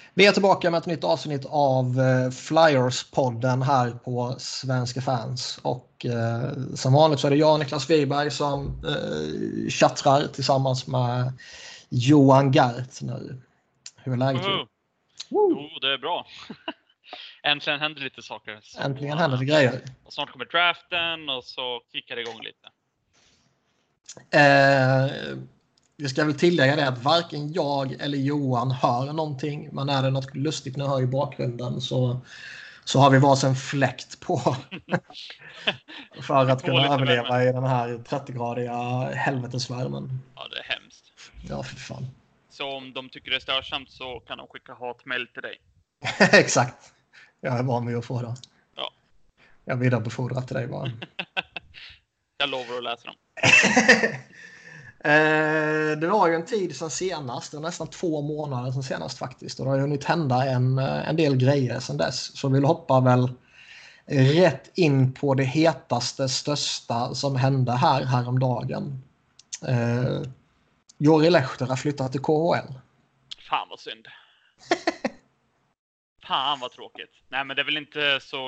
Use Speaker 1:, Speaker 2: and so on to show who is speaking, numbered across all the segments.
Speaker 1: Vi är tillbaka med ett nytt avsnitt av Flyers-podden här på Svenska fans. Och som vanligt så är det jag, Niklas Wiberg, som chattrar tillsammans med Johan Gart nu. Hur är läget?
Speaker 2: Jo, det är bra. Äntligen händer lite saker. Så,
Speaker 1: äntligen händer det grejer.
Speaker 2: Och snart kommer draften och så kickar det igång lite.
Speaker 1: Vi ska väl tillägga det att varken jag eller Johan hör någonting. Men är det något lustigt ni hör i bakgrunden så har vi varsin fläkt på. För att kunna överleva värme i den här 30-gradiga helvetesvärmen.
Speaker 2: Ja, det är hemskt.
Speaker 1: Ja, för fan.
Speaker 2: Så om de tycker det är störsamt så kan de skicka hatmejl till dig.
Speaker 1: Exakt. Jag är van vid att få det.
Speaker 2: Ja.
Speaker 1: Jag vidarebefordrar till dig bara.
Speaker 2: Jag lovar att läsa dem.
Speaker 1: Det var ju en tid sedan senast. Det var nästan 2 månader sedan senast faktiskt. Och det har ju hunnit hända en del grejer sedan dess. Så vi hoppar väl rätt in på det hetaste, största som hände häromdagen. Jori Lehtera flyttat till KHL.
Speaker 2: Fan vad synd. Fan vad tråkigt. Nej, men det är väl inte så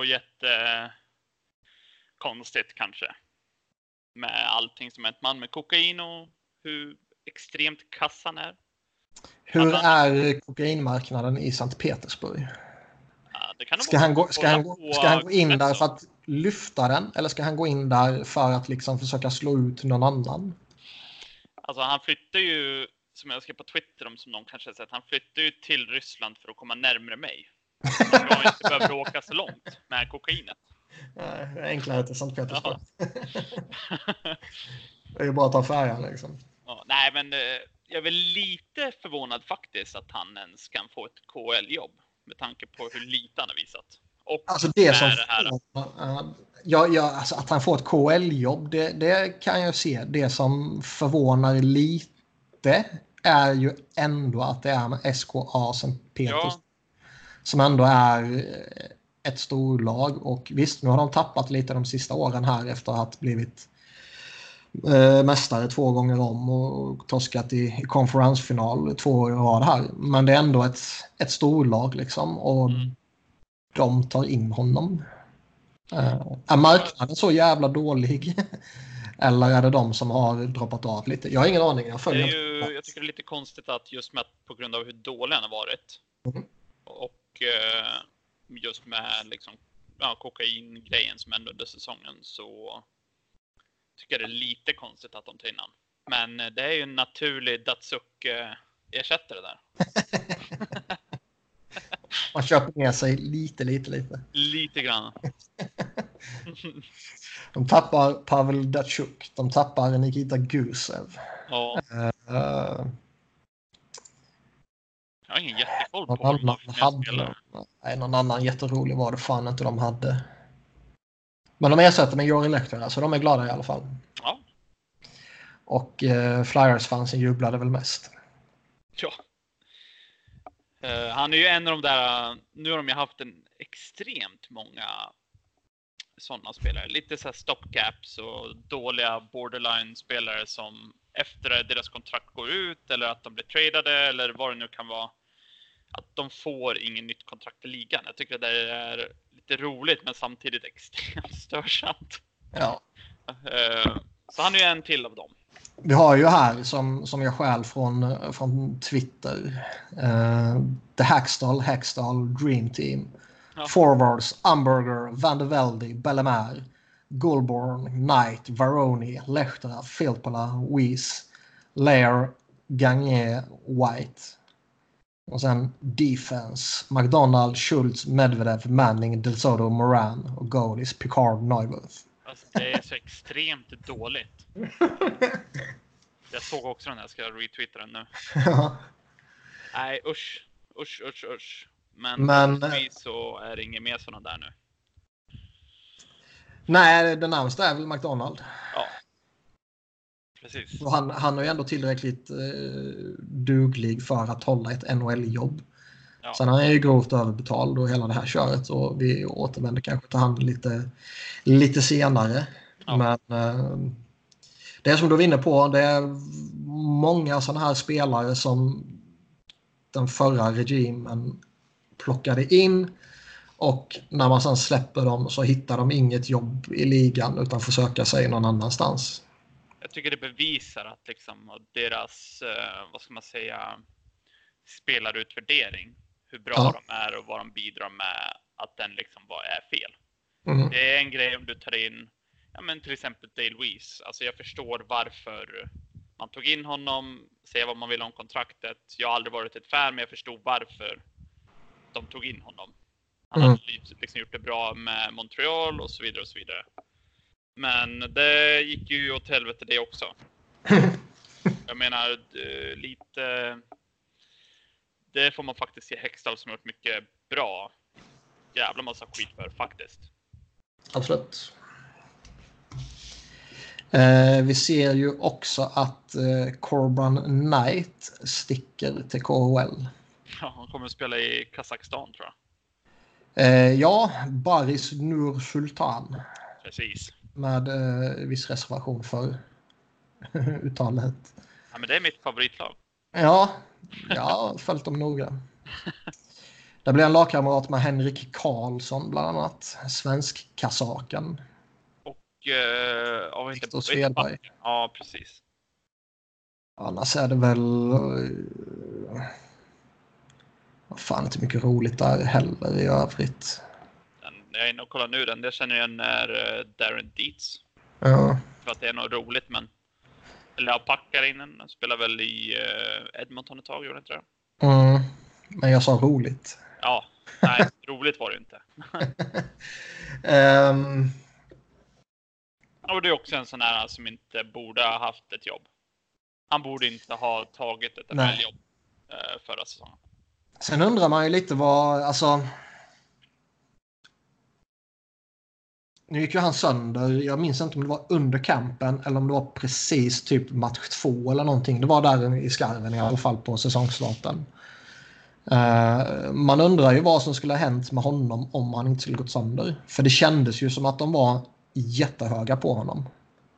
Speaker 2: konstigt kanske. Med allting som ett man med kokain och hur extremt kassan är.
Speaker 1: Hur är kokainmarknaden i Sankt Petersburg?
Speaker 2: Ja, det kan
Speaker 1: ska han gå in där för att lyfta den? Eller ska han gå in där för att liksom försöka slå ut någon annan?
Speaker 2: Alltså han flyttar ju, som jag skrev på Twitter om, som någon kanske har sett, han flyttar ju till Ryssland för att komma närmare mig. Man ska inte behöva åka så långt med kokainet.
Speaker 1: Enklare till Sankt Petersburg. Det är ju bara att ta färjan liksom.
Speaker 2: Ja, nej, men jag är väl lite förvånad faktiskt att han ens kan få ett KHL-jobb med tanke på hur lite han har visat. Och
Speaker 1: alltså det som alltså att han får ett KHL-jobb, det kan jag se. Det som förvånar lite är ju ändå att det är med SKA Sankt Peters. Ja. Som ändå är ett storlag. Och visst, nu har de tappat lite de sista åren här efter att ha blivit mästare 2 gånger om och torskat i konferensfinal 2 år i rad här. Men det är ändå ett storlag liksom. Och de tar in honom. Är marknaden så jävla dålig? Eller är det de som har droppat av lite? Jag har ingen aning. Jag
Speaker 2: tycker det är lite konstigt att just med på grund av hur dålig han har varit. Och just med liksom, kokain-grejen som hände under säsongen, så tycker jag det är lite konstigt att de tar innan. Men det är ju en naturlig Datsuk-ersättare där.
Speaker 1: Man köper med sig lite.
Speaker 2: Lite grann.
Speaker 1: De tappar Pavel Datsuk. De tappar Nikita Gusev.
Speaker 2: Ja. Jag har ingen jättekoll på
Speaker 1: någon annan jätterolig var det fan inte de hade. Men de ersätter med Jori Lehtera, så de är glada i alla fall.
Speaker 2: Ja.
Speaker 1: Och Flyers-fansen jublade väl mest.
Speaker 2: Ja. Han är ju en av de där. Nu har de ju haft en extremt många sådana spelare. Lite så här stopgaps och dåliga borderline-spelare som efter deras kontrakt går ut eller att de blir tradade eller vad det nu kan vara, att de får ingen nytt kontrakt i ligan. Jag tycker det är lite roligt men samtidigt extremt störsamt.
Speaker 1: Ja.
Speaker 2: Så han är ju en till av dem.
Speaker 1: Vi har ju här som jag själv från Twitter The Hackstall Dream Team. Ja. Forwards, Umberger, Van der Velde, Bellemare, Goulbourne, Knight, Varoni, Lehtera, Filppula, Weiss, Lair, Gagné, White. Och sen defense, McDonald, Schultz, Medvedev, Manning, Del Soto, Moran och goalies Picard, Neuwirth.
Speaker 2: Alltså, det är så extremt dåligt. Jag såg också den här, ska jag retweeta den nu.
Speaker 1: Ja.
Speaker 2: Nej, usch. Men så är det inget mer sådana där nu.
Speaker 1: Nej, den närmaste är väl McDonald.
Speaker 2: Ja. Precis.
Speaker 1: Och han har ju ändå tillräckligt duglig för att hålla ett NHL-jobb. Ja. Sen är han ju grovt överbetald och hela det här köret. Och vi återvänder kanske till han lite senare. Ja. Men det är som du var inne på. Det är många sådana här spelare som den förra regimen plockade in. Och när man sen släpper dem så hittar de inget jobb i ligan utan får söka sig någon annanstans.
Speaker 2: Jag tycker det bevisar att liksom deras, vad ska man säga, spelarutvärdering, hur bra de är och vad de bidrar med, att den liksom är fel. Det är en grej om du tar in, ja men till exempel Dale Weiss. Alltså jag förstår varför man tog in honom, säga vad man vill om kontraktet. Jag har aldrig varit ett fan, men jag förstod varför de tog in honom. Han hade liksom gjort det bra med Montreal och så vidare och så vidare. Men det gick ju åt helvete det också. Jag menar, lite... Det får man faktiskt ge Hextall som har gjort mycket bra. Jävla massa skit för faktiskt.
Speaker 1: Absolut. Vi ser ju också att Corbin Knight sticker till KHL.
Speaker 2: Ja, han kommer att spela i Kazakstan tror jag.
Speaker 1: Ja, Baris Nur Sultan.
Speaker 2: Precis.
Speaker 1: Med viss reservation för uttalet.
Speaker 2: Ja, men det är mitt favoritlag.
Speaker 1: Ja, jag har följt dem noga. Det blir en lagkamrat med Henrik Karlsson bland annat. Svensk kasaken.
Speaker 2: Och
Speaker 1: Viktor Svedberg.
Speaker 2: Ja, precis.
Speaker 1: Annars är det väl... fan, inte mycket roligt där heller i övrigt.
Speaker 2: Jag är inne och kollar nu den. Jag känner igen är Darren Dietz.
Speaker 1: Ja.
Speaker 2: För att det är något roligt, men... Eller jag packar in den. Spelar väl i Edmonton ett tag, gjorde inte det?
Speaker 1: Men jag sa roligt.
Speaker 2: Ja, nej, roligt var det inte. Och det är också en sån här som inte borde ha haft ett jobb. Han borde inte ha tagit ett NHL-jobb förra säsongen.
Speaker 1: Sen undrar man ju lite vad, alltså... Nu gick ju han sönder. Jag minns inte om det var under campen eller om det var precis typ match 2 eller någonting. Det var där i skarven i alla fall på säsongsstarten. Man undrar ju vad som skulle ha hänt med honom om han inte skulle gått sönder. För det kändes ju som att de var jättehöga på honom.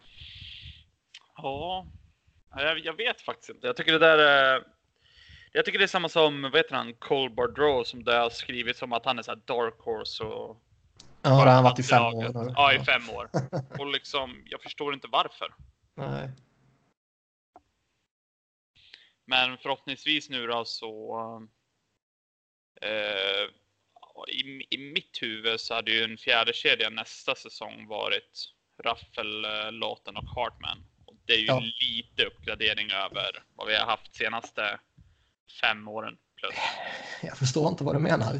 Speaker 2: Ja, jag vet faktiskt inte. Jag tycker det där är... Jag tycker det är samma som, vad heter han, Cole Boudreau, som det har skrivit som att han är så här dark horse och...
Speaker 1: Ja, det har han varit i 5 år nu.
Speaker 2: Ja, i 5 år. Och liksom, jag förstår inte varför.
Speaker 1: Nej.
Speaker 2: Men förhoppningsvis nu då så... I mitt huvud så hade ju en fjärde kedja nästa säsong varit Raffel, Lawton och Hartman. Och det är ju lite uppgradering över vad vi har haft senaste 5 åren plus.
Speaker 1: Jag förstår inte vad du menar.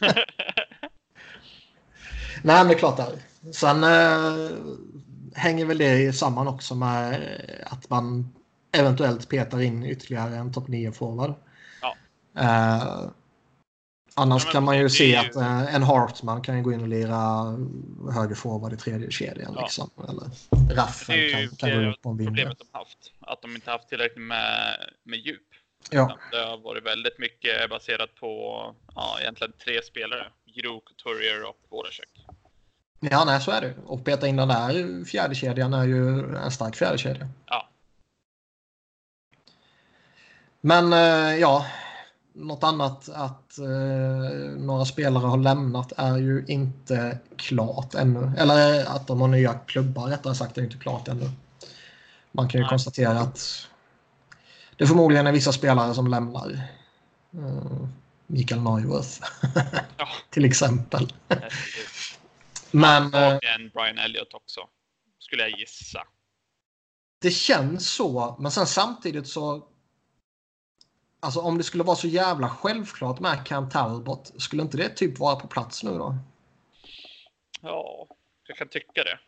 Speaker 1: Nej, men det är klart där. Sen hänger väl det samman också med att man eventuellt petar in ytterligare en topp 9-forward.
Speaker 2: Ja.
Speaker 1: Annars kan man ju se att en Hartman kan ju gå in och lira högerforward i tredje kedjan. Liksom. Eller Raffel kan gå upp på en vinge.
Speaker 2: Problemet de haft. Att de inte haft tillräckligt med djup.
Speaker 1: Ja.
Speaker 2: Det har varit väldigt mycket baserat på egentligen 3 spelare. Giroux, Couturier och Voracek.
Speaker 1: Ja, nej, så är det. Och peta in den där fjärde kedjan är ju en stark fjärde kedja.
Speaker 2: Ja.
Speaker 1: Men något annat att några spelare har lämnat är ju inte klart ännu. Eller att de har nya klubbar rättare sagt är inte klart ännu. Man kan ju konstatera att det förmodligen är vissa spelare som lämnar. Mikael Neuwirth till exempel.
Speaker 2: Men Brian Elliott också, skulle jag gissa.
Speaker 1: Det känns så, men sen samtidigt så alltså om det skulle vara så jävla självklart med Cam Talbot, skulle inte det typ vara på plats nu då?
Speaker 2: Ja, jag kan tycka det.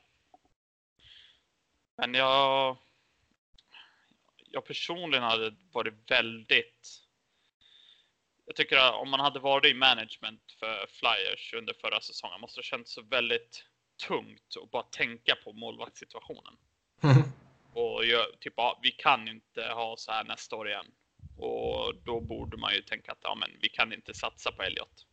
Speaker 2: Men jag personligen hade varit väldigt... Jag tycker att om man hade varit i management för Flyers under förra säsongen måste det känns så väldigt tungt att bara tänka på målvaktssituationen. Och vi kan inte ha så här nästa år igen. Och då borde man ju tänka att men vi kan inte satsa på Elliott.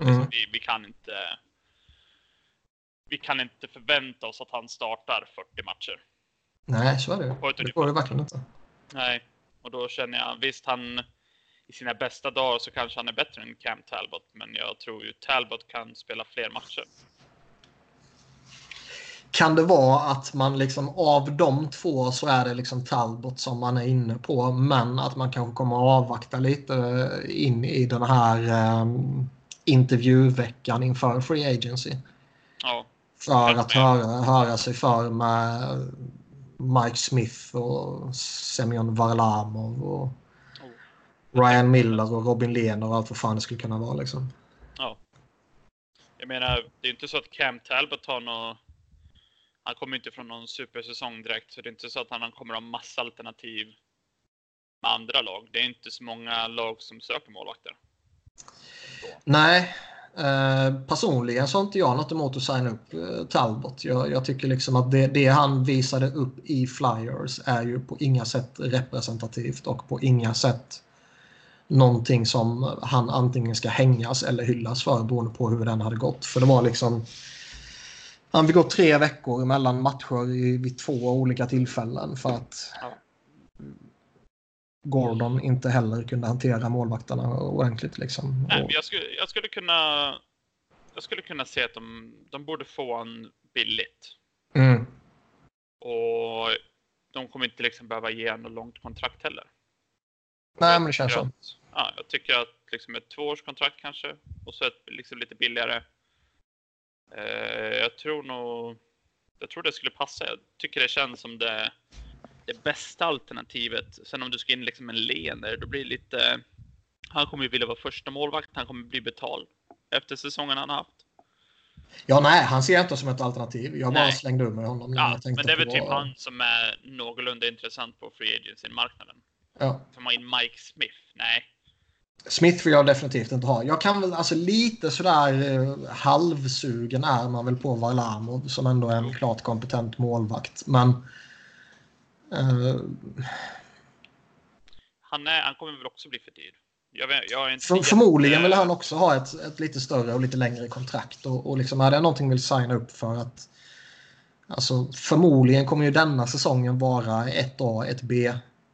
Speaker 2: Vi kan inte förvänta oss att han startar 40 matcher.
Speaker 1: Nej, så är det. Det går det verkligen inte.
Speaker 2: Nej, och då känner jag, visst i sina bästa dagar så kanske han är bättre än Cam Talbot. Men jag tror ju Talbot kan spela fler matcher.
Speaker 1: Kan det vara att man liksom av de två så är det liksom Talbot som man är inne på, men att man kanske kommer att avvakta lite in i den här intervjuveckan inför Free Agency?
Speaker 2: Ja.
Speaker 1: För att höra sig för med Mike Smith och Semyon Varlamov och Ryan Miller och Robin Lehner och allt vad fan det skulle kunna vara liksom.
Speaker 2: Ja. Jag menar, det är inte så att Cam Talbot har något... Han kommer inte från någon supersäsong direkt, så det är inte så att han kommer ha massa alternativ med andra lag. Det är inte så många lag som söker målvakter.
Speaker 1: Nej, personligen så har inte jag något emot att signa upp Talbot. Jag tycker liksom att det han visade upp i Flyers är ju på inga sätt representativt och på inga sätt någonting som han antingen ska hängas eller hyllas för beroende på hur den hade gått. För det var liksom... Han fick gå 3 veckor mellan matcher vid 2 olika tillfällen för att Gordon inte heller kunde hantera målvakterna ordentligt. Liksom.
Speaker 2: Nej, men jag skulle kunna se att de borde få en billigt.
Speaker 1: Mm.
Speaker 2: Och de kommer inte liksom behöva ge något långt kontrakt heller.
Speaker 1: Nej, men det känns så.
Speaker 2: Ja, jag tycker att liksom ett 2-årskontrakt kanske och så ett liksom lite billigare. Jag tror det skulle passa. Jag tycker det känns som det bästa alternativet. Sen om du ska in liksom en Lehner, då blir det lite... Han kommer ju vilja vara första målvakt. Han kommer bli betald efter säsongen han har haft.
Speaker 1: Ja, nej, han ser inte som ett alternativ. Jag bara slängde ur mig honom.
Speaker 2: Ja, men det är väl typ han som är någorlunda intressant på free agency-marknaden.
Speaker 1: Ja.
Speaker 2: Får man in Mike Smith? Nej.
Speaker 1: Smith vill jag definitivt inte ha. Jag kan väl alltså lite sådär halvsugen är man väl på Varlamov som ändå är en klart kompetent målvakt. Men
Speaker 2: han kommer väl också bli för dyr.
Speaker 1: Förmodligen vill han också ha ett lite större och lite längre kontrakt. Och liksom är det någonting vill signa upp för att alltså förmodligen kommer ju denna säsongen vara ett A, ett B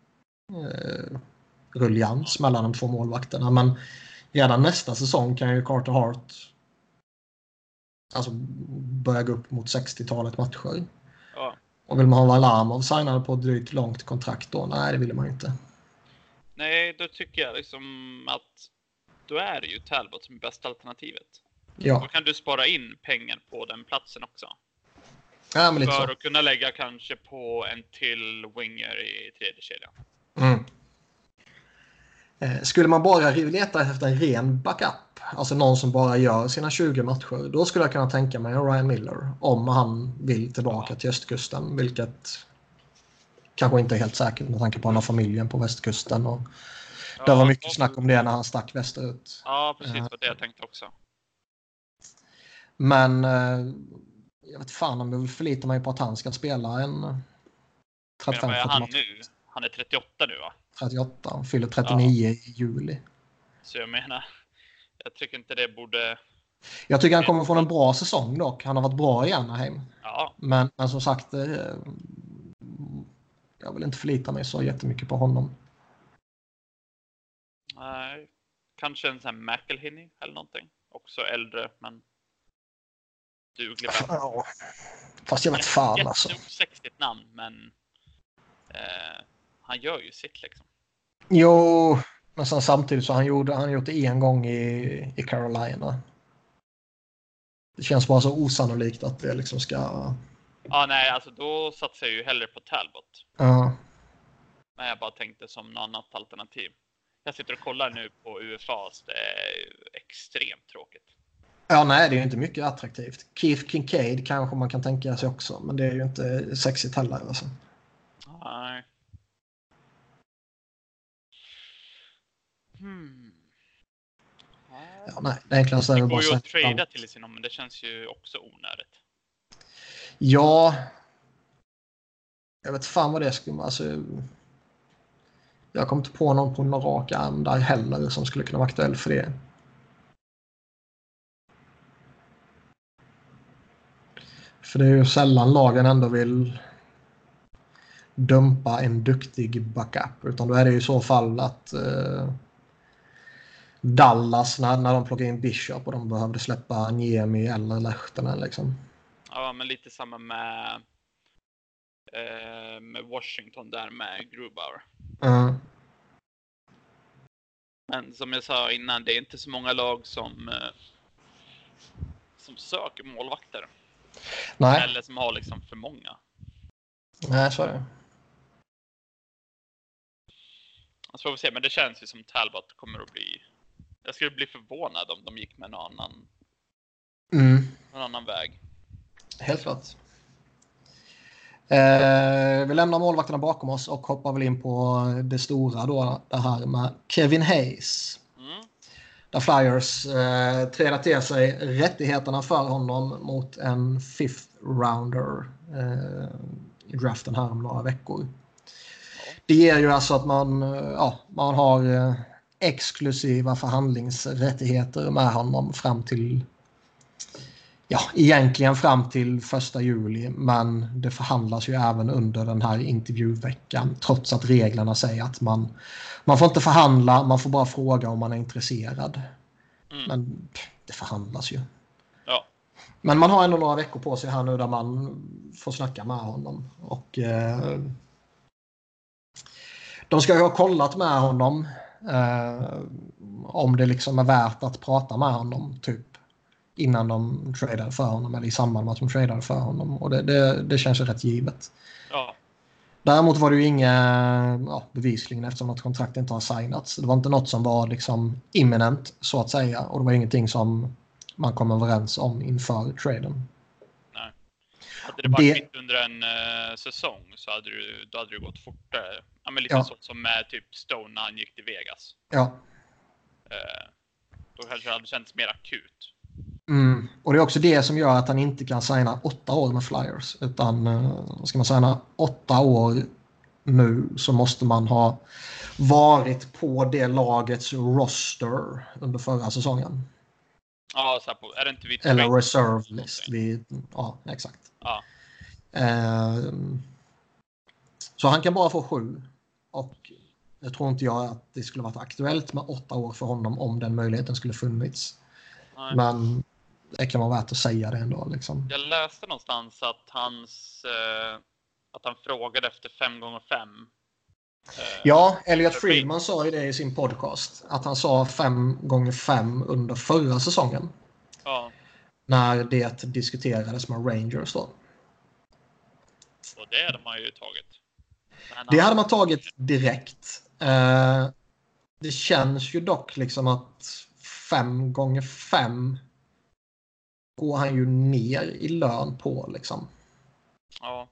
Speaker 1: ruljans mellan de 2 målvakterna. Men redan nästa säsong kan ju Carter Hart alltså börja gå upp mot 60-talet matcher.
Speaker 2: Ja.
Speaker 1: Och vill man ha Varlamov signad på ett drygt långt kontrakt då? Nej, det vill man inte.
Speaker 2: Nej, då tycker jag liksom att då är det ju Talbot som är bästa alternativet.
Speaker 1: Ja.
Speaker 2: Då kan du spara in pengar på den platsen också.
Speaker 1: Ja, men lite
Speaker 2: för
Speaker 1: så.
Speaker 2: att kunna lägga kanske på en till winger i tredje kedjan.
Speaker 1: Mm. Skulle man bara leta efter en ren backup, alltså någon som bara gör sina 20 matcher, då skulle jag kunna tänka mig Ryan Miller om han vill tillbaka till östkusten, vilket kanske inte är helt säkert med tanke på att han har familjen på västkusten och det var mycket snack om det när han stack västerut.
Speaker 2: Ja, precis vad det jag tänkte också.
Speaker 1: Men jag vet fan om jag vill förlita mig på att han ska spela en 35
Speaker 2: men han nu? Han är 38 nu, va?
Speaker 1: 38, han fyller 39 i juli.
Speaker 2: Så jag tycker inte det borde...
Speaker 1: Jag tycker han kommer från en bra säsong dock. Han har varit bra i Anaheim.
Speaker 2: Ja.
Speaker 1: Men som sagt, jag vill inte förlita mig så jättemycket på honom.
Speaker 2: Nej, kanske en sån här McElhinney eller någonting. Också äldre, men duglig.
Speaker 1: Ja, fast jag vet fan alltså.
Speaker 2: Jätteosexigt namn, men han gör ju sitt liksom.
Speaker 1: Jo, men sen samtidigt så han gjort det en gång i Carolina. Det känns bara så osannolikt att det liksom ska...
Speaker 2: Ja, nej, alltså då satsar jag ju hellre på Talbot.
Speaker 1: Ja.
Speaker 2: Men jag bara tänkte som något annat alternativ. Jag sitter och kollar nu på UFA, så det är extremt tråkigt.
Speaker 1: Ja, nej, det är ju inte mycket attraktivt. Keith Kincaid kanske man kan tänka sig också, men det är ju inte sexigt heller. Alltså.
Speaker 2: Nej.
Speaker 1: Ja, nej, det enklaste är
Speaker 2: det
Speaker 1: bara
Speaker 2: går ju att trada till sig, men det känns ju också onödigt.
Speaker 1: Ja. Jag vet fan vad det skulle... Alltså, jag kom inte på någon på någon rak arm där heller som skulle kunna vara aktuell för det. För det är ju sällan lagen ändå vill dumpa en duktig backup. Utan då är det ju i så fall att Dallas när de plockade in Bishop och de behövde släppa Niemi eller Lehtinen liksom.
Speaker 2: Ja, men lite samma med Washington där med Grubauer. Men som jag sa innan, det är inte så många lag som söker målvakter.
Speaker 1: Nej.
Speaker 2: Eller som har liksom för många.
Speaker 1: Nej, så är det.
Speaker 2: Så får vi se, men det känns ju som Talbot kommer att bli... Jag skulle bli förvånad om de gick med någon annan väg.
Speaker 1: Helt klart. Vi lämnar målvakterna bakom oss och hoppar väl in på det stora då, det här med Kevin Hayes. Där Flyers tränar till sig rättigheterna för honom mot en 5th rounder i draften här om några veckor. Det ger ju alltså att man har exklusiva förhandlingsrättigheter med honom fram till egentligen fram till 1 juli, men det förhandlas ju även under den här intervjuveckan trots att reglerna säger att man får inte förhandla, man får bara fråga om man är intresserad. Men det förhandlas ju.
Speaker 2: Ja.
Speaker 1: Men man har ändå några veckor på sig här nu där man får snacka med honom och de ska ju ha kollat med honom om det liksom är värt att prata med honom typ innan de tradade för honom eller i samband med att de tradade för honom. Och det känns ju rätt givet.
Speaker 2: Ja.
Speaker 1: Däremot var det ju inga bevisligen eftersom att kontrakt inte har signats. Det var inte något som var liksom imminent så att säga. Och det var ingenting som man kom överens om inför traden.
Speaker 2: Nej. Hade det varit mitt under en säsong så hade det gått fortare. Ja, men lite så som med typ Stone när han gick till Vegas.
Speaker 1: Ja.
Speaker 2: Då kanske det hade känts mer akut.
Speaker 1: Och det är också det som gör att han inte kan signa 8 år med Flyers. Utan ska man signa 8 år nu så måste man ha varit på det lagets roster under förra säsongen.
Speaker 2: Ja, så här på, är det inte vid
Speaker 1: eller reserve list. Ja, exakt.
Speaker 2: Ja.
Speaker 1: Så han kan bara få 7. Och jag tror inte jag att det skulle varit aktuellt med 8 år för honom om den möjligheten skulle funnits.
Speaker 2: Nej.
Speaker 1: Men det kan vara värt att säga det ändå. Liksom.
Speaker 2: Jag läste någonstans att han frågade efter 5x5.
Speaker 1: Ja, Elliot Friedman sa ju det i sin podcast. Att han sa 5x5 under förra säsongen.
Speaker 2: Ja.
Speaker 1: När det diskuterades med Rangers då.
Speaker 2: Och det hade man ju tagit.
Speaker 1: Det hade man tagit direkt. Det känns ju dock liksom att 5x5 går han ju ner i lön på liksom.
Speaker 2: Ja.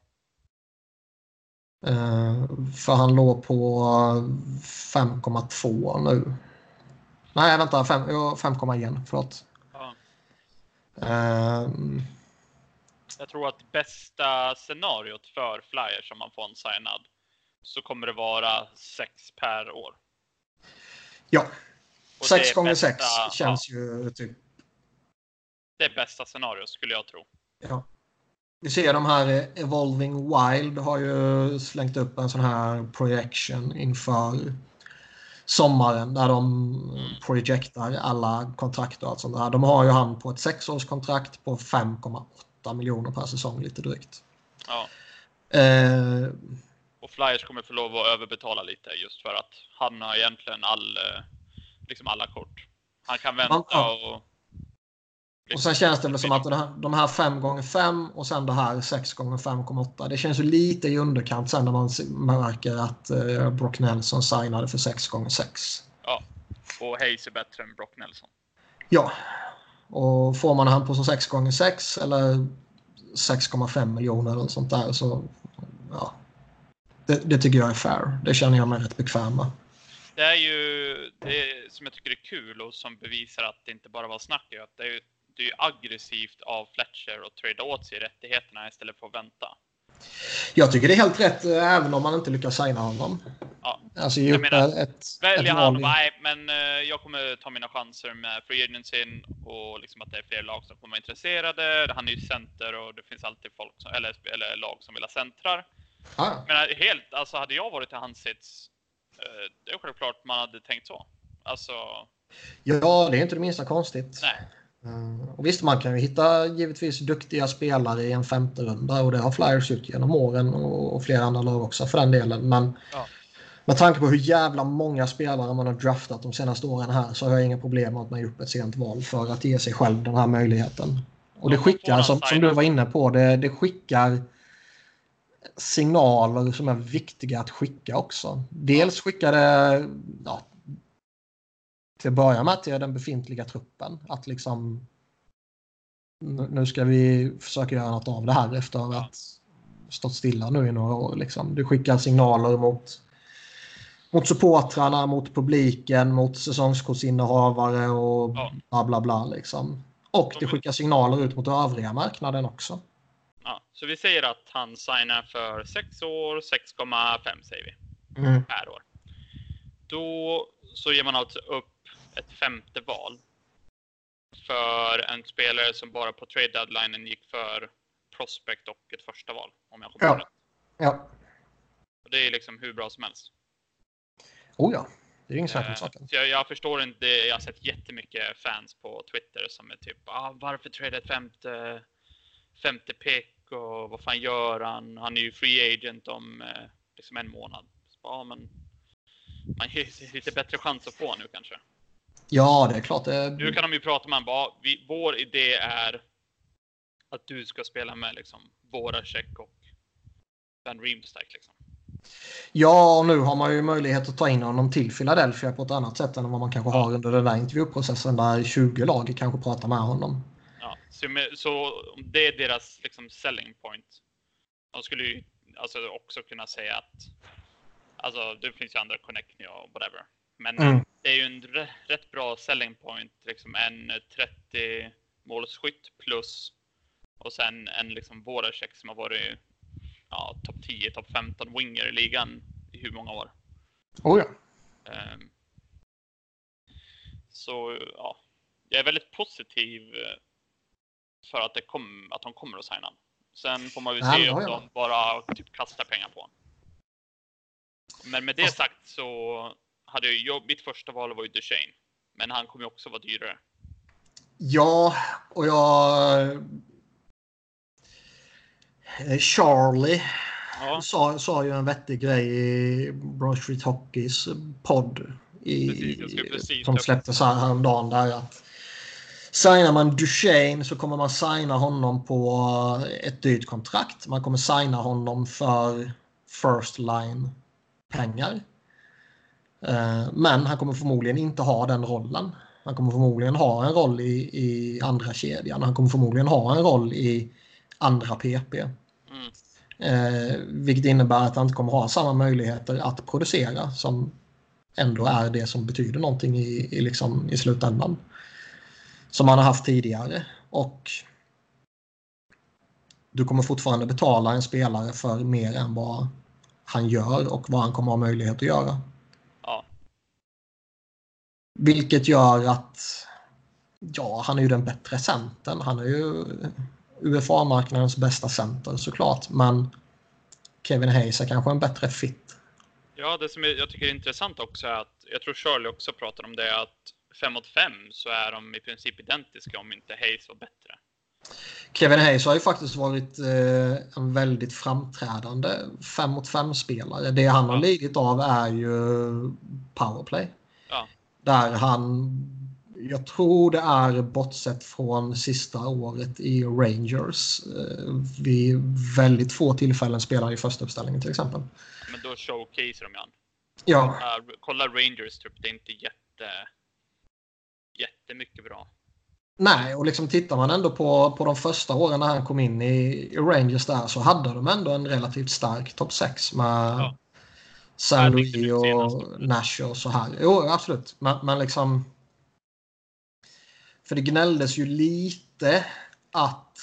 Speaker 1: För han låg på 5,2 nu. Nej, vänta. 5,1. Förlåt.
Speaker 2: Ja. Jag tror att bästa scenariot för Flyers om man får en signad så kommer det vara 6 per år.
Speaker 1: Ja. 6x6
Speaker 2: bästa,
Speaker 1: känns ju typ...
Speaker 2: Det är bästa scenario skulle jag tro.
Speaker 1: Ja. Vi ser de här Evolving Wild har ju slängt upp en sån här projection inför sommaren där de projektar alla kontrakt och allt sånt där. De har ju han på ett 6-årskontrakt på 5,8 miljoner per säsong lite drygt.
Speaker 2: Ja. Och Flyers kommer få lov att överbetala lite just för att han har egentligen alla kort. Han kan vänta
Speaker 1: och sen känns det väl som att de här 5x5 och sen det här 6x5,8. Det känns ju lite i underkant sen när man märker att Brock Nelson signade för 6x6.
Speaker 2: Ja, och Hayes är bättre än Brock Nelson.
Speaker 1: Ja, och får man han på 6x6 eller 6,5 miljoner eller sånt där så ja. Det tycker jag är fair. Det känner jag mig rätt bekväm med.
Speaker 2: Det är ju det som jag tycker är kul och som bevisar att det inte bara var snack. Att det är ju aggressivt av Fletcher att trada åt sig rättigheterna istället för att vänta.
Speaker 1: Jag tycker det är helt rätt även om man inte lyckas signa honom.
Speaker 2: Ja.
Speaker 1: Alltså,
Speaker 2: välja han och nej, men jag kommer ta mina chanser med free agency och liksom att det är fler lag som kommer vara intresserade. Han är ju center och det finns alltid folk eller lag som vill ha centrar. Men hade jag varit i hans sits, det är självklart man hade tänkt så. Alltså,
Speaker 1: Ja, det är inte det minsta konstigt.
Speaker 2: Nej.
Speaker 1: Och visst, man kan ju hitta givetvis duktiga spelare i en femte runda och det har Flyers gjort genom åren och flera andra lag också för den delen. Men med tanke på hur jävla många spelare man har draftat de senaste åren här så har jag inga problem med att man gjort ett sent val för att ge sig själv den här möjligheten. Och det skickar, som du var inne på, det skickar signaler som är viktiga att skicka också. Dels skickar det till att börja med till den befintliga truppen att liksom nu ska vi försöka göra något av det här efter att stått stilla nu i några år. Liksom. Det skickar signaler mot supportrarna, mot publiken, mot säsongskortsinnehavare och bla bla bla. Liksom. Och det skickar signaler ut mot övriga marknaden också.
Speaker 2: Ja, så vi säger att han signar för 6 år, 6,5 säger vi. Per år. Då så ger man alltså upp ett femte val för en spelare som bara på trade deadline gick för prospect och ett första val, om jag kommer rätt.
Speaker 1: Ja.
Speaker 2: Och det är liksom hur bra som helst.
Speaker 1: Oh ja, det är ingen snack om saken.
Speaker 2: Jag förstår inte, jag har sett jättemycket fans på Twitter som är typ varför trade ett femte pick och vad fan gör han? Han är ju free agent om liksom en månad. Så, men man har lite bättre chans att få nu kanske.
Speaker 1: Ja, det är klart.
Speaker 2: Nu kan de ju prata med honom. Vår idé är att du ska spela med liksom Voracek och Ben Riemsdyk liksom.
Speaker 1: Ja, och nu har man ju möjlighet att ta in honom till Philadelphia på ett annat sätt än vad man kanske har under den där intervjuprocessen där 20 lag kanske pratar med honom.
Speaker 2: Ja, så det är deras liksom selling point. De skulle ju alltså också kunna säga att alltså det finns ju andra connect och whatever. Men det är ju en rätt bra selling point liksom en 30 målskytt plus och sen en liksom Voracek som har varit topp 10, topp 15 winger i ligan i hur många år.
Speaker 1: Oh ja.
Speaker 2: Så ja, jag är väldigt positiv för att de kommer att signa. Sen får man ju se om de bara typ kastar pengar på honom. Men med det sagt så hade mitt första val var ju Duchene. Men han kommer ju också vara dyrare.
Speaker 1: Ja, och Charlie sa ju en vettig grej i Broad Street Hockeys podd som släpptes häromdagen där att signar man Duchene så kommer man signa honom på ett dyrt kontrakt. Man kommer signa honom för first line pengar. Men han kommer förmodligen inte ha den rollen. Han kommer förmodligen ha en roll i andra kedjan. Han kommer förmodligen ha en roll i andra PP. Vilket innebär att han inte kommer ha samma möjligheter att producera som ändå är det som betyder någonting i slutändan. Som han har haft tidigare. Och du kommer fortfarande betala en spelare för mer än vad han gör och vad han kommer ha möjlighet att göra.
Speaker 2: Ja.
Speaker 1: Vilket gör att han är ju den bättre centern. Han är ju UFA-marknadens bästa center såklart. Men Kevin Hayes är kanske en bättre fit.
Speaker 2: Ja, det som jag tycker är intressant också är att jag tror Charlie också pratar om det att 5 mot 5 så är de i princip identiska om inte Hayes var bättre.
Speaker 1: Kevin Hayes har ju faktiskt varit en väldigt framträdande 5 mot 5 spelare. Det han har lidit av är ju powerplay.
Speaker 2: Ja.
Speaker 1: Där jag tror det är bortsett från sista året i Rangers vid väldigt få tillfällen spelar i första uppställningen till exempel.
Speaker 2: Men då showcase de igen.
Speaker 1: Ja.
Speaker 2: Kolla Rangers typ, det är inte jättemycket bra.
Speaker 1: Nej, och liksom tittar man ändå på de första åren när han kom in i Rangers där så hade de ändå en relativt stark topp 6 med San Louis och Nash och så här. Jo, absolut. Men liksom för det gnälldes ju lite att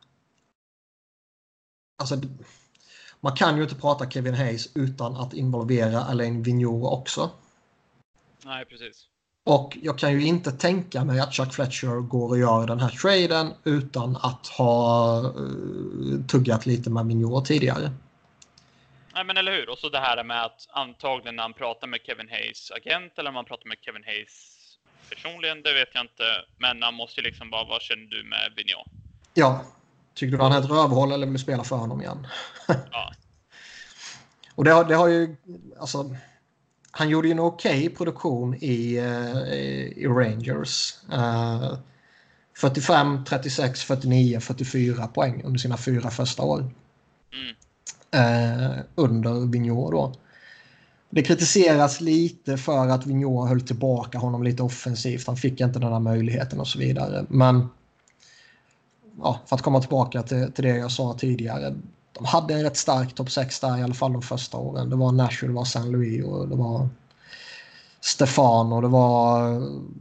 Speaker 1: alltså man kan ju inte prata Kevin Hayes utan att involvera Alain Vigneault också.
Speaker 2: Nej, precis.
Speaker 1: Och jag kan ju inte tänka mig att Chuck Fletcher går och gör den här traden utan att ha tuggat lite med Vigneault tidigare.
Speaker 2: Nej, men eller hur? Och så det här med att antagligen när han pratar med Kevin Hayes agent eller när man pratar med Kevin Hayes personligen, det vet jag inte. Men han måste ju liksom bara, vad känner du med Vigneault?
Speaker 1: Ja, tycker du han är ett rövhåll eller vill du spela för honom igen?
Speaker 2: Ja.
Speaker 1: Och det har ju, alltså, han gjorde ju en okej produktion i Rangers. 45, 36, 49, 44 poäng under sina 4 första år. Under Vigneault då. Det kritiseras lite för att Vigneault höll tillbaka honom lite offensivt. Han fick inte den här möjligheten och så vidare. Men ja, för att komma tillbaka till det jag sa tidigare. De hade en rätt stark topp 6 där i alla fall de första åren. Det var Nashville, det var St. Louis och det var Stefan och det var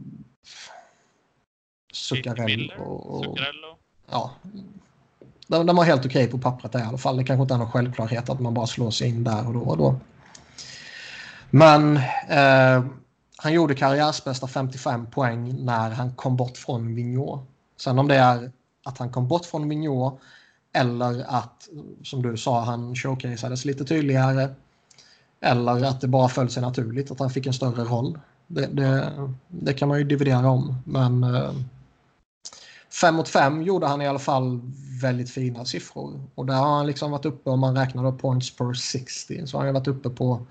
Speaker 1: Zuccarello. Ja, de var helt okej på pappret i alla fall. Det kanske inte är någon självklarhet att man bara slår sig in där och då. Men han gjorde karriärsbästa 55 poäng när han kom bort från Vigneault. Sen om det är att han kom bort från Vigneault eller att, som du sa, han showcaseades lite tydligare eller att det bara föll sig naturligt att han fick en större roll. Det kan man ju dividera om. Men 5-5 gjorde han i alla fall väldigt fina siffror. Och där har han liksom varit uppe, om man räknar då points per 60, så har han varit uppe på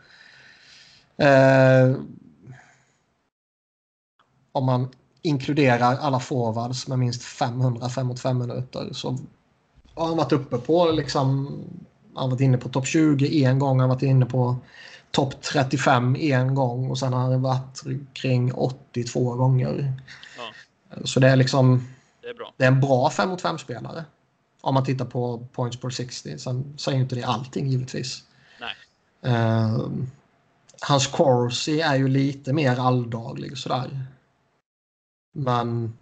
Speaker 1: om man inkluderar alla forwards med minst 500 5-5 minuter, så har han varit uppe på liksom, han har varit inne på topp 20 en gång, han har varit inne på topp 35 en gång och sen har han varit kring 82 gånger. Ja. Så det är liksom,
Speaker 2: det är bra.
Speaker 1: Det är en bra 5-5-spelare om man tittar på points per 60. Sen säger inte det allting givetvis.
Speaker 2: Nej.
Speaker 1: Hans Corsi är ju lite mer alldaglig sådär. Men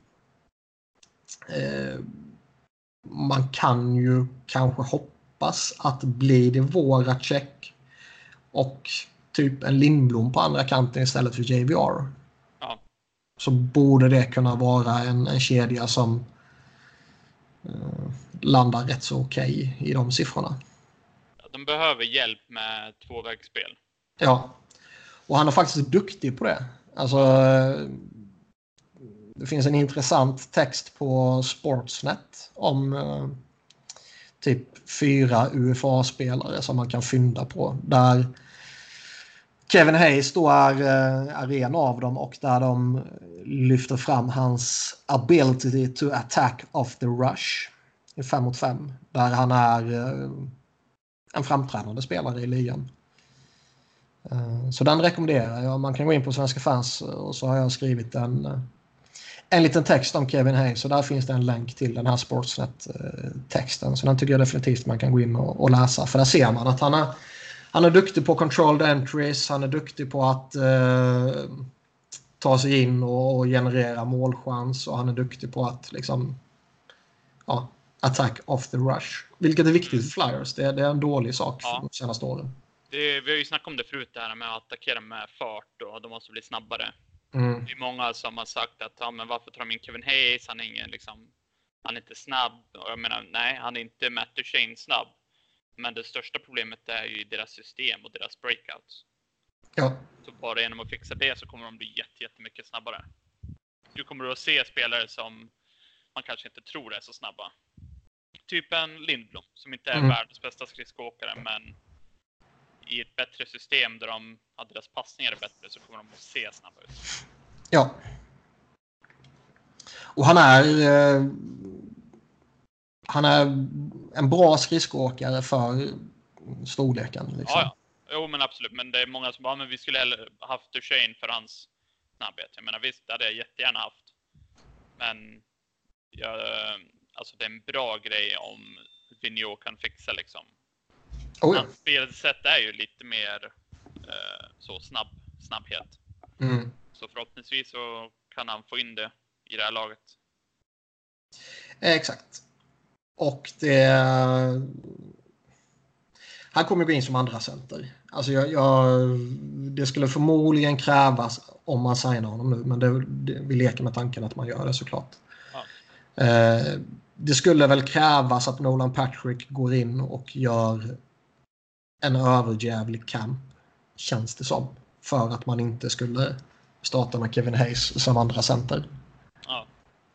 Speaker 1: man kan ju kanske hoppas att blir det Voracek och typ en Lindblom på andra kanten istället för JVR.
Speaker 2: Ja.
Speaker 1: Så borde det kunna vara en kedja som landar rätt så okej i de siffrorna.
Speaker 2: De behöver hjälp med tvåvägsspel.
Speaker 1: Ja, och han är faktiskt duktig på det. Alltså, det finns en intressant text på Sportsnet om typ 4 UFA-spelare som man kan fynda på. Där Kevin Hayes då är en av dem och där de lyfter fram hans ability to attack off the rush i 5-5. Där han är en framträdande spelare i ligan. Så den rekommenderar jag. Man kan gå in på Svenska fans och så har jag skrivit en liten text om Kevin Hayes och där finns det en länk till den här Sportsnet-texten. Så den tycker jag definitivt man kan gå in och läsa. För där ser man att han är duktig på controlled entries, han är duktig på att ta sig in och generera målchans och han är duktig på att liksom attack off the rush. Vilket är viktigt för Flyers. Det är en dålig sak för de senaste åren.
Speaker 2: Vi har ju snackat om det förut, det här med att attackera med fart och de måste bli snabbare. Det är många som har sagt att men varför tar de in Kevin Hayes? Han är ingen han är inte snabb. Och jag menar, nej, han är inte Matt Duchene snabb. Men det största problemet är ju deras system och deras breakouts.
Speaker 1: Ja.
Speaker 2: Så bara genom att fixa det så kommer de bli jättemycket snabbare. Du kommer att se spelare som man kanske inte tror är så snabba. Typ en Lindblom som inte är världens bästa skridskoåkare, men i ett bättre system där deras passningar är bättre så kommer de att se snabba ut.
Speaker 1: Ja. Och han är en bra skridskoåkare för storleken. Liksom.
Speaker 2: Ja. Jo, men absolut. Men det är många som bara, men vi skulle hellre haft Duchene för hans snabbhet. Jag menar, visst, det hade jag jättegärna haft. Men alltså det är en bra grej om Vigneault kan fixa liksom. Hans spelsätt är ju lite mer så snabbhet. Så förhoppningsvis så kan han få in det i det här laget.
Speaker 1: Exakt. Och han kommer gå in som andra center. Alltså det skulle förmodligen krävas om man signar honom nu, men vi leker med tanken att man gör det såklart. Ja. Det skulle väl krävas att Nolan Patrick går in och gör en överjävlig camp, känns det som, för att man inte skulle starta med Kevin Hayes som andra center.
Speaker 2: Ja.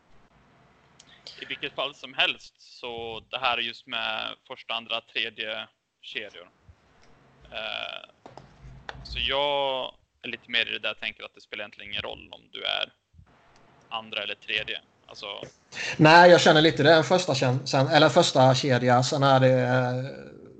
Speaker 2: I vilket fall som helst, så det här just med första, andra, tredje kedjor. Så jag är lite mer i det där, tänker att det spelar egentligen ingen roll om du är andra eller tredje. Alltså...
Speaker 1: Nej, jag känner lite det är första kedja, sen är det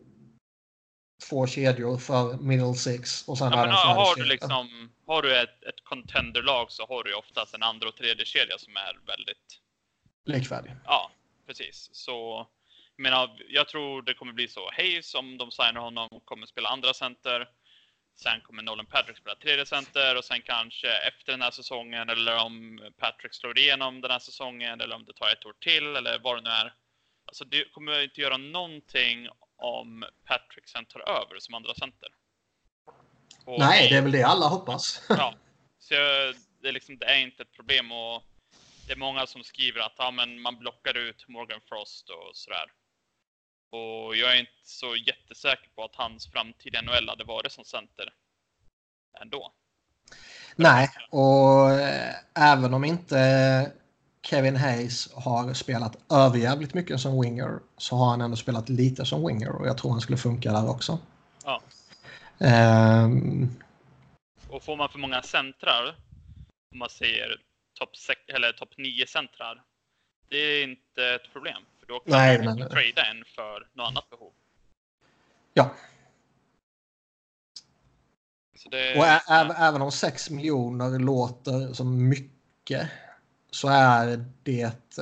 Speaker 1: 2 kedjor för middle six och sen är det en fjärde kedja.
Speaker 2: Har du ett contenderlag, så har du oftast en andra och tredje kedja som är väldigt
Speaker 1: likvärdig.
Speaker 2: Ja, precis. Så jag tror det kommer bli så. Hayes, om de signar honom, kommer spela andra center. Sen kommer Nolan Patrick spela tredje center, och sen kanske efter den här säsongen, eller om Patrick slår igenom den här säsongen, eller om det tar ett år till, eller vad det nu är. Alltså det kommer inte göra någonting om Patrick sen tar över som andra center.
Speaker 1: Nej, det är väl det alla hoppas.
Speaker 2: Ja, så det är inte ett problem, och det är många som skriver att men man blockar ut Morgan Frost och sådär. Och jag är inte så jättesäker på att hans framtid i NHL hade varit som center ändå.
Speaker 1: Nej, och även om inte Kevin Hayes har spelat överjävligt mycket som winger, så har han ändå spelat lite som winger, och jag tror han skulle funka där också.
Speaker 2: Ja. Och får man för många centrar, om man säger topp 9 centrar, det är inte ett problem. För då kan man trada en för något annat behov.
Speaker 1: Ja.
Speaker 2: Så det...
Speaker 1: Och även om 6 miljoner låter som mycket, så är det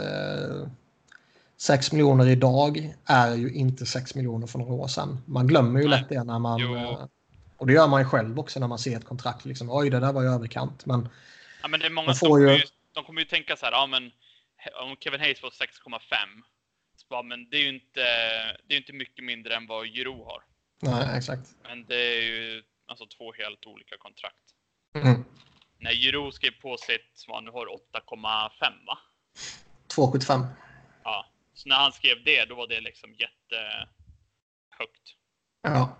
Speaker 1: 6 miljoner idag är ju inte 6 miljoner för några år sedan. Man glömmer ju lätt det när man... Och det gör man ju själv också när man ser ett kontrakt. Liksom, oj, det där var ju överkant. Men,
Speaker 2: ja, men det är många som de kommer ju tänka så här, ja, men om Kevin Hayes får 6,5, så men det är ju inte mycket mindre än vad Giroux har.
Speaker 1: Nej, exakt.
Speaker 2: Men det är ju alltså 2 helt olika kontrakt.
Speaker 1: Mm.
Speaker 2: När Giroux skrev på sitt, som han nu har 8,5, va?
Speaker 1: 2,75.
Speaker 2: Ja, så när han skrev det, då var det liksom jättehögt.
Speaker 1: Ja.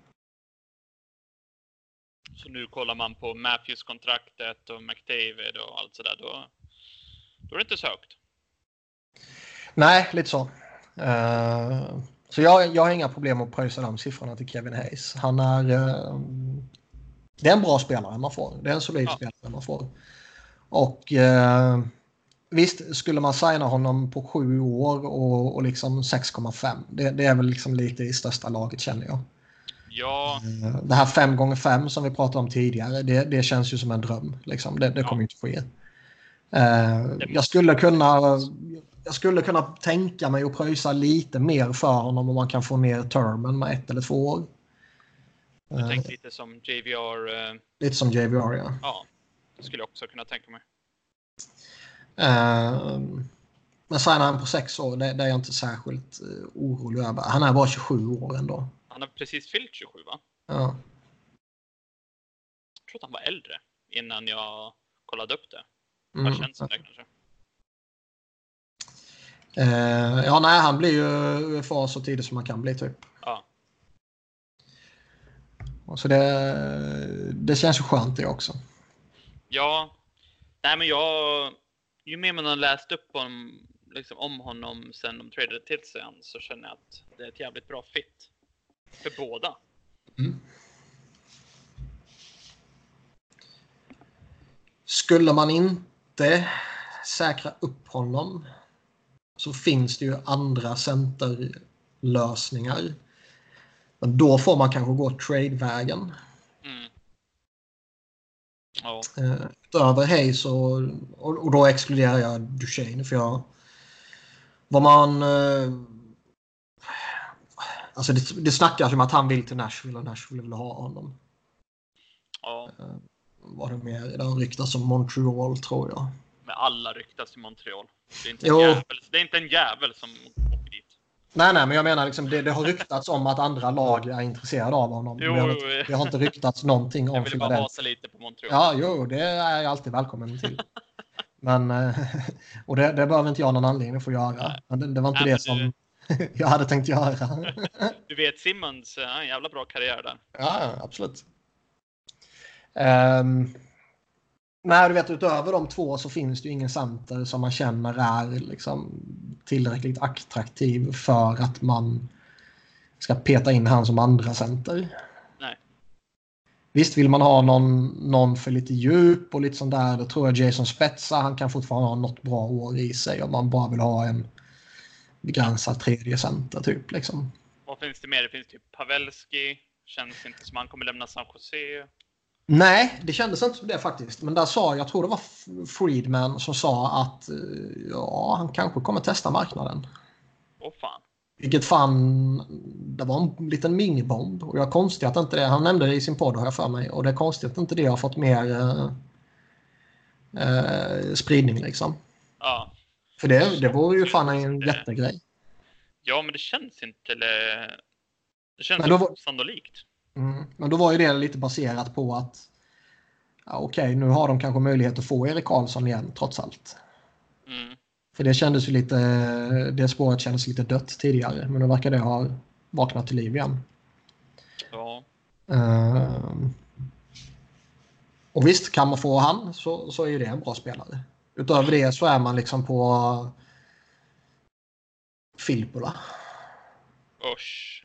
Speaker 2: Så nu kollar man på Matthews-kontraktet och McDavid och allt sådär, då är det inte så högt. Nej,
Speaker 1: lite så. Så jag har inga problem att pröjsa de siffrorna till Kevin Hayes. Han är... det är en bra spelare man får. Det är en solid spelare man får. Och visst, skulle man signa honom på 7 år och liksom 6,5. Det är väl liksom lite i största laget, känner jag.
Speaker 2: Ja.
Speaker 1: Det här 5x5 som vi pratade om tidigare, det känns ju som en dröm. Liksom. Det kommer inte ske. Jag skulle kunna tänka mig att pröjsa lite mer för honom om man kan få ner termen med 1 eller 2 år.
Speaker 2: Jag tänkte lite som JVR.
Speaker 1: Lite som JVR, ja.
Speaker 2: Ja, det skulle jag också kunna tänka mig.
Speaker 1: Men signar han på 6 år, det är jag inte särskilt orolig över. Han är bara 27 år ändå.
Speaker 2: Han har precis fyllt 27, va?
Speaker 1: Ja.
Speaker 2: Jag tror att han var äldre innan jag kollade upp det. Vad känns det kanske?
Speaker 1: Han blir ju UFA så tidigt som man kan bli, typ.
Speaker 2: Ja.
Speaker 1: Och så det känns ju skönt det också.
Speaker 2: Ja. Nej, men ju mer man har läst upp om honom sen de tradade till sig, så känner jag att det är ett jävligt bra fit för båda.
Speaker 1: Skulle man inte säkra upp honom, så finns det ju andra centerlösningar. Men då får man kanske gå trade-vägen.
Speaker 2: Ja.
Speaker 1: Utöver Hayes och då exkluderar jag Duchene, för alltså det snackas om att han vill till Nashville och Nashville vill ha honom.
Speaker 2: Ja.
Speaker 1: Vad det mer? Det har ryktats om Montreal, tror jag.
Speaker 2: Men alla ryktas till Montreal. Det är inte en jävel som åker dit.
Speaker 1: Nej, men jag menar liksom, det har ryktats om att andra lag är intresserade av honom. Det har inte ryktats någonting om
Speaker 2: jag vill bara hasa lite på Montreal.
Speaker 1: Ja, det är jag alltid välkommen till. Men, och det behöver inte jag någon anledning för att göra. Nej. Men det var inte det som jag hade tänkt göra.
Speaker 2: Du vet, Simmons har en jävla bra karriär där.
Speaker 1: Ja, absolut. Nej, du vet, utöver de två så finns det ju ingen center som man känner är liksom tillräckligt attraktiv för att man ska peta in han som andra center.
Speaker 2: Nej.
Speaker 1: Visst, vill man ha någon för lite djup och lite sånt där, då tror jag Jason Spezza, han kan fortfarande ha något bra år i sig om man bara vill ha en begränsad tredje center typ liksom.
Speaker 2: Vad finns det mer? Det finns typ Pavelski. Känns inte som han kommer lämna San Jose.
Speaker 1: Nej, det kändes inte som det faktiskt. Men där sa jag tror det var Friedman som sa att ja, han kanske kommer testa marknaden.
Speaker 2: Åh fan.
Speaker 1: Vilket fan, det var en liten minibomb. Och jag är konstigt att inte det, han nämnde det i sin podd har jag för mig. Och det är konstigt att inte det har fått mer spridning liksom.
Speaker 2: Ja.
Speaker 1: För det vore ju fan en jättegrej.
Speaker 2: Ja, men det känns inte, eller... Det känns sannolikt.
Speaker 1: Men då var ju det lite baserat på att ja, okej, nu har de kanske möjlighet att få Erik Karlsson igen trots allt. För det kändes ju lite, det spåret kändes lite dött tidigare, men nu verkar det ha vaknat till liv igen.
Speaker 2: Ja.
Speaker 1: Och visst, kan man få han så är ju det en bra spelare. Utöver det så är man liksom på Filppula.
Speaker 2: Usch.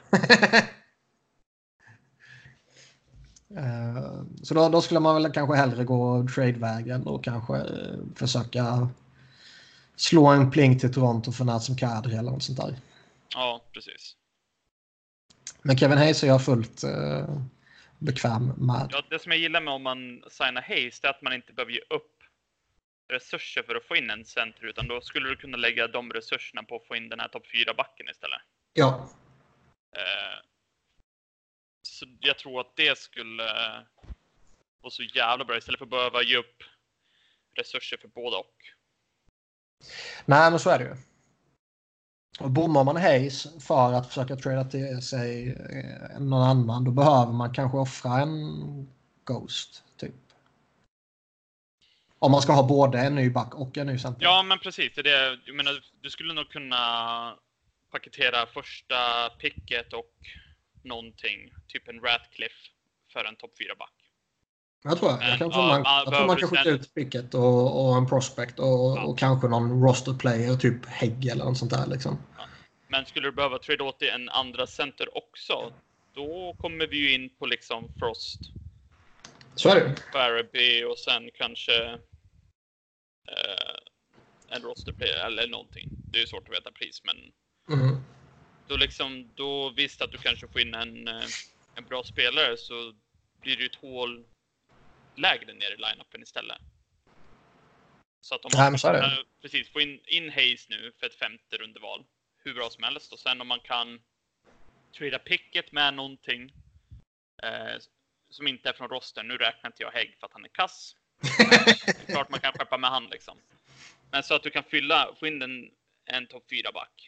Speaker 1: Så då skulle man väl kanske hellre gå trade-vägen och kanske försöka slå en pling till Toronto för Nazem Kadri eller något sånt där.
Speaker 2: Ja, precis.
Speaker 1: Men Kevin Hayes är jag fullt bekväm med.
Speaker 2: Ja, det som jag gillar med om man signar Hayes är att man inte behöver ge upp resurser för att få in en center, utan då skulle du kunna lägga de resurserna på att få in den här topp 4-backen istället.
Speaker 1: Ja.
Speaker 2: Så jag tror att det skulle vara så jävla bra istället för att behöva ge upp resurser för båda och.
Speaker 1: Nej, men så är det ju. Och bommar man Hayes för att försöka trada till sig någon annan, då behöver man kanske offra en Ghost typ. Om man ska ha både en ny back och en ny center.
Speaker 2: Ja, men precis. Jag menar, du skulle nog kunna paketera första picket och någonting, typ en Ratcliffe för en topp 4-back.
Speaker 1: Jag tror man kan skicka ut picket och en prospect och kanske någon roster player, typ Hägg eller något sånt där liksom.
Speaker 2: Ja. Men skulle du behöva trade åt en andra center också, då kommer vi ju in på liksom Frost.
Speaker 1: Så är det.
Speaker 2: Barabee och sen kanske en roster player eller någonting. Det är ju svårt att veta pris, men då visst att du kanske får in en bra spelare, så blir det ju ett hål lägre ner i line-upen istället. Så att om man precis få in Hayes nu för ett 5:e rundeval, hur bra som helst, och sen om man kan trada picket med någonting som inte är från roster. Nu räknar inte jag Hägg för att han är kass. Det är klart man kan skeppa med han liksom. Men så att du kan få in en topp 4-back.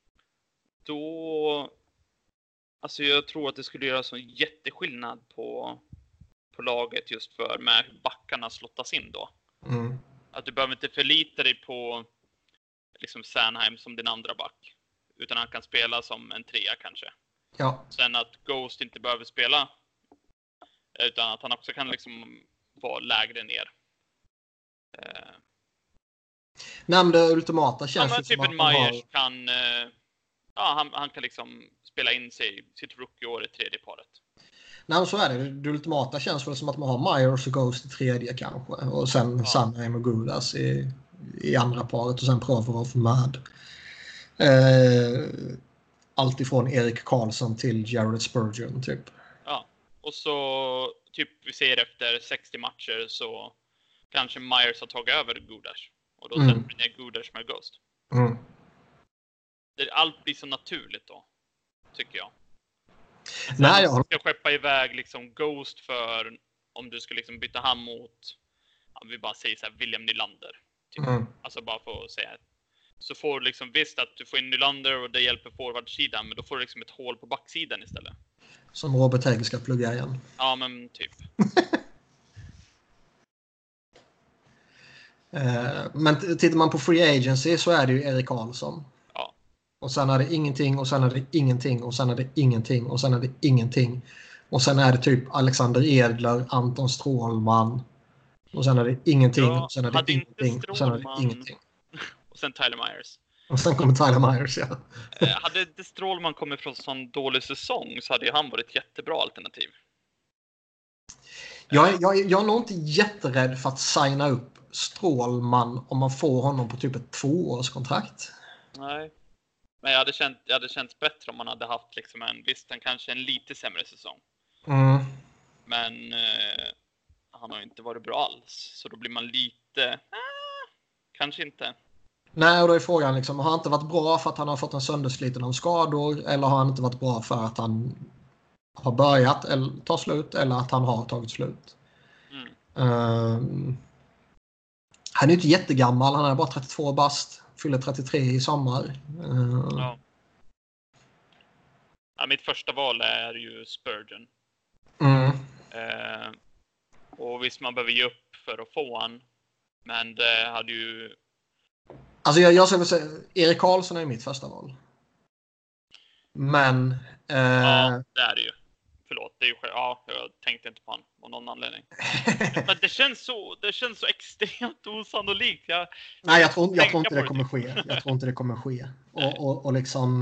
Speaker 2: Då... Alltså jag tror att det skulle göra sån jätteskillnad på laget just för med hur backarna slottas in då. Att du behöver inte förlita dig på liksom Sanheim som din andra back. Utan han kan spela som en trea kanske.
Speaker 1: Ja.
Speaker 2: Sen att Ghost inte behöver spela. Utan att han också kan liksom vara lägre ner.
Speaker 1: Nej, men det ultimata känns
Speaker 2: ju typ en Myers kan... han kan liksom spela in sig sitt rookie-år i tredje paret.
Speaker 1: Nej, men så är det. Det ultimata känns väl som att man har Myers och Ghost i tredje kanske. Och sen Sanheim och Gudas i andra paret. Och sen Provorov med allt ifrån Erik Karlsson till Jared Spurgeon typ.
Speaker 2: Ja, och så typ vi ser efter 60 matcher så kanske Myers har tagit över Gudas. Och då sen blir det Gudas med Ghost. Allt blir så naturligt då, tycker jag. Nej, jag ska skeppa iväg liksom Ghost för om du ska liksom byta han mot, vi bara säger så här, William Nylander typ. Alltså bara för att säga, så får du liksom visst att du får in Nylander och det hjälper forwardsidan, men då får du liksom ett hål på backsidan istället.
Speaker 1: Som Robert Hägg ska plugga igen.
Speaker 2: Ja, men typ.
Speaker 1: Men tittar man på free agency så är det ju Erik Karlsson.
Speaker 2: Ja.
Speaker 1: Och sen är det ingenting, och sen är det ingenting, och sen är det ingenting, och sen är det ingenting. Och sen är det typ Alexander Edler, Anton Strålman, Och sen är det ingenting.
Speaker 2: Ja,
Speaker 1: Och sen är det
Speaker 2: hade inte
Speaker 1: ingenting. Och sen är det
Speaker 2: Strålman...
Speaker 1: ingenting.
Speaker 2: Och sen Tyler Myers.
Speaker 1: Och sen kommer Tyler Myers, ja.
Speaker 2: Hade inte Strålman kommit från sån dålig säsong så hade ju han varit ett jättebra alternativ.
Speaker 1: Jag är nog inte jätterädd för att signa upp Strålman om man får honom på typ ett 2-årskontrakt.
Speaker 2: Nej. Men jag hade känt bättre om man hade haft liksom kanske en lite sämre säsong.
Speaker 1: Mm.
Speaker 2: Men han har inte varit bra alls. Så då blir man lite... kanske inte.
Speaker 1: Nej, och då är frågan liksom, har han inte varit bra för att han har fått en söndersliten av skador? Eller har han inte varit bra för att han har börjat eller ta slut? Eller att han har tagit slut? Han är inte jättegammal, han är bara 32 bast. Fyller 33 i sommar.
Speaker 2: Ja, mitt första val är ju Spurgeon. Och visst, man behöver ge upp för att få han. Men det hade ju...
Speaker 1: Alltså jag skulle säga, Erik Karlsson är mitt första val. Men...
Speaker 2: Ja, det är det ju. Förlåt, det är ju jag tänkte inte på han av någon anledning. Men det känns så extremt osannolikt.
Speaker 1: Nej, jag tror inte det kommer ske. Jag tror inte det kommer ske. Och liksom...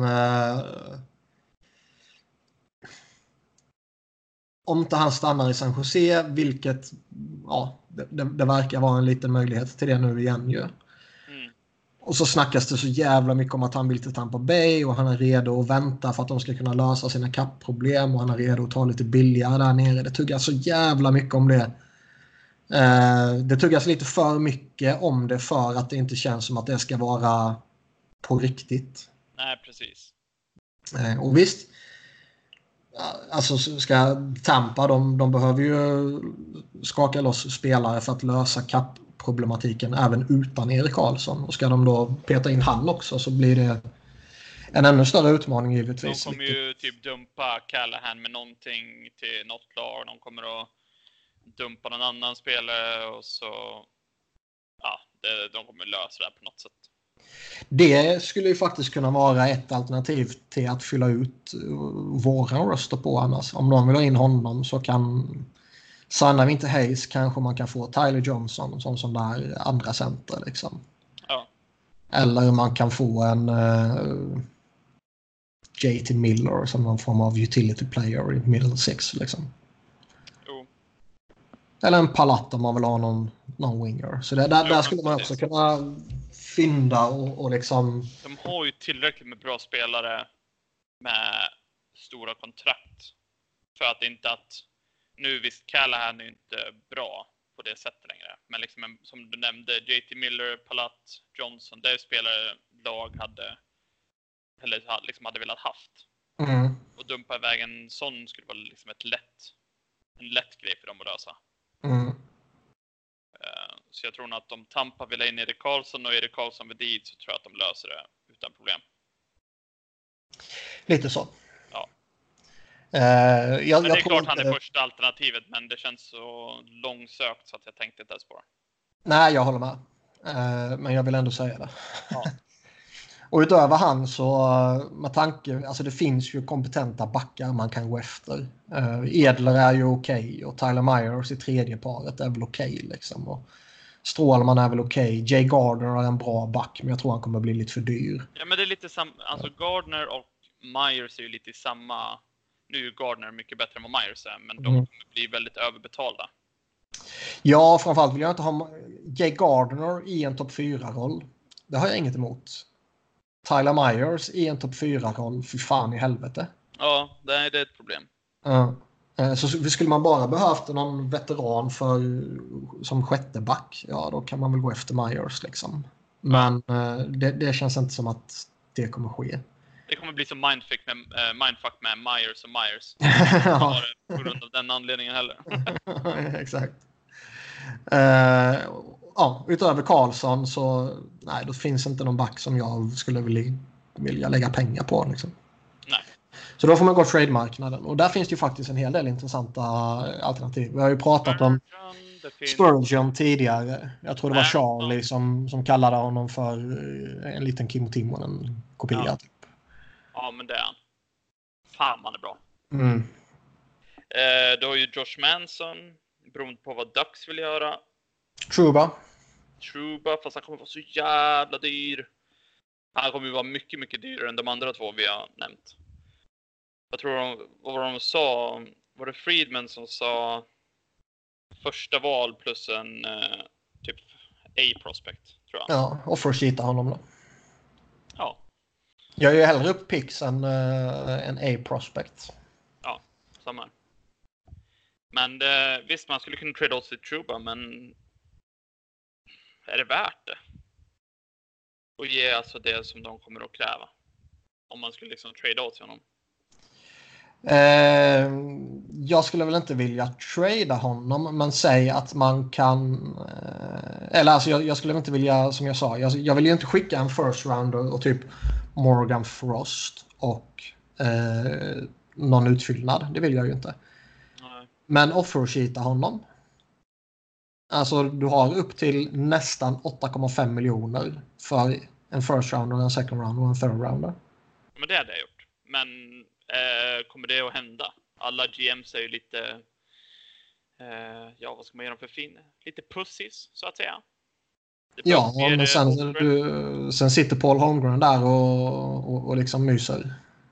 Speaker 1: om inte han stannar i San Jose, vilket det verkar vara en liten möjlighet till det nu igen ju. Och så snackas det så jävla mycket om att han vill till Tampa Bay och han är redo att vänta för att de ska kunna lösa sina kappproblem och han är redo att ta lite billigare där nere. Det tuggas så jävla mycket om det. Det tuggas lite för mycket om det för att det inte känns som att det ska vara på riktigt.
Speaker 2: Nej, precis.
Speaker 1: Och visst, alltså ska Tampa, de behöver ju skaka loss spelare för att lösa kappproblematiken även utan Erik Karlsson. Och ska de då peta in han också så blir det en ännu större utmaning givetvis.
Speaker 2: De kommer ju typ dumpa Callahan med någonting till något lag. De kommer att dumpa någon annan spelare och så... Ja, de kommer lösa det här på något sätt. Det
Speaker 1: skulle ju faktiskt kunna vara ett alternativ till att fylla ut våran röster på annars. Om de vill ha in honom så kan... Sannar vi inte Hayes kanske man kan få Tyler Johnson som där andra center liksom.
Speaker 2: Ja.
Speaker 1: Eller man kan få en JT Miller som någon form av utility player i middle six liksom.
Speaker 2: Jo.
Speaker 1: Eller en Palat om man vill ha någon winger. Så där skulle man också kunna fynda och liksom...
Speaker 2: De har ju tillräckligt med bra spelare med stora kontrakt. För att inte att... Nu visst, Callahan är inte bra på det sättet längre. Men liksom, som du nämnde, JT Miller, Palat, Johnson, det är spelare lag hade velat haft. Och dumpa iväg en sån skulle vara liksom en lätt grej för dem att lösa. Så jag tror nog att om Tampa vill ha in Erik Karlsson och Erik Karlsson vill dit så tror jag att de löser det utan problem.
Speaker 1: Lite så.
Speaker 2: Ja.
Speaker 1: Det
Speaker 2: är klart han är första alternativet, men det känns så långsökt så att jag tänkte inte ens på det.
Speaker 1: Nej, jag håller med. Men jag vill ändå säga det.
Speaker 2: Ja.
Speaker 1: Och utöver han så med tanke, alltså det finns ju kompetenta backar man kan gå efter. Edler är ju okej och Tyler Myers i tredje paret är väl okej liksom. Och Strålman är väl okej. Jay Gardner är en bra back, men jag tror han kommer bli lite för dyr.
Speaker 2: Ja, men det är lite alltså Gardner och Myers är ju lite i samma... Nu är ju Gardner mycket bättre än vad Myers är, men de kommer bli väldigt överbetalda.
Speaker 1: Ja, framförallt vill jag inte ha Jay Gardner i en topp 4-roll. Det har jag inget emot. Tyler Myers i en topp 4-roll, för fan i helvete.
Speaker 2: Ja, det är ett problem.
Speaker 1: Så skulle man bara behövt någon veteran som sjätte back, ja då kan man väl gå efter Myers liksom. Men det känns inte som att det kommer ske.
Speaker 2: Det kommer bli som mindfuck med Myers och Myers.
Speaker 1: Ja.
Speaker 2: På grund av den anledningen heller.
Speaker 1: Exakt. Utöver Karlsson så nej, då finns inte någon back som jag skulle vilja lägga pengar på liksom.
Speaker 2: Nej.
Speaker 1: Så då får man gå trade-marknaden. Och där finns det ju faktiskt en hel del intressanta alternativ. Vi har ju pratat om Spurgeon tidigare. Jag tror det var Charlie som kallade honom för en liten Kim Timonen-kopia.
Speaker 2: Ja.
Speaker 1: Typ.
Speaker 2: Ja, men det är han. Fan, man är bra. Du har ju Josh Manson, beroende på vad Ducks vill göra.
Speaker 1: Trouba,
Speaker 2: fast han kommer vara så jävla dyr. Han kommer ju vara mycket, mycket dyrare än de andra två vi har nämnt. Jag tror vad var de sa? Var det Friedman som sa första val plus en typ A-prospect, tror jag.
Speaker 1: ja, offersheeta honom då.
Speaker 2: Ja.
Speaker 1: Jag är ju hellre upp picks än en A-prospect.
Speaker 2: Ja, samma. Men visst, man skulle kunna trade åt sig Trouba, men är det värt det? Och ge alltså det som de kommer att kräva. Om man skulle liksom trade åt sig honom.
Speaker 1: Jag skulle väl inte vilja trada honom, men säg att man kan... eller alltså jag skulle inte vilja, som jag sa, jag vill ju inte skicka en first rounder och typ Morgan Frost och någon utfyllnad. Det vill jag ju inte.
Speaker 2: Nej.
Speaker 1: Men offersheeta honom. Alltså du har upp till nästan 8,5 miljoner för en first rounder, en second rounder och en third rounder.
Speaker 2: Men det hade jag gjort. Men kommer det att hända? Alla GMs är ju lite... ja, vad ska man göra för fin? Lite pussies, så att säga.
Speaker 1: Ja, men sen sitter Paul Holmgren där och liksom myser.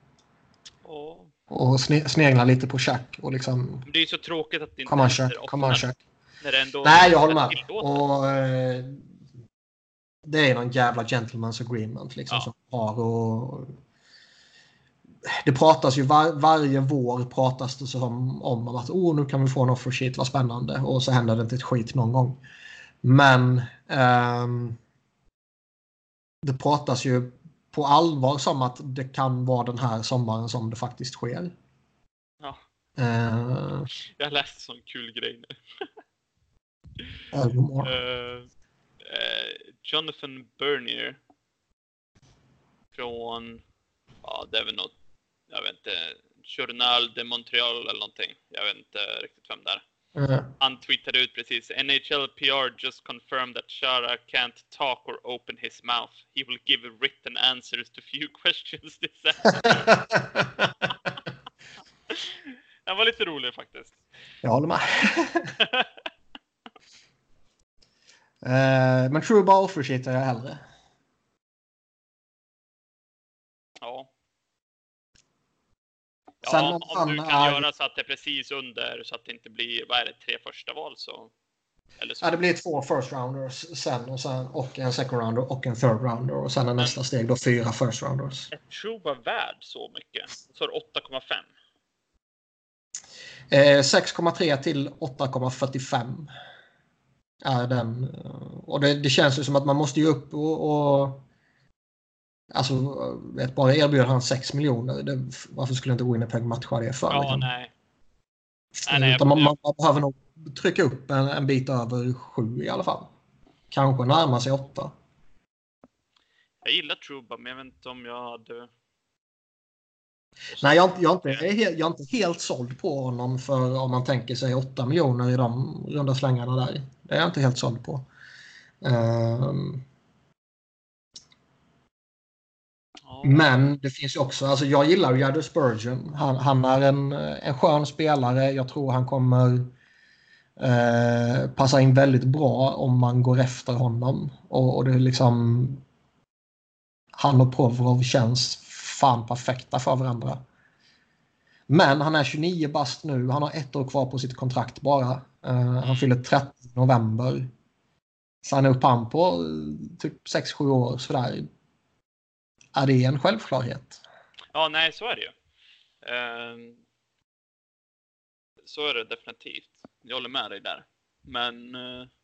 Speaker 1: Och sneglar lite på Shaq och liksom...
Speaker 2: Men det är ju så tråkigt att det inte
Speaker 1: händer ofta.
Speaker 2: När det ändå...
Speaker 1: Nej, jag håller med. Och det är någon jävla gentleman's agreement liksom, som har och... Det pratas ju varje vår pratas det om att nu kan vi få en offer sheet, vad spännande, och så händer det inte ett skit någon gång. Men det pratas ju på allvar som att det kan vara den här sommaren som det faktiskt sker.
Speaker 2: Ja. Jag läste sån kul grej nu. Jonathan Bernier från det är väl något, jag vet inte, Journal de Montreal eller någonting. Jag vet inte riktigt vem det är. Han tweetade ut precis: NHL PR just confirmed that Chara can't talk or open his mouth. He will give written answers to few questions this afternoon. Den var lite rolig faktiskt.
Speaker 1: Jag håller med. Men Trouba offersheetar jag hellre.
Speaker 2: Ja.
Speaker 1: Sen
Speaker 2: om du kan göra så att det är precis under, så att det inte blir, vad är det, 3 första val så... Eller så.
Speaker 1: Ja, det blir 2 first rounders sen och en second rounder och en third rounder och sen är nästa steg då 4 first rounders.
Speaker 2: Är Trouba värd så mycket? Så är det 8,5.
Speaker 1: 6,3 till 8,45 är den. Och det känns ju som att man måste ju upp och alltså bara erbjuder han 6 miljoner. Varför skulle inte gå in och pengamatcha det för?
Speaker 2: Ja,
Speaker 1: liksom?
Speaker 2: Nej,
Speaker 1: utan man behöver nog trycka upp en bit över 7 i alla fall. Kanske närma sig 8.
Speaker 2: Jag gillar Trouba, men jag vet inte om jag hade...
Speaker 1: Nej, jag är inte helt såld på honom, för om man tänker sig 8 miljoner i de runda slängarna där. Det är jag inte helt såld på. Men det finns ju också, alltså jag gillar ju Jader Spurgeon. Han är en skön spelare. Jag tror han kommer passa in väldigt bra om man går efter honom. Och det är liksom, han och Provorov känns fan perfekta för varandra. Men han är 29 bast nu. Han har 1 år kvar på sitt kontrakt bara. Han fyller 30 november. Så han är uppe på typ 6-7 år sådär. Är det en självklarhet?
Speaker 2: Ja, nej, så är det ju. Så är det definitivt. Jag håller med dig där. Men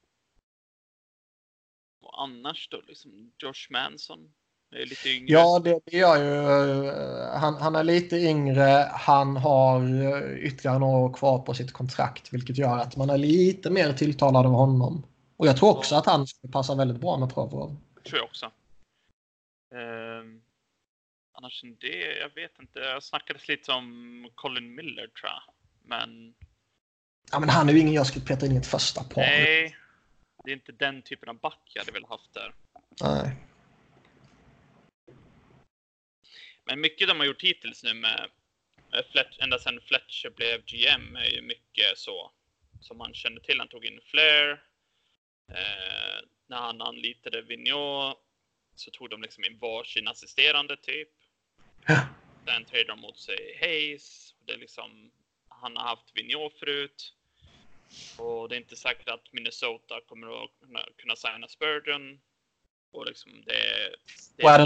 Speaker 2: annars då, liksom Josh Manson är lite yngre.
Speaker 1: Ja, det gör ju. Han är lite yngre. Han har ytterligare några år kvar på sitt kontrakt, vilket gör att man är lite mer tilltalad av honom. Och jag tror också att han skulle passa väldigt bra med Provorov.
Speaker 2: Det tror jag också. Annars än det, jag vet inte. Jag snackades lite om Colin Miller, tror jag. Men...
Speaker 1: Ja, men han är ju ingen jag skulle peta in i ett första par.
Speaker 2: Nej, det är inte den typen av back jag hade väl haft där.
Speaker 1: Nej.
Speaker 2: Men mycket de har gjort hittills nu med ända sedan Fletcher blev GM är ju mycket så som man känner till. Han tog in Flair. När han anlitade Vigneault så tog de liksom in varsin assisterande typ. Sen tradade de mot sig Hayes. Det är liksom, han har haft Vigneault förut. Och det är inte säkert att Minnesota kommer att kunna signa Spurgeon. Och liksom
Speaker 1: och är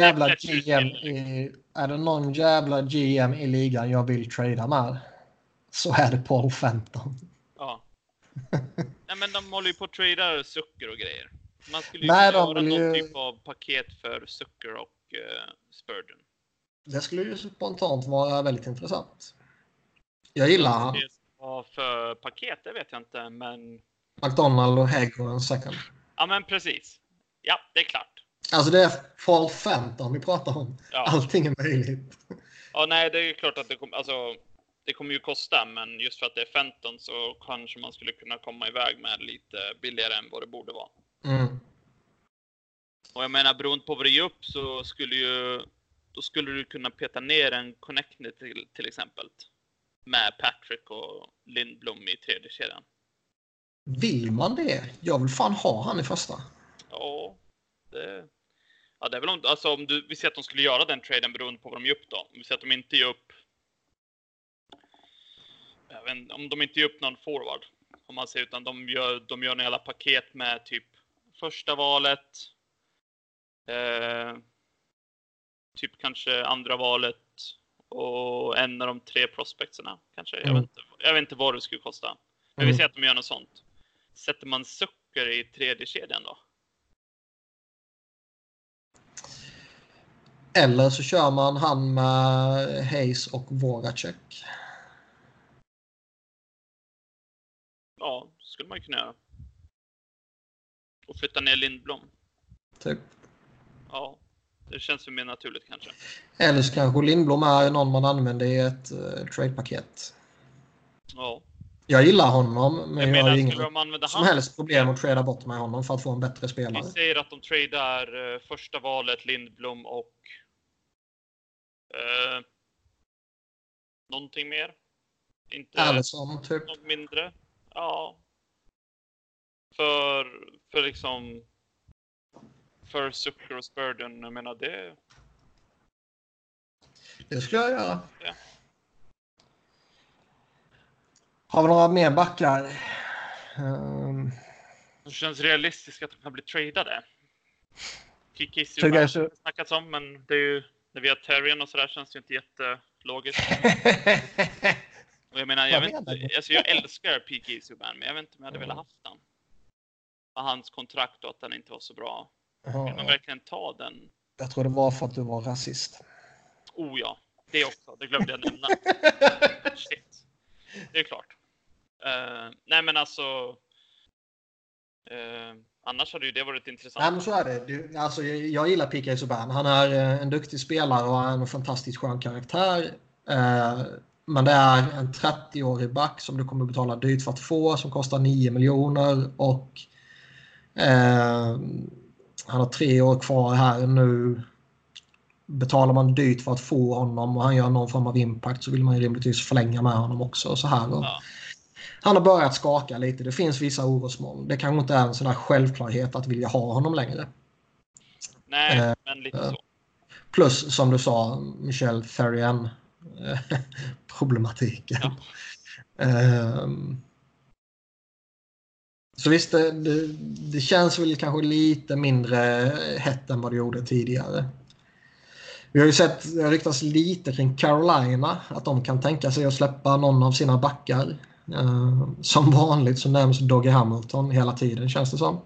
Speaker 1: det någon jävla GM i ligan jag vill trada med, så är det Paul Fenton.
Speaker 2: Ja. Nej, men de håller ju på att trada Zucker och grejer. Man skulle ju kunna göra någon typ av paket för Zucker och Spurgeon.
Speaker 1: Det skulle ju spontant vara väldigt intressant. Jag gillar han.
Speaker 2: Vad för paket, det vet jag inte, men...
Speaker 1: McDonald och Hägg och en second.
Speaker 2: Ja, men precis. Ja, det är klart.
Speaker 1: Alltså det är Paul Fenton vi pratar om. Ja. Allting är möjligt.
Speaker 2: Ja, nej, det är ju klart att det kommer ju kosta, men just för att det är Fenton så kanske man skulle kunna komma iväg med lite billigare än vad det borde vara.
Speaker 1: Mm.
Speaker 2: Och jag menar, beroende på vad det ger upp så skulle du kunna peta ner en Connectny till exempel. Med Patrick och Lindblom i tredje kedjan.
Speaker 1: Vill man det? Jag vill fan ha han i första.
Speaker 2: Ja, det är väl alltså om vi ser att de skulle göra den traden beroende på vad de ger upp då. Om vi ser att de inte ger upp... Jag vet inte, om de inte ger upp någon forward. Om man ser, utan de gör en hela paket med typ första valet. Typ kanske andra valet. Och en av de 3 prospectsarna kanske. Jag vet inte vad det skulle kosta. Men vi ser att de gör något sånt. Sätter man Zucker i tredje kedjan då?
Speaker 1: Eller så kör man han med Hayes och Voracek.
Speaker 2: Ja, skulle man kunna göra. Och flytta ner Lindblom.
Speaker 1: Typ.
Speaker 2: Ja, det känns ju mer naturligt kanske.
Speaker 1: Eller så kanske Lindblom är någon man använder i ett trade-paket.
Speaker 2: Ja.
Speaker 1: Jag gillar honom, men jag har ingen
Speaker 2: som
Speaker 1: helst problem att trada bort med honom för att få en bättre spelare.
Speaker 2: Vi säger att de tradar första valet Lindblom och någonting mer. Inte
Speaker 1: Allison, typ.
Speaker 2: Något mindre. Ja. För liksom för Zucker och Spurgeon, jag menar det.
Speaker 1: Det ska jag göra.
Speaker 2: Ja.
Speaker 1: Har vi några mer backar?
Speaker 2: Det känns realistiskt att de kan bli tradade. PK Subban har snackats om, men det är ju när vi har Terrien och sådär känns det inte jättelogiskt. Och jag menar, jag älskar PK Subban, men jag vet inte om jag hade velat haft den. Och hans kontrakt och att den inte var så bra. Vill man verkligen ta den?
Speaker 1: Jag tror det var för att du var rasist.
Speaker 2: Oh ja, det också. Det glömde jag nämna. Shit. Det är klart. Nej men alltså... annars hade ju det varit intressant.
Speaker 1: Nej men så är det. Alltså, jag gillar PK Subban. Han är en duktig spelare och en fantastiskt skön karaktär. Men det är en 30-årig back som du kommer betala dyrt för att få. Som kostar 9 miljoner. Och han har 3 år kvar här nu. Betalar man dyrt för att få honom och han gör någon form av impact så vill man ju rimligtvis förlänga med honom också. Och så här. Och han har börjat skaka lite. Det finns vissa orosmoln. Det kanske inte är en sån här självklarhet att vilja ha honom längre.
Speaker 2: Nej, men lite så.
Speaker 1: Plus, som du sa, Michel Therrien problematiken. Ja. Så visst, det känns väl kanske lite mindre hett än vad det gjorde tidigare. Vi har ju sett, det ryktas lite kring Carolina, att de kan tänka sig att släppa någon av sina backar. Som vanligt så nämns Dougie Hamilton hela tiden, känns det som.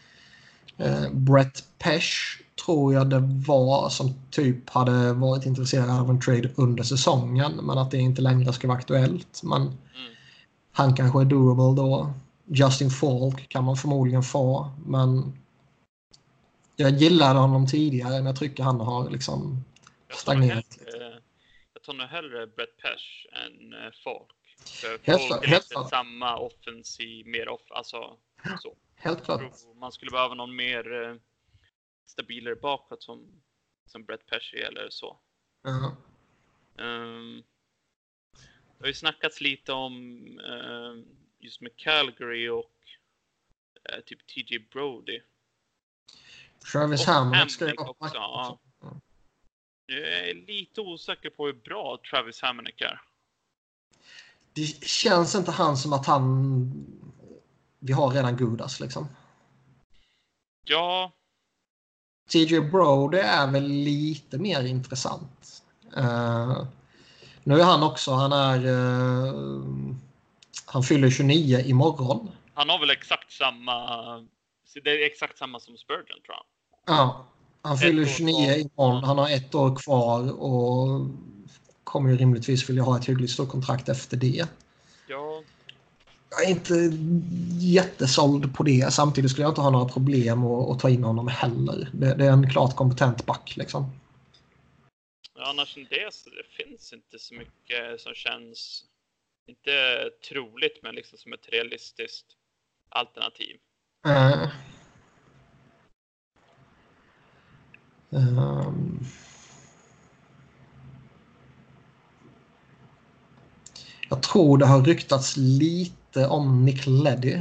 Speaker 1: Brett Pesce tror jag det var som typ hade varit intresserad av en trade under säsongen, men att det inte längre ska vara aktuellt. Men han kanske är doable då. Justin Falk kan man förmodligen få, men jag gillade honom tidigare, men jag tycker han har liksom stagnerat lite.
Speaker 2: Jag tar nog hellre Brett Pesce än Falk. För
Speaker 1: Folk
Speaker 2: är lite samma offensiv, mer alltså så.
Speaker 1: Helt klart.
Speaker 2: Man skulle behöva någon mer stabilare bakåt som Brett Pesce eller så. Det har ju snackats lite om just med Calgary och typ TJ Brody.
Speaker 1: Travis Hamonic ska ju
Speaker 2: också. Ja. Jag är lite osäker på hur bra Travis Hamonic är.
Speaker 1: Det känns inte han som att vi har redan Gudas liksom.
Speaker 2: Ja.
Speaker 1: TJ Brody är väl lite mer intressant. Nu är han också, han fyller 29 imorgon.
Speaker 2: Han har väl exakt samma, det är exakt samma som Spurgeon tror jag.
Speaker 1: Ja, han fyller 29 imorgon, han har 1 år kvar och kommer ju rimligtvis vilja ha ett hyggligt stort kontrakt efter det.
Speaker 2: Ja.
Speaker 1: Jag är inte jättesåld på det. Samtidigt skulle jag inte ha några problem att ta in honom heller. Det är en klart kompetent back liksom.
Speaker 2: Ja, annars än det finns inte så mycket som känns inte troligt men liksom som ett realistiskt alternativ.
Speaker 1: Jag tror det har ryktats lite om Nick Leddy.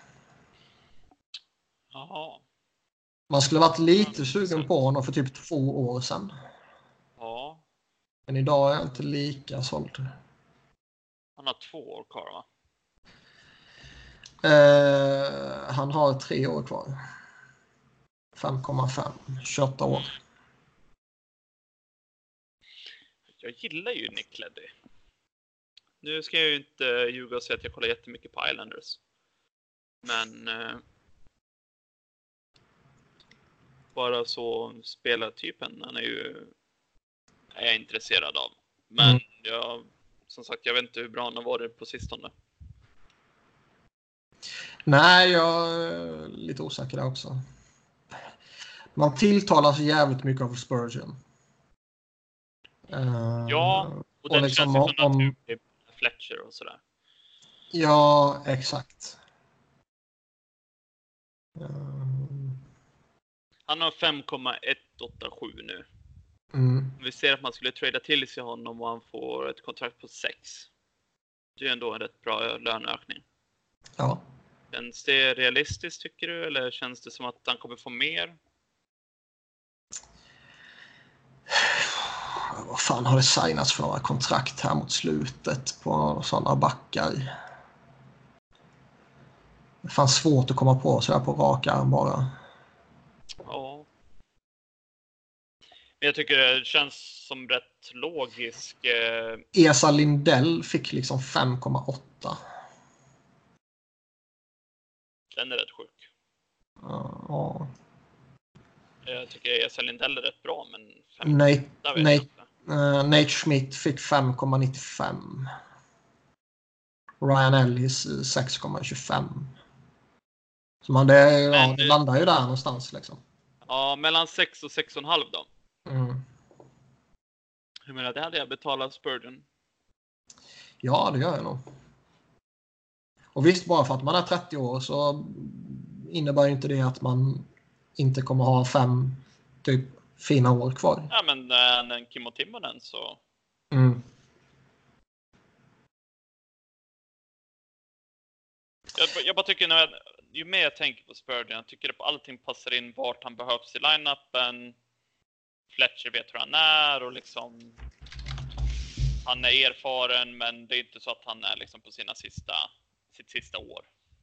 Speaker 2: Jaha.
Speaker 1: Man skulle varit lite sugen på honom för typ 2 år sedan.
Speaker 2: Ja.
Speaker 1: Men idag är jag inte lika såld.
Speaker 2: Han har 2 år kvar va?
Speaker 1: Han har 3 år kvar. 5,5. 28 år.
Speaker 2: Jag gillar ju Nick Leddy. Nu ska jag ju inte ljuga och säga att jag kollar jättemycket på Islanders. Men bara så spelartypen han är jag intresserad av. Men som sagt, jag vet inte hur bra han har varit på sistone.
Speaker 1: Nej, jag är lite osäker där också. Man tilltalas jävligt mycket av Spurgeon.
Speaker 2: Ja, och den
Speaker 1: liksom
Speaker 2: känns ju så naturlig. Fletcher och sådär.
Speaker 1: Ja, exakt.
Speaker 2: Han har 5,187 nu. Vi ser att man skulle trada till sig honom och han får ett kontrakt på 6. Det är ändå en rätt bra löneökning.
Speaker 1: Ja.
Speaker 2: Känns det realistiskt tycker du? Eller känns det som att han kommer få mer?
Speaker 1: Vad fan har det signats för några kontrakt här mot slutet på sådana backar? Det fanns svårt att komma på så här på rak arm bara.
Speaker 2: Ja. Men jag tycker det känns som rätt logisk.
Speaker 1: Esa Lindell fick liksom 5,8.
Speaker 2: Den är rätt sjuk.
Speaker 1: Ja.
Speaker 2: Jag tycker Esa Lindell är rätt bra, men
Speaker 1: 5,8 Nate Schmidt fick 5,95. Ryan Ellis 6,25. Så det landar ju där någonstans liksom.
Speaker 2: Ja, mellan 6 och 6,5 då. Jag menar, det hade jag betalat Spurgeon.
Speaker 1: Ja, det gör jag nog. Och visst, bara för att man är 30 år så innebär ju inte det att man inte kommer ha 5 typ fina år kvar.
Speaker 2: Ja, men en Kimmo Timonen så... Jag bara tycker ju mer jag tänker på Spurgeon, jag tycker att allting passar in vart han behövs i line-upen. Fletcher vet hur han är och liksom han är erfaren, men det är inte så att han är liksom på sitt sista år.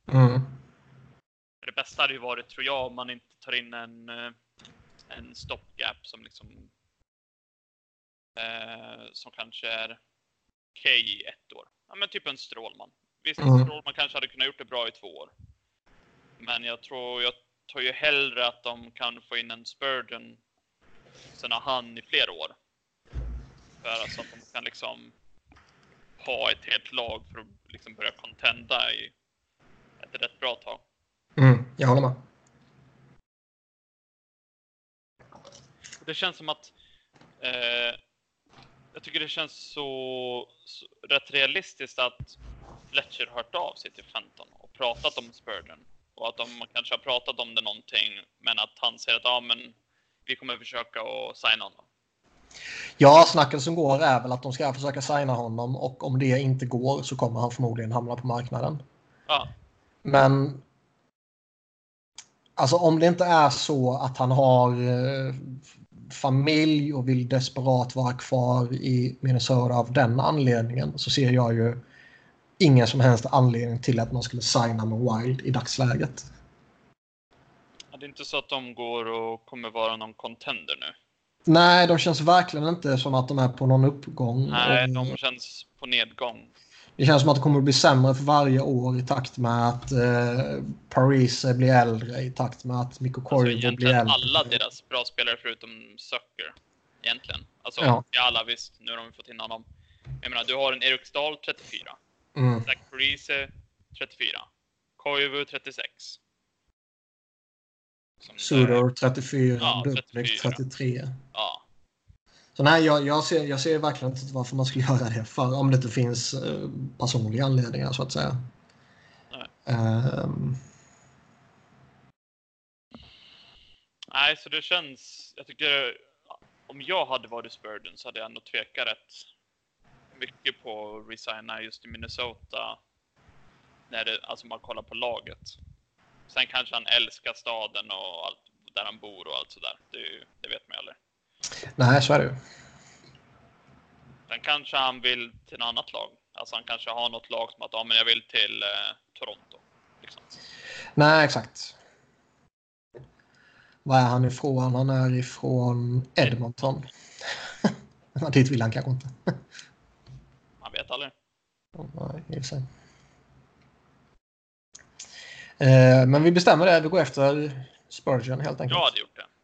Speaker 2: Det bästa hade ju varit, tror jag, om man inte tar in en stopgap som liksom som kanske är okej i 1 år. Ja, men typ en Strålman. Visst, Strålman kanske hade kunnat gjort det bra i 2 år. Men jag tar ju hellre att de kan få in en Spurgeon sen har han i flera år. För alltså att de kan liksom ha ett helt lag för att liksom börja contenda i ett rätt bra tag.
Speaker 1: Jag håller med.
Speaker 2: Det känns som att jag tycker det känns så rätt realistiskt att Fletcher hört av sig till Fenton och pratat om Spurgeon. Och att de kanske har pratat om det någonting, men att han säger att men vi kommer försöka att signa honom.
Speaker 1: Ja, snacket som går är väl att de ska försöka signa honom och om det inte går så kommer han förmodligen hamna på marknaden.
Speaker 2: Ja.
Speaker 1: Men Alltså om det inte är så att han har familj och vill desperat vara kvar i Minnesota av den anledningen, så ser jag ju ingen som helst anledning till att man skulle signa med Wild i dagsläget.
Speaker 2: Ja, det är inte så att de går och kommer vara någon contender nu.
Speaker 1: Nej, de känns verkligen inte som att de är på någon uppgång.
Speaker 2: Nej, de känns på nedgång.
Speaker 1: Det känns som att det kommer att bli sämre för varje år i takt med att Paris blir äldre, i takt med att Mikko Koivu blir äldre.
Speaker 2: Alla deras bra spelare förutom Sucker, egentligen. Alltså,
Speaker 1: ja.
Speaker 2: Alla visst, nu har de fått in honom. Jag menar, du har en Erik Stahl 34. Zach Parise 34. Koivu 36.
Speaker 1: Sudor 34, Dublik 33.
Speaker 2: Ja.
Speaker 1: Så nej, jag ser verkligen inte varför man skulle göra det för om det inte finns personliga anledningar så att säga.
Speaker 2: Nej, så det känns... Jag tycker... Om jag hade varit Spurgeon så hade jag nog tvekat rätt mycket på att resigna just i Minnesota. När det, alltså man kollar på laget. Sen kanske han älskar staden och allt där han bor och allt sådär. Det vet man ju aldrig.
Speaker 1: Nej, så är det ju.
Speaker 2: Sen kanske han vill till ett annat lag. Alltså han kanske har något lag som att men jag vill till Toronto. Liksom.
Speaker 1: Nej, exakt. Var är han ifrån? Han är ifrån Edmonton. Dit vill han kanske inte.
Speaker 2: Man vet aldrig.
Speaker 1: Nej, i och för sig. Men vi bestämmer det. Vi går efter Spurgeon helt enkelt.
Speaker 2: Jag hade gjort det.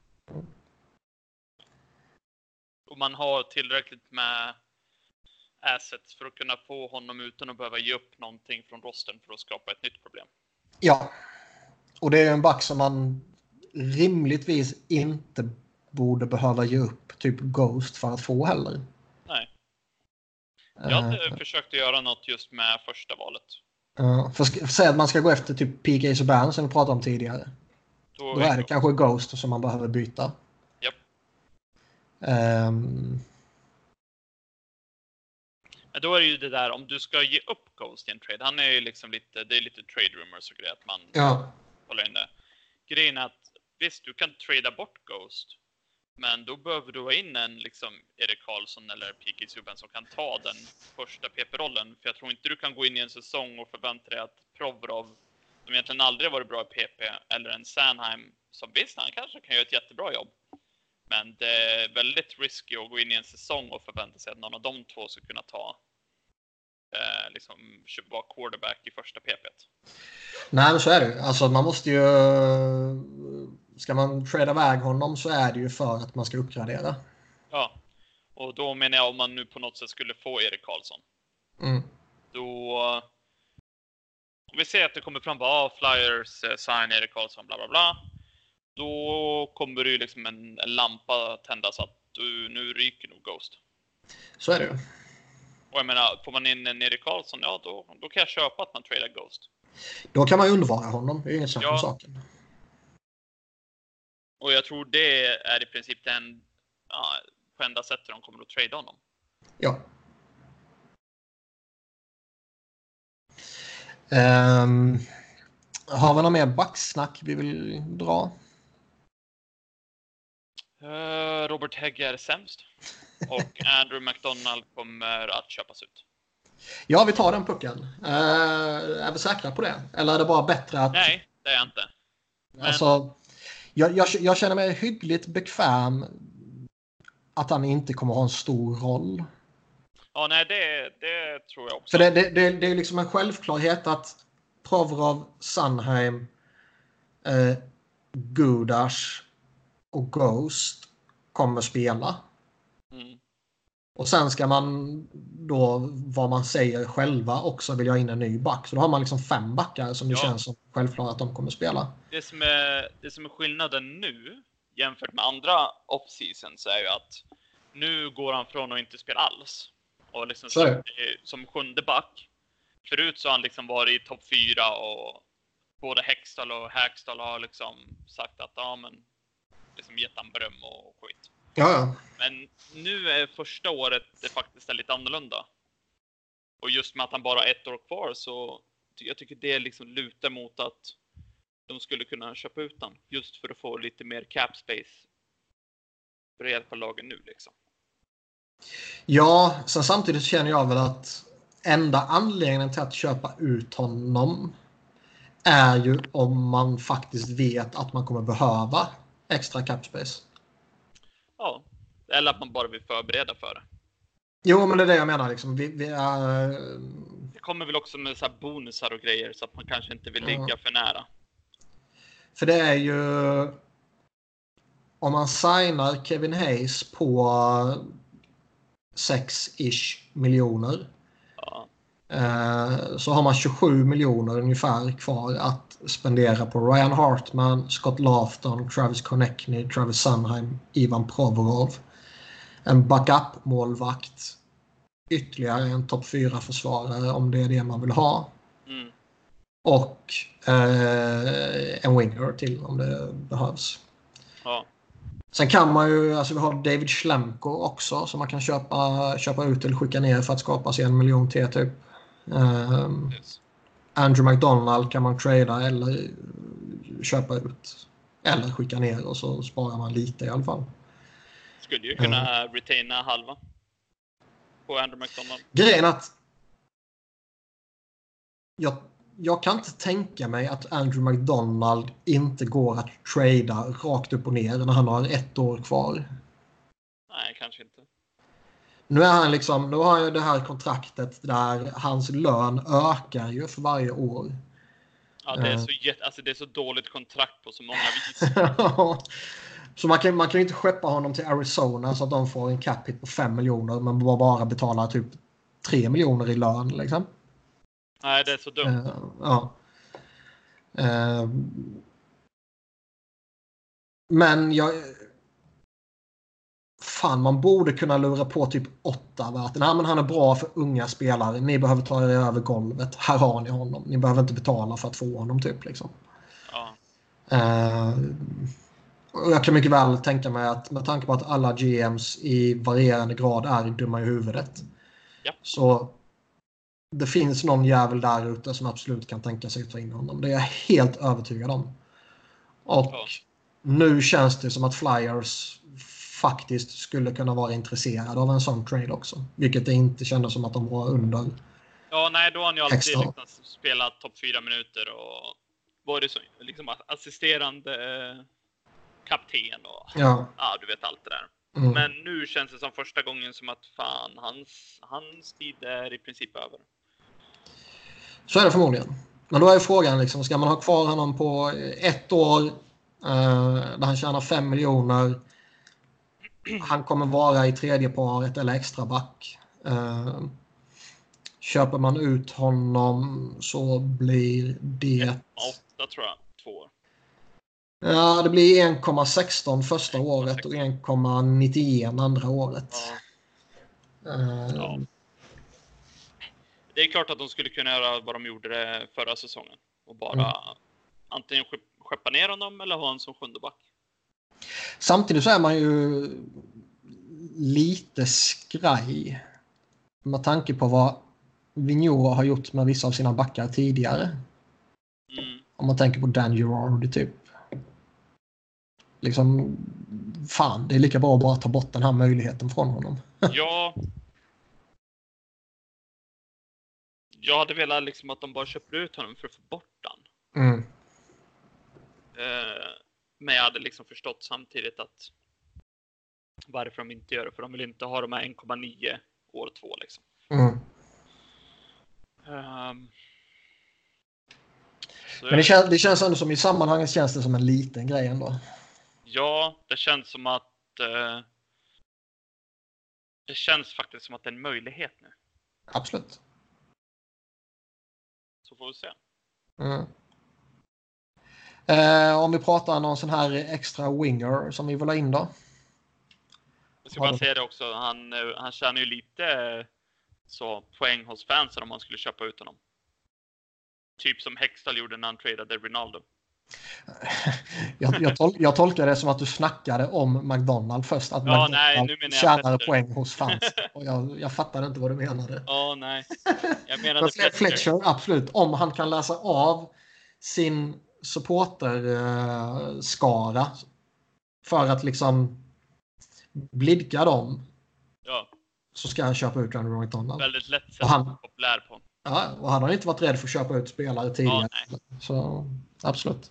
Speaker 2: Och man har tillräckligt med assets för att kunna få honom utan att behöva ge upp någonting från rosten för att skapa ett nytt problem.
Speaker 1: Ja. Och det är en back som man rimligtvis inte borde behöva ge upp typ Ghost för att få heller.
Speaker 2: Nej. Jag hade försökt att göra något just med första valet.
Speaker 1: För säga att man ska gå efter typ PK Subban som vi pratade om tidigare. Då är det kanske Ghost som man behöver byta.
Speaker 2: Japp. Men då är det ju det där, om du ska ge upp Ghost i en trade. Han är ju liksom lite, det är lite trade rumors och grejer att man håller in det. Grejen är att visst, du kan trada bort Ghost. Men då behöver du ha in en liksom Erik Karlsson eller P.K. Subban som kan ta den första PP-rollen. För jag tror inte du kan gå in i en säsong och förvänta dig att Provorov, som egentligen aldrig varit bra i PP, eller en Sanheim, som visst han kanske kan göra ett jättebra jobb. Men det är väldigt risky att gå in i en säsong och förvänta sig att någon av de två ska kunna ta liksom vara quarterback i första PP:t.
Speaker 1: Nej, men så är det. Alltså man måste ju... Ska man trada iväg honom så är det ju för att man ska uppgradera.
Speaker 2: Ja, och då menar jag om man nu på något sätt skulle få Erik Karlsson. Då... Om vi ser att det kommer fram bara Flyers, sign Erik Karlsson, bla bla bla. Då kommer det ju liksom en lampa tändas att nu ryker nog Ghost.
Speaker 1: Så är det ju.
Speaker 2: Och jag menar, får man in en Erik Karlsson, ja då kan jag köpa att man tradar Ghost.
Speaker 1: Då kan man ju undvara honom, det är inget snack om saken.
Speaker 2: Och jag tror det är i princip den på enda sättet de kommer att trada honom.
Speaker 1: Ja. Har vi någon mer backsnack vi vill dra?
Speaker 2: Robert Hägg är sämst. Och Andrew McDonald kommer att köpas ut.
Speaker 1: Ja, vi tar den pucken. Är vi säkra på det? Eller är det bara bättre att...
Speaker 2: Nej, det är jag inte. Men...
Speaker 1: Alltså, jag känner mig hyggligt bekväm att han inte kommer ha en stor roll.
Speaker 2: Ja, nej, det tror jag också.
Speaker 1: För det är liksom en självklarhet att Provorov, Sanheim, Gudas och Ghost kommer spela. Och sen ska man då, vad man säger själva, också vill jag in en ny back. Så då har man liksom 5 backar som det känns som självklart att de kommer spela.
Speaker 2: Det som är skillnaden nu jämfört med andra off-seasons är ju att nu går han från att inte spela alls. Och liksom som 7:e back. Förut så har han liksom varit i topp 4 och både Hextall och Hackstall har liksom sagt att liksom gett han beröm och skit.
Speaker 1: Ja.
Speaker 2: Men nu är första året det faktiskt är lite annorlunda. Och just med att han bara har 1 år kvar så jag tycker det liksom lutar mot att de skulle kunna köpa ut den. Just för att få lite mer cap space. För att hjälpa lagen nu liksom.
Speaker 1: Ja, sen samtidigt känner jag väl att enda anledningen till att köpa ut honom är ju om man faktiskt vet att man kommer behöva extra cap space.
Speaker 2: Ja, eller att man bara vill förbereda för det.
Speaker 1: Jo, men det är det jag menar. Liksom.
Speaker 2: Det kommer väl också med så här bonusar och grejer så att man kanske inte vill ligga för nära.
Speaker 1: För det är ju... Om man signar Kevin Hayes på 6-ish miljoner så har man 27 miljoner ungefär kvar att spendera på Ryan Hartman, Scott Laughton, Travis Konechny, Travis Sunheim, Ivan Provorov. En backup-målvakt. Ytterligare en topp 4-försvarare om det är det man vill ha. Och en winger till om det behövs.
Speaker 2: Ja.
Speaker 1: Sen kan man ju, alltså vi har David Schlemko också som man kan köpa ut eller skicka ner för att skapa sig 1 miljon till typ.
Speaker 2: Yes.
Speaker 1: Andrew McDonald kan man trada eller köpa ut. Eller skicka ner och så sparar man lite i alla fall.
Speaker 2: Skulle ju kunna retaina halva på Andrew McDonald.
Speaker 1: Grejen att jag kan inte tänka mig att Andrew McDonald inte går att trada rakt upp och ner när han har 1 år kvar.
Speaker 2: Nej, kanske inte.
Speaker 1: Nu är han liksom, nu har jag det här kontraktet där hans lön ökar ju för varje år.
Speaker 2: Ja, det är så det är så dåligt kontrakt på så många vis.
Speaker 1: Så man kan ju inte skeppa honom till Arizona så att de får en cap hit på 5 miljoner men bara betalar typ 3 miljoner i lön liksom.
Speaker 2: Nej, det är så dumt.
Speaker 1: Ja. Men man borde kunna lura på typ 8 att nej, men han är bra för unga spelare. Ni behöver ta er över golvet. Här har ni honom. Ni behöver inte betala för att få honom typ liksom.
Speaker 2: Ja.
Speaker 1: Och jag kan mycket väl tänka mig att med tanke på att alla GMs i varierande grad är dumma i huvudet.
Speaker 2: Ja.
Speaker 1: Så det finns någon jävel där ute som absolut kan tänka sig att ta in honom. Det är jag helt övertygad om. Och nu känns det som att Flyers faktiskt skulle kunna vara intresserade av en sån trade också. Vilket det inte kändes som att de var under.
Speaker 2: Ja, nej, då har han ju alltid liksom spelat topp 4 minuter och varit så, liksom assisterande kapten och ja, du vet allt det där. Men nu känns det som första gången som att fan, hans tid är i princip över.
Speaker 1: Så är det förmodligen. Men då är frågan liksom, ska man ha kvar honom på 1 år där han tjänar 5 miljoner. Han kommer vara i tredje paret eller extra back. Köper man ut honom så blir det
Speaker 2: 8 tror jag, 2 år.
Speaker 1: Ja, det blir 1,16 första året och 1,91 andra året.
Speaker 2: Ja. Det är klart att de skulle kunna göra vad de gjorde det förra säsongen. Och bara antingen skeppa ner honom eller ha honom som sjunde back.
Speaker 1: Samtidigt så är man ju lite skraj med tanke på vad Vigneault har gjort med vissa av sina backar tidigare. Om man tänker på Dan Girardi typ. Liksom, fan, det är lika bra att bara ta bort den här möjligheten från honom.
Speaker 2: Ja. Jag hade velat liksom att de bara köper ut honom för att få bort den. Men jag hade liksom förstått samtidigt att varför de inte gör det. För de vill inte ha de här 1,9 år 2 liksom.
Speaker 1: Men det känns ändå som i sammanhanget känns det som en liten grej ändå.
Speaker 2: Ja, det känns som att det känns faktiskt som att det är en möjlighet nu.
Speaker 1: Absolut.
Speaker 2: Så får vi se.
Speaker 1: Om vi pratar om någon sån här extra winger som vi vill ha in då.
Speaker 2: Jag ska bara säga det också. Han tjänar ju lite så poäng hos fansen om man skulle köpa ut honom. Typ som Hextall gjorde när han tradade Ronaldo.
Speaker 1: jag tolkar det som att du snackade om McDonald först. Att McDonald tjänade poäng hos fans. Och jag fattade inte vad du menade.
Speaker 2: Nej. Jag menade
Speaker 1: Fletcher, absolut. Om han kan läsa av sin supporterskara för att liksom blidka dem.
Speaker 2: Ja.
Speaker 1: Så ska han köpa ut Andrew McDonald.
Speaker 2: Väldigt lätt sätt att vara populär på.
Speaker 1: Ja, och han har inte varit rädd för att köpa ut spelare tidigare.
Speaker 2: Ja,
Speaker 1: så absolut.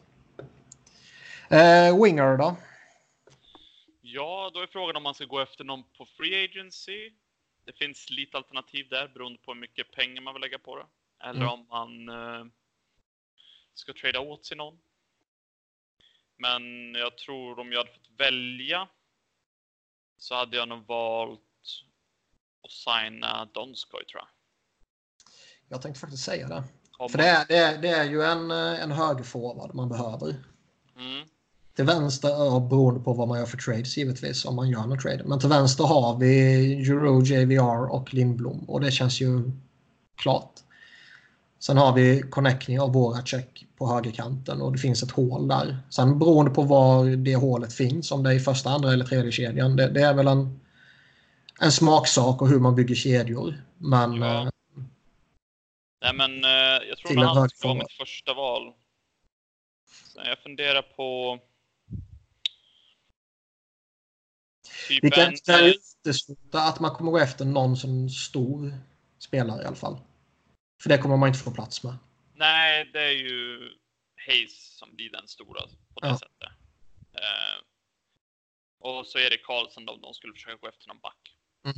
Speaker 1: Winger då?
Speaker 2: Ja, då är frågan om man ska gå efter någon på free agency. Det finns lite alternativ där beroende på hur mycket pengar man vill lägga på det. Eller om man ska trada åt sig någon. Men jag tror om jag hade fått välja så hade jag nog valt att signa Donskoj, tror jag.
Speaker 1: Jag tänkte faktiskt säga det. För det är ju en högerforward man behöver. Till vänster, beroende på vad man gör för trades givetvis, om man gör någon trade. Men till vänster har vi Euro, JVR och Lindblom. Och det känns ju klart. Sen har vi Konechny och Voracek på högerkanten. Och det finns ett hål där. Sen beroende på var det hålet finns, om det är i första, andra eller tredje kedjan. Det är väl en smaksak och hur man bygger kedjor. Men...
Speaker 2: Ja. Nej, men jag tror att han ska vara mitt första val. Så jag funderar på...
Speaker 1: Vi kan utesluta att man kommer gå efter någon som stor spelare i alla fall. För det kommer man inte få plats med.
Speaker 2: Nej, det är ju Hayes som blir den stora på det sättet. Och så är det Karlsson om de skulle försöka gå efter någon back.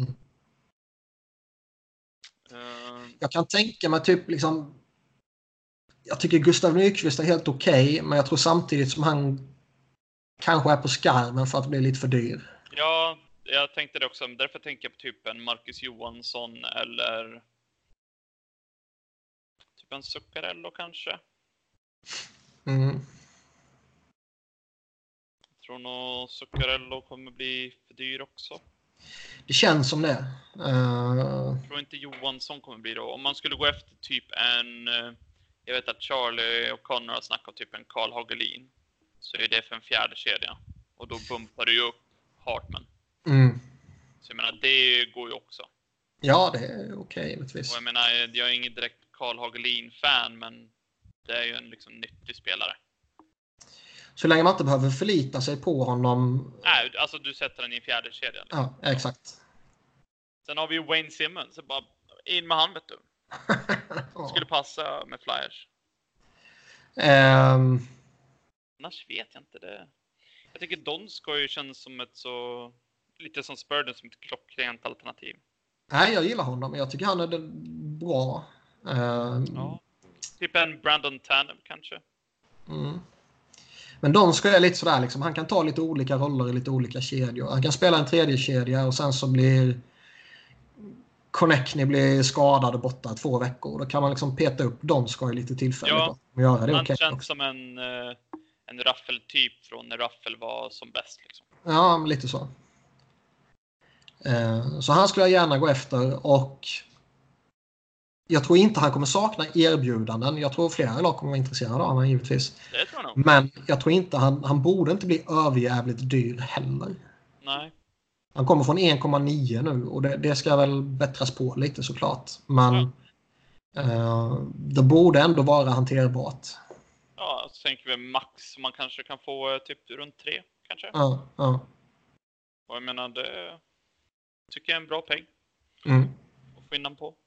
Speaker 1: Jag kan tänka mig typ liksom... Jag tycker Gustav Nyqvist är helt okej, men jag tror samtidigt som han kanske är på skarven för att bli lite för dyr.
Speaker 2: Ja, jag tänkte det också. Därför tänker jag på typ en Marcus Johansson eller typ en Zuccarello kanske. Jag tror nog Zuccarello kommer bli för dyr också.
Speaker 1: Det känns som det.
Speaker 2: Jag tror inte Johansson kommer bli då. Om man skulle gå efter typ en... Jag vet att Charlie och Connor har snackat om typ en Carl Hagelin. Så är det för en fjärde kedja. Och då bumpar du ju upp Hartman. Så jag menar, det går ju också.
Speaker 1: Ja, det är okej, givetvis.
Speaker 2: Och jag menar, jag är ingen direkt Carl Hagelin-fan, men det är ju en liksom nyttig spelare.
Speaker 1: Så länge man inte behöver förlita sig på honom...
Speaker 2: Nej, alltså du sätter den i en fjärde kedja. Liksom.
Speaker 1: Ja, exakt.
Speaker 2: Sen har vi ju Wayne Simmons. Så bara in med han, vet du. Skulle passa med Flyers. Annars vet jag inte det. Jag tycker Donskoj känns som ett så... Lite som Spurgeon, som ett klockrent alternativ.
Speaker 1: Nej, jag gillar honom. Jag tycker han är bra.
Speaker 2: Ja. Typ en Brandon Tanev kanske.
Speaker 1: Men Donskoj är lite sådär liksom. Han kan ta lite olika roller i lite olika kedjor. Han kan spela en tredje kedja och sen så blir... Konechny blir skadad och borta 2 veckor. Då kan man liksom peta upp Donskoj lite tillfälligt.
Speaker 2: Ja,
Speaker 1: och göra det
Speaker 2: han
Speaker 1: okay
Speaker 2: känns
Speaker 1: också.
Speaker 2: som en Raffel-typ från när Raffel var som bäst. Liksom.
Speaker 1: Ja, lite så. Så han skulle jag gärna gå efter. Och jag tror inte han kommer sakna erbjudanden. Jag tror flera lag kommer vara intresserade av honom givetvis.
Speaker 2: Det tror jag nog.
Speaker 1: Men jag tror inte han borde inte bli överjävligt dyr heller.
Speaker 2: Nej.
Speaker 1: Han kommer från 1,9 nu och det ska väl bättras på lite såklart. Men det borde ändå vara hanterbart.
Speaker 2: Ja, så tänker vi max. Man kanske kan få typ runt 3 kanske.
Speaker 1: Ja.
Speaker 2: Och jag menar, det tycker jag är en bra peng. Och få in den på.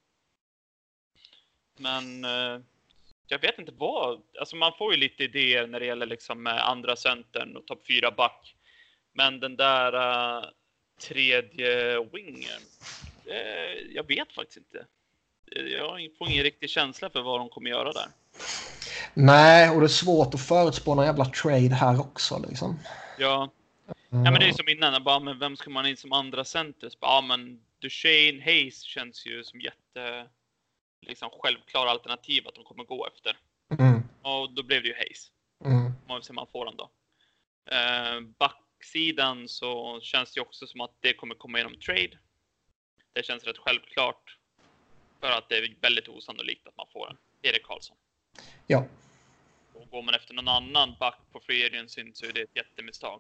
Speaker 2: Men jag vet inte vad. Alltså man får ju lite idéer när det gäller liksom andra centern och topp 4 back. Men den där tredje wingen, jag vet faktiskt inte. Jag får ingen riktig känsla för vad de kommer göra där.
Speaker 1: Nej, och det är svårt att förutspå någon jävla trade här också liksom.
Speaker 2: Ja. Ja, men det är som innan. Bara, men vem ska man in som andra center? Ja, men Duchene, Hayes känns ju som liksom självklara alternativ att de kommer gå efter. Och då blev det ju Hayes. Man vill se man får den då. Backsidan så känns det också som att det kommer komma genom trade. Det känns rätt självklart. För att det är väldigt osannolikt att man får den. Erik Karlsson.
Speaker 1: Ja.
Speaker 2: Och går man efter någon annan back på free agency så är det ett jättemisstag.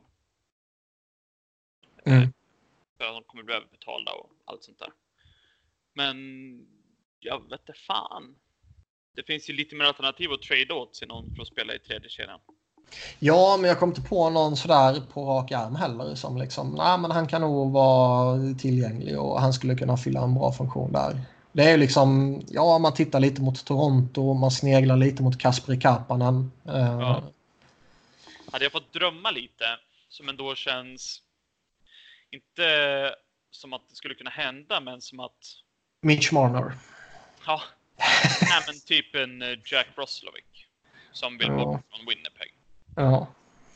Speaker 2: För att de kommer bli överbetalda och allt sånt där. Men jag vet inte fan. Det finns ju lite mer alternativ att trade åt sig någon för att spela i tredje kedjan.
Speaker 1: Ja, men jag kom inte på någon sådär på rak arm heller som liksom, nej men han kan nog vara tillgänglig och han skulle kunna fylla en bra funktion där. Det är ju liksom, ja man tittar lite mot Toronto, man sneglar lite mot Kasperi Kapanen.
Speaker 2: Ja. Hade jag fått drömma lite, som ändå känns inte som att det skulle kunna hända, men som att...
Speaker 1: Mitch Marner.
Speaker 2: Ja, nej, men typ en Jack Roslovic som vill bort från Winnipeg.
Speaker 1: Ja.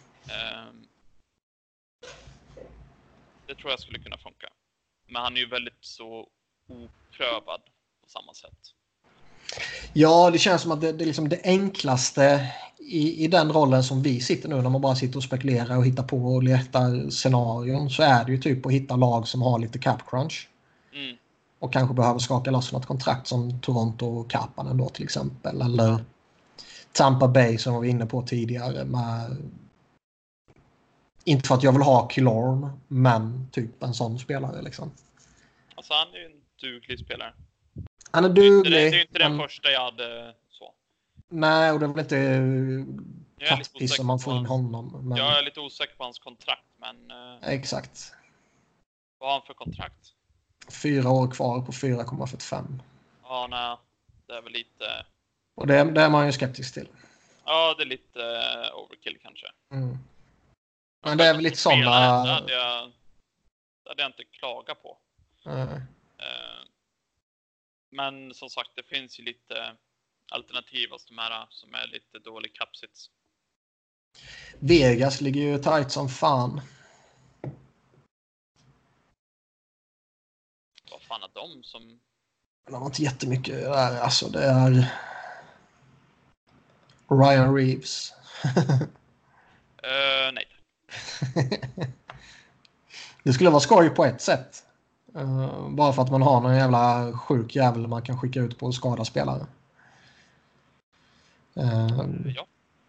Speaker 2: Det tror jag skulle kunna funka. Men han är ju väldigt så oprövad på samma sätt.
Speaker 1: Ja, det känns som att det är liksom det enklaste i den rollen som vi sitter nu när man bara sitter och spekulerar och hittar på och letar scenarion, så är det ju typ att hitta lag som har lite cap crunch.
Speaker 2: Mm.
Speaker 1: Och kanske behöver skaka loss något kontrakt som Toronto och Kapanen då till exempel. Eller Tampa Bay som vi var inne på tidigare. Inte för att jag vill ha Killorn, men typ en sån spelare liksom.
Speaker 2: Alltså han är ju en duglig spelare.
Speaker 1: Han är duglig.
Speaker 2: Det är ju inte den första jag hade så.
Speaker 1: Nej, och det är väl inte kattpiss om man får in honom. Men...
Speaker 2: Jag är lite osäker på hans kontrakt, men...
Speaker 1: Exakt.
Speaker 2: Vad har han för kontrakt?
Speaker 1: 4 år kvar på 4,45.
Speaker 2: Ja, nej. Det är väl lite...
Speaker 1: Och det är man ju skeptisk till.
Speaker 2: Ja, det är lite overkill kanske.
Speaker 1: Mm. Men det är väl lite sådana...
Speaker 2: Det hade jag inte klagat på. Men som sagt, det finns ju lite alternativ hos de här som är lite dålig capsits.
Speaker 1: Vegas ligger ju tight som fan.
Speaker 2: Vad fan är de som...
Speaker 1: De har inte jättemycket där. Alltså det är... Ryan Reeves.
Speaker 2: Nej.
Speaker 1: Det skulle vara skoj på ett sätt. Bara för att man har någon jävla sjuk jävel man kan skicka ut på att skada spelare.
Speaker 2: Ja.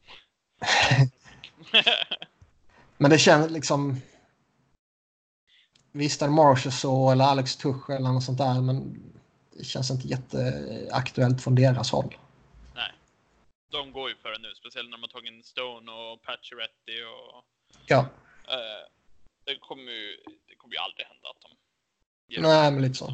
Speaker 1: Men det känns liksom... Visst är det Marshall så eller Alex Tuch eller något sånt där, men det känns inte jätteaktuellt från deras håll.
Speaker 2: Nej. De går ju för det nu, speciellt när de har tagit in Stone och Pacioretty och...
Speaker 1: Ja.
Speaker 2: Det kommer ju aldrig hända att de...
Speaker 1: Nej, men lite så.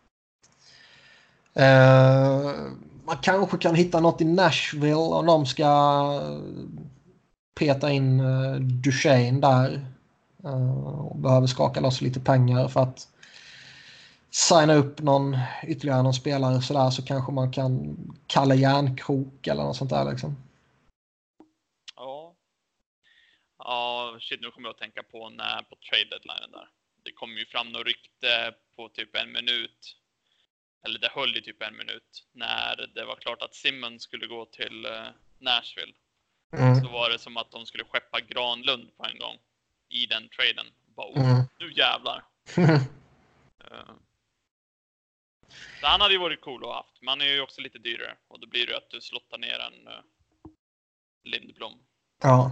Speaker 1: Man kanske kan hitta något i Nashville om de ska peta in Duchene där. Och behöver skaka loss lite pengar för att signa upp ytterligare någon spelare sådär, så kanske man kan kalla Järnkrok eller något sånt där liksom.
Speaker 2: Ja, shit, nu kommer jag att tänka på trade deadline där. Det kom ju fram något rykte på typ 1 minut. Eller det höll i typ 1 minut. När det var klart att Simmons skulle gå till Nashville. Så var det som att de skulle skeppa Granlund på en gång. I den traden. Bara, nu jävlar. Så han hade ju varit cool att ha haft. Men han är ju också lite dyrare. Och då blir det att du slottar ner en Lindblom.
Speaker 1: Ja.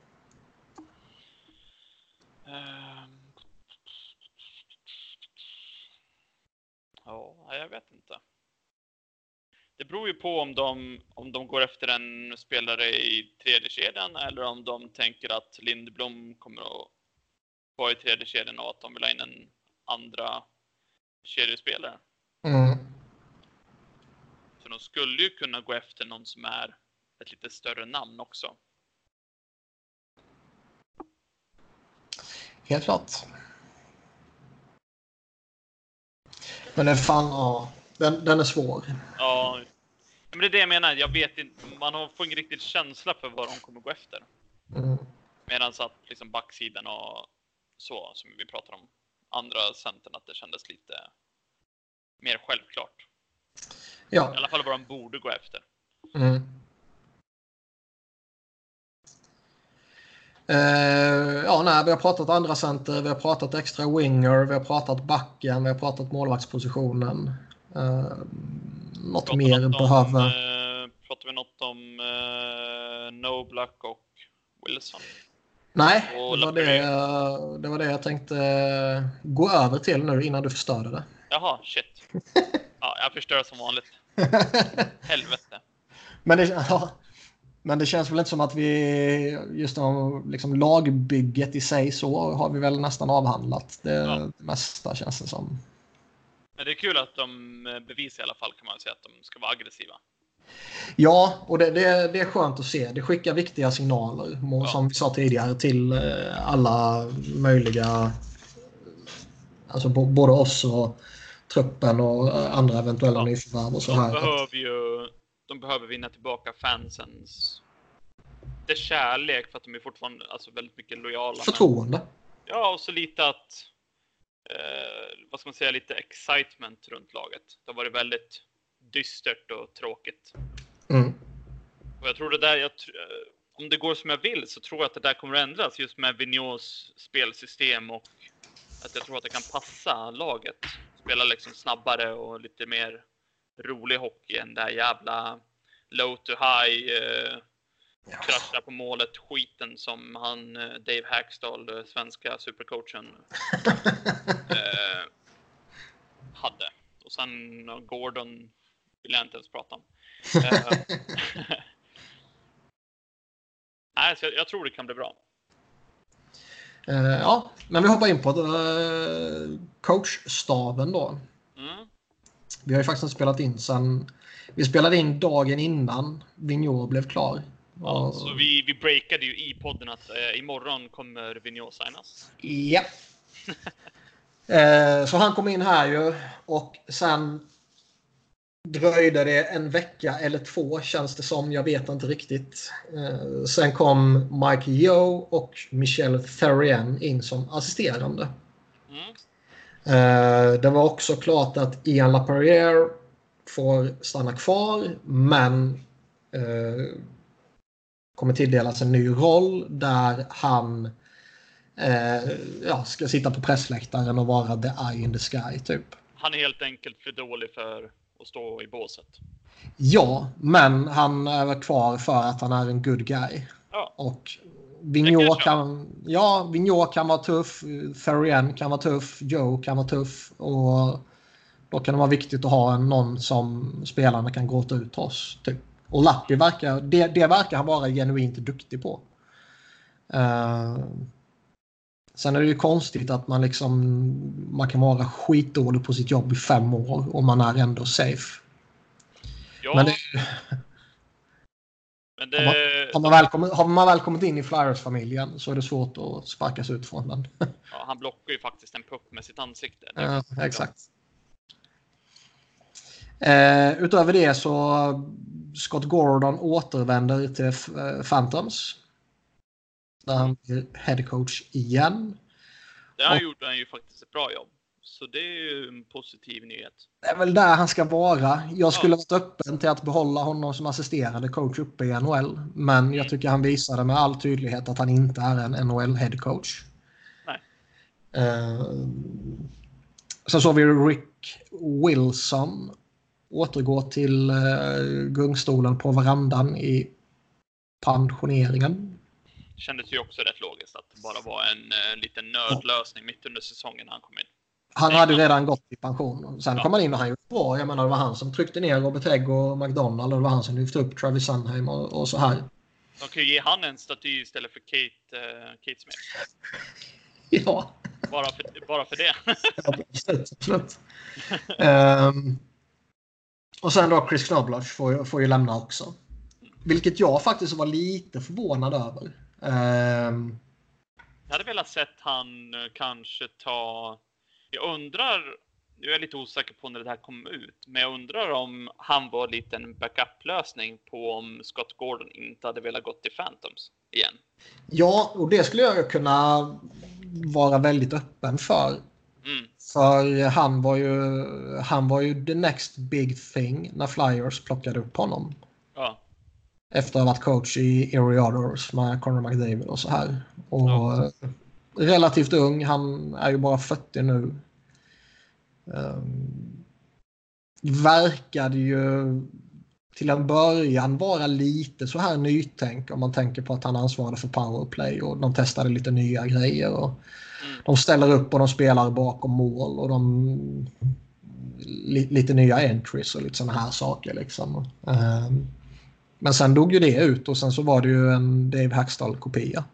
Speaker 2: Ja, jag vet inte. Det beror ju på om de går efter en spelare i tredje kedjan eller om de tänker att Lindblom kommer att vara i tredje kedjan och att de vill ha in en andra kedjespelare. Så de skulle ju kunna gå efter någon som är ett lite större namn också.
Speaker 1: Helt klart. Men det är fan, ja, den är svår.
Speaker 2: Ja, men det är det jag menar. Jag vet inte, man får ingen riktigt känsla för vad de kommer gå efter. Medan att liksom backsidan och så, som vi pratar om andra centern, att det kändes lite mer självklart.
Speaker 1: Ja.
Speaker 2: I alla fall vad de borde gå efter.
Speaker 1: Vi har pratat andra center, vi har pratat extra winger, vi har pratat backen, vi har pratat målvaktspositionen. Något mer behöver...
Speaker 2: Pratar vi något om Noblack och Wilson?
Speaker 1: Nej, det var det jag tänkte gå över till nu innan du förstörde det.
Speaker 2: Jaha, shit. Ja, jag förstör som vanligt. Helvete.
Speaker 1: Men det känns väl inte som att vi just liksom lagbygget i sig så har vi väl nästan avhandlat det mesta, känns det som.
Speaker 2: Men det är kul att de bevisar i alla fall, kan man säga, att de ska vara aggressiva.
Speaker 1: Ja, och det är skönt att se. Det skickar viktiga signaler, som vi sa tidigare, till alla möjliga, alltså både oss och truppen och andra eventuella nyförvärv och så här.
Speaker 2: De behöver vinna tillbaka fansens kärlek, för att de är fortfarande väldigt mycket lojala.
Speaker 1: Förtroende.
Speaker 2: Ja, och så lite att vad ska man säga, lite excitement runt laget. Det har varit väldigt dystert och tråkigt. Och jag tror det där, om det går som jag vill, så tror jag att det där kommer att ändras just med Vigneaus spelsystem, och att jag tror att det kan passa laget. Spela liksom snabbare och lite mer rolig hockey än där jävla low to high krascha på målet skiten som han Dave Hackstall, svenska supercoachen, hade. Och sen Gordon vill jag inte ens prata om. Nej, så jag tror det kan bli bra.
Speaker 1: Ja, men vi hoppar in på coachstaven då. Vi har ju faktiskt spelat in sen. Vi spelade in dagen innan Vigneault blev klar.
Speaker 2: Ja, så vi breakade ju i podden att imorgon kommer Vigneault signas.
Speaker 1: Ja. Så han kom in här ju, och sen dröjde det en vecka eller 2, känns det som. Jag vet inte riktigt. Sen kom Mike Yeo och Michel Therrien in som assisterande. Det var också klart att Ian Laperriere får stanna kvar, men kommer tilldelas en ny roll där han ska sitta på pressläktaren och vara the eye in the sky typ.
Speaker 2: Han är helt enkelt för dålig för att stå i båset.
Speaker 1: Ja, men han är kvar för att han är en good guy.
Speaker 2: Ja.
Speaker 1: Och Vigneault kan vara tuff, Therrien kan vara tuff, Joe kan vara tuff, och då kan det vara viktigt att ha någon som spelarna kan gå ut hos typ. Och Lappi verkar han vara genuint duktig på. Sen är det ju konstigt att man kan vara skitdålig på sitt jobb i 5 år och man är ändå safe.
Speaker 2: Ja.
Speaker 1: Men
Speaker 2: det...
Speaker 1: Har man väl kommit in i Flyers-familjen så är det svårt att sparkas ut från den.
Speaker 2: Ja, han blockar ju faktiskt en puck med sitt ansikte.
Speaker 1: Ja, exakt. Utöver det så Scott Gordon återvänder till Phantoms. Där han blir head coach igen.
Speaker 2: Där gjorde han ju faktiskt ett bra jobb. Så det är ju en positiv nyhet.
Speaker 1: Det är väl där han ska vara. Jag skulle varit öppen till att behålla honom som assisterande coach uppe i NHL. Men jag tycker han visade med all tydlighet att han inte är en NHL head coach.
Speaker 2: Nej.
Speaker 1: Sen så har vi Rick Wilson återgå till gungstolen på verandan i pensioneringen.
Speaker 2: Kändes ju också rätt logiskt att det bara var en liten nödlösning mitt under säsongen när han kom in.
Speaker 1: Han hade redan gått i pension. Sen kom han in och han gjorde bra. Jag menar, det var han som tryckte ner Robert Hägg och McDonald, och det var han som lyfte upp Travis Sunheim och så här.
Speaker 2: De kan ju ge han en staty istället för Kate Smith.
Speaker 1: Ja.
Speaker 2: Bara för det.
Speaker 1: Ja, absolut. Och sen då Chris Knoblauch får ju lämna också. Vilket jag faktiskt var lite förvånad över.
Speaker 2: Jag hade velat sett han kanske ta... Jag undrar... Nu är jag lite osäker på när det här kom ut. Men jag undrar om han var lite en backup-lösning på om Scott Gordon inte hade velat gå till Phantoms igen.
Speaker 1: Ja, och det skulle jag kunna vara väldigt öppen för. För han var ju the next big thing när Flyers plockade upp honom.
Speaker 2: Ja.
Speaker 1: Efter att ha varit coach i Erie Oilers med Connor McDavid och så här. Och relativt ung. Han är ju bara 40 nu. Verkade ju till en början vara lite så här nytänk om man tänker på att han ansvarade för powerplay och de testade lite nya grejer och de ställer upp och de spelar bakom mål och lite nya entries och lite såna här saker liksom. Men sen dog ju det ut och sen så var det ju en Dave Hackstall-kopia.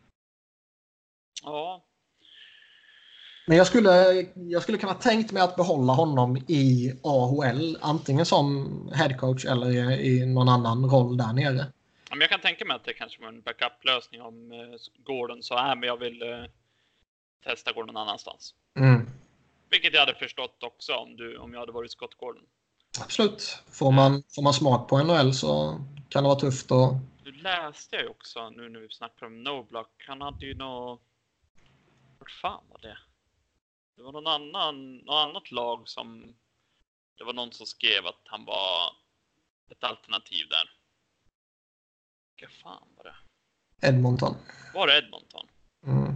Speaker 2: Ja.
Speaker 1: Men jag skulle kunna tänkt mig att behålla honom i AHL. Antingen som headcoach eller i någon annan roll där nere.
Speaker 2: Men jag kan tänka mig att det kanske var en backup-lösning om Gordon sa men jag vill testa Gordon någon annanstans.
Speaker 1: Mm.
Speaker 2: Vilket jag hade förstått också om jag hade varit Scott Gordon.
Speaker 1: Absolut. Får man smak på NHL så kan det vara tufft.
Speaker 2: Nu läste jag ju också, nu när vi snackar om No Block, han hade ju något... Vad fan var det? Det var något annat lag som... Det var någon som skrev att han var ett alternativ där. Vad fan var det?
Speaker 1: Edmonton.
Speaker 2: Var det Edmonton?
Speaker 1: Mm.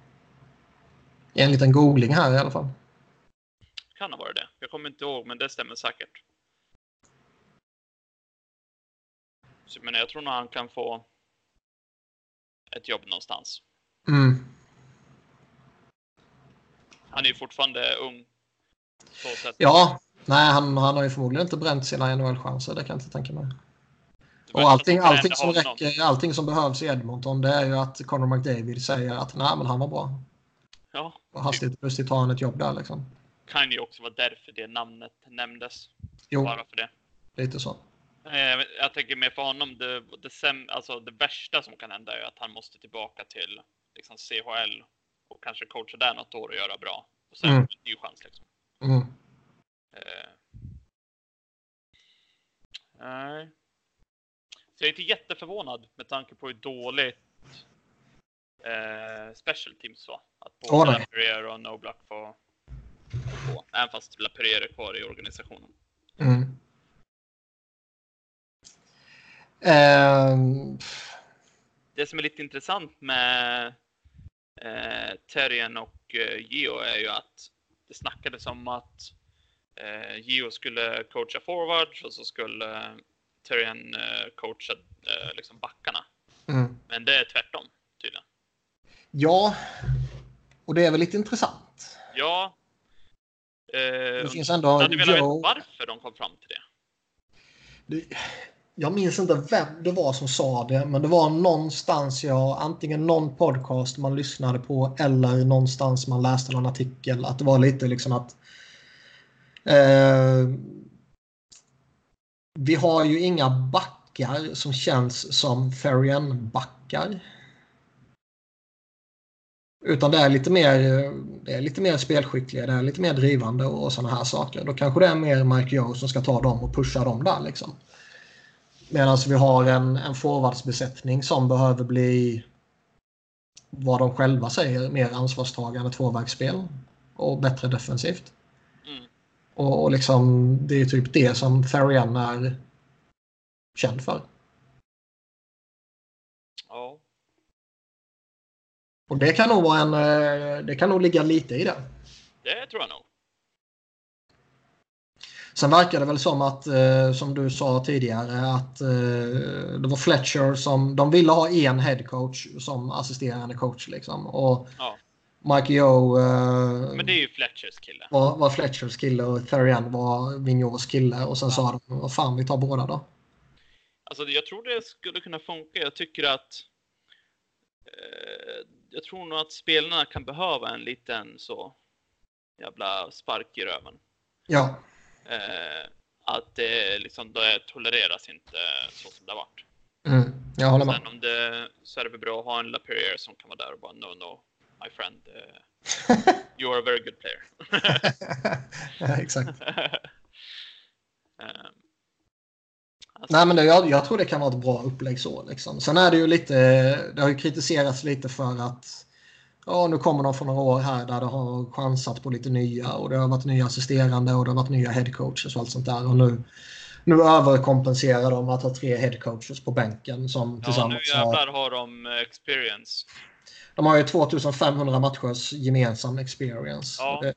Speaker 1: En liten googling här i alla fall.
Speaker 2: Kan ha varit det. Jag kommer inte ihåg, men det stämmer säkert. Så, men jag tror nog han kan få ett jobb någonstans.
Speaker 1: Mm.
Speaker 2: Han är ju fortfarande ung. Så sätt.
Speaker 1: Ja, nej han har ju förmodligen inte bränt sina NHL-chanser, det kan jag inte tänka mig. Och allting som behövs i Edmonton, det är ju att Connor McDavid säger att nej, men han var bra.
Speaker 2: Ja.
Speaker 1: Och hastigt plötsligt har han ett jobb där liksom.
Speaker 2: Kan ju också vara därför det namnet nämndes.
Speaker 1: Jo,
Speaker 2: bara för det.
Speaker 1: Lite så.
Speaker 2: Jag tänker mer för honom, det värsta som kan hända är att han måste tillbaka till liksom CHL och kanske coacha där något år och göra bra. Och sen en ny chans liksom.
Speaker 1: Mm.
Speaker 2: Nej. Så jag är inte jätteförvånad med tanke på hur dåligt special teams var. Att både Laperriere och No Block får gå. Även fast Laperriere är kvar i organisationen.
Speaker 1: Mm.
Speaker 2: Det som är lite intressant med Terrien och Gio är ju att det snackades om att Gio skulle coacha forwards och så skulle Terrien coacha liksom backarna.
Speaker 1: Mm.
Speaker 2: Men det är tvärtom tydligen.
Speaker 1: Ja, och det är väl lite intressant.
Speaker 2: Ja.
Speaker 1: Det finns ändå
Speaker 2: varför de kom fram till det.
Speaker 1: Jag minns inte vem det var som sa det, men det var någonstans antingen någon podcast man lyssnade på eller någonstans man läste någon artikel, att det var lite liksom att vi har ju inga backar som känns som Therrien-backar. Utan det är lite mer spelskickliga, det är lite mer drivande och såna här saker. Då kanske det är mer Mike Yeo som ska ta dem och pusha dem där liksom. Medan vi har en forwardsbesättning som behöver bli, vad de själva säger, mer ansvarstagande tvåvägsspel och bättre defensivt.
Speaker 2: Mm.
Speaker 1: Och liksom, det är typ det som Therrien är känd för.
Speaker 2: Ja.
Speaker 1: Och det kan nog vara det kan nog ligga lite i det.
Speaker 2: Det tror jag nog.
Speaker 1: Sen verkar det väl som att, som du sa tidigare, att det var Fletcher som, de ville ha en headcoach som assisterande coach liksom. Och Mike Yeo
Speaker 2: men det är ju Fletchers kille.
Speaker 1: Var Fletchers kille och Therrien var Vigneaults kille. Och sen sa de, vad fan, vi tar båda då.
Speaker 2: Alltså jag tror det skulle kunna funka. Jag tycker att jag tror nog att spelarna kan behöva en liten så jävla spark i röven.
Speaker 1: Ja.
Speaker 2: Att det liksom det tolereras inte så som det har varit.
Speaker 1: Jag håller med.
Speaker 2: Sen om det så är det väl bra att ha en Laperriere som kan vara där och bara no my friend, you are a very good player.
Speaker 1: Ja, exakt. Alltså. Nej, men jag tror det kan vara ett bra upplägg så liksom. Sen är det ju lite, det har ju kritiserats lite för att nu kommer de från några år här där det har chansat på lite nya och det har varit nya assisterande och det har varit nya headcoaches och allt sånt där. Och nu överkompenserar de att ha 3 headcoaches på bänken som tillsammans
Speaker 2: nu jävlar har de experience.
Speaker 1: De har ju 2500 matchers gemensam experience.
Speaker 2: Ja.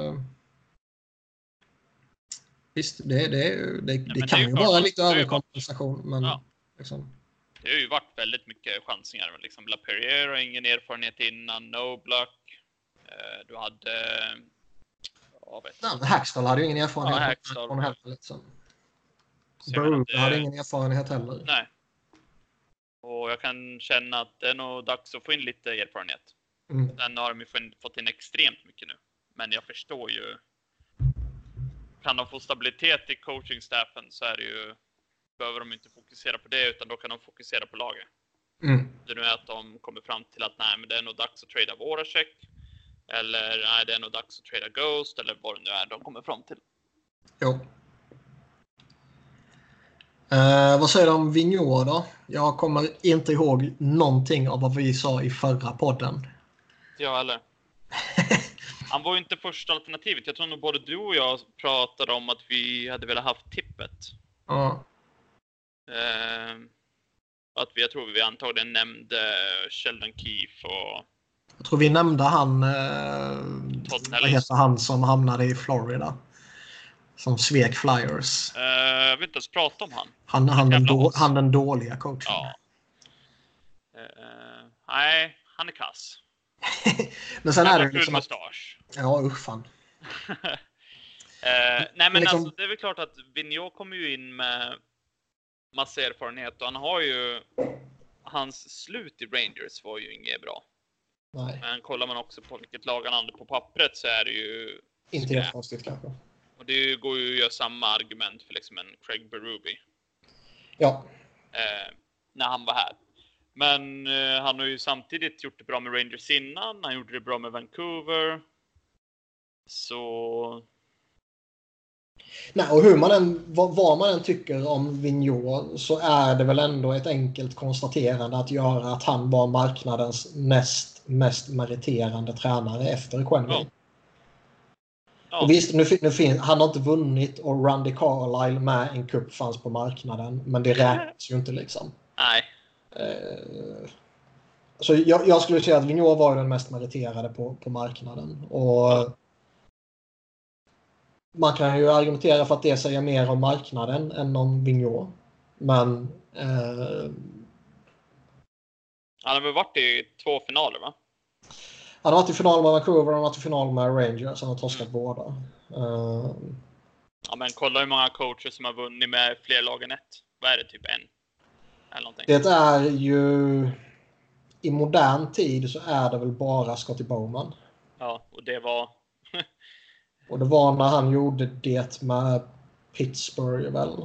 Speaker 1: Visst, det kan ju vara lite överkompensation, men liksom.
Speaker 2: Det har ju varit väldigt mycket chansningar. Liksom Laperriere har ingen erfarenhet innan, No Block. Du hade...
Speaker 1: Hackstall hade ju ingen erfarenhet.
Speaker 2: Hackstall.
Speaker 1: Liksom. Berube hade ingen erfarenhet heller.
Speaker 2: Nej. Och jag kan känna att det är nog dags att få in lite erfarenhet. Sen har de ju fått in extremt mycket nu. Men jag förstår ju. Kan de få stabilitet i coachingstaffen så är det ju, behöver de inte fokusera på det, utan då kan de fokusera på laget. Det nu är att de kommer fram till att nej, men det är nog dags att trada Voracek. Eller nej, det är nog dags att trada Ghost. Eller vad det nu är de kommer fram till.
Speaker 1: Jo. Vad säger du om Vigneault då? Jag kommer inte ihåg någonting av vad vi sa i förra podden.
Speaker 2: Ja, eller? Han var ju inte första alternativet. Jag tror nog både du och jag pratade om att vi hade velat haft tippet.
Speaker 1: Ja.
Speaker 2: Jag tror vi antagligen nämnde Sheldon Keefe och...
Speaker 1: Jag tror vi nämnde han... vad heter han som hamnade i Florida? Som svek Flyers.
Speaker 2: Jag vill inte ens prata om han.
Speaker 1: Han den dåliga coachen.
Speaker 2: Ja. Nej, han är kass.
Speaker 1: Men sen är det liksom
Speaker 2: mustasch.
Speaker 1: Ja, fan.
Speaker 2: Nej, men
Speaker 1: liksom...
Speaker 2: alltså, det är väl klart att Vigneault kommer ju in med massa erfarenhet och han har ju... Hans slut i Rangers var ju inget bra.
Speaker 1: Nej.
Speaker 2: Men kollar man också på vilket lag han hade på pappret så är det ju...
Speaker 1: Inte jättekonstigt kanske.
Speaker 2: Och det går ju att göra samma argument för liksom en Craig Berube.
Speaker 1: Ja.
Speaker 2: När han var här. Men han har ju samtidigt gjort det bra med Rangers innan. Han gjorde det bra med Vancouver. Så...
Speaker 1: Nej, och vad man än tycker om Vigneault så är det väl ändå ett enkelt konstaterande att göra att han var marknadens näst mest meriterande tränare efter Quenneville.
Speaker 2: Ja. Ja.
Speaker 1: Och visst, han har inte vunnit och Randy Carlyle med en cup fanns på marknaden, men det räknas ju inte liksom.
Speaker 2: Nej.
Speaker 1: Så jag skulle säga att Vigneault var den mest meriterade på marknaden. Och man kan ju argumentera för att det säger mer om marknaden än om Vigneault. Men...
Speaker 2: Han har väl varit i 2 finaler, va?
Speaker 1: Han har varit i final med Vancouver och han har varit i final med Rangers. Han har torskat båda.
Speaker 2: Ja, men kolla hur många coacher som har vunnit med fler lag än ett. Vad är det? Typ en? Eller någonting.
Speaker 1: Det är ju... I modern tid så är det väl bara Scotty Bowman.
Speaker 2: Ja, och det var...
Speaker 1: Och det var när han gjorde det med Pittsburgh väl.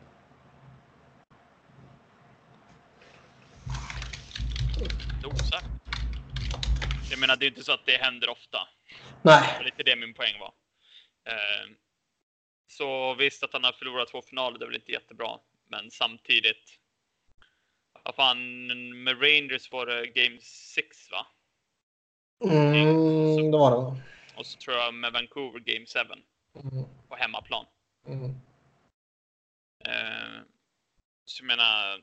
Speaker 2: Osagt. Jag menar, det är inte så att det händer ofta.
Speaker 1: Nej.
Speaker 2: Det är lite det min poäng var. Så visst att han har förlorat 2 finaler, det är väl inte jättebra. Men samtidigt... Vad fan, med Rangers var det Game 6, va?
Speaker 1: Det var det, va?
Speaker 2: Och så tror jag med Vancouver Game 7 på hemmaplan. Så jag menar,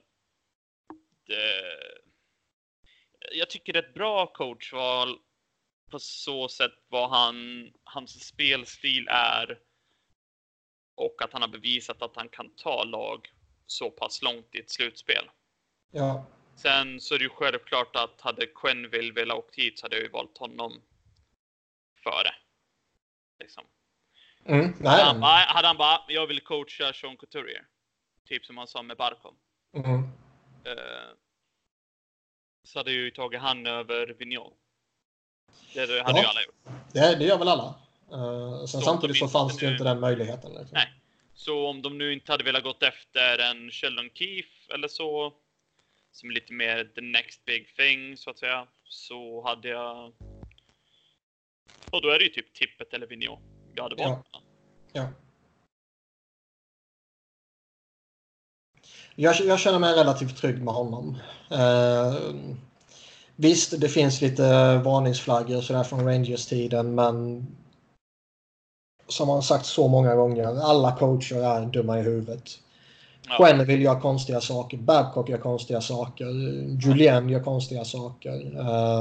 Speaker 2: jag tycker det är ett bra coachval på så sätt vad hans spelstil är och att han har bevisat att han kan ta lag så pass långt i ett slutspel.
Speaker 1: Ja.
Speaker 2: Sen så är det ju självklart att hade Quenneville velat åkt hit så hade jag ju valt honom före. Liksom. Hade han bara, jag vill coacha Sean Couturier. Typ som han sa med Barkov. Så hade ju tagit han över Vigneault. Det hade ju alla gjort.
Speaker 1: Det gör väl alla. Sen samtidigt så fanns det ju inte den möjligheten. Liksom.
Speaker 2: Nej. Så om de nu inte hade velat gått efter en Sheldon Keefe eller så, som lite mer the next big thing så att säga, så hade jag... Och då är det ju typ tippet eller Vigneault. Jag hade valt.
Speaker 1: Ja. Jag känner mig relativt trygg med honom. Visst, det finns lite varningsflaggor sådär från Rangers-tiden, men som man sagt så många gånger, alla coacher är dumma i huvudet.
Speaker 2: Ja.
Speaker 1: Quenneville gör konstiga saker, Babcock gör konstiga saker, Julien gör konstiga saker.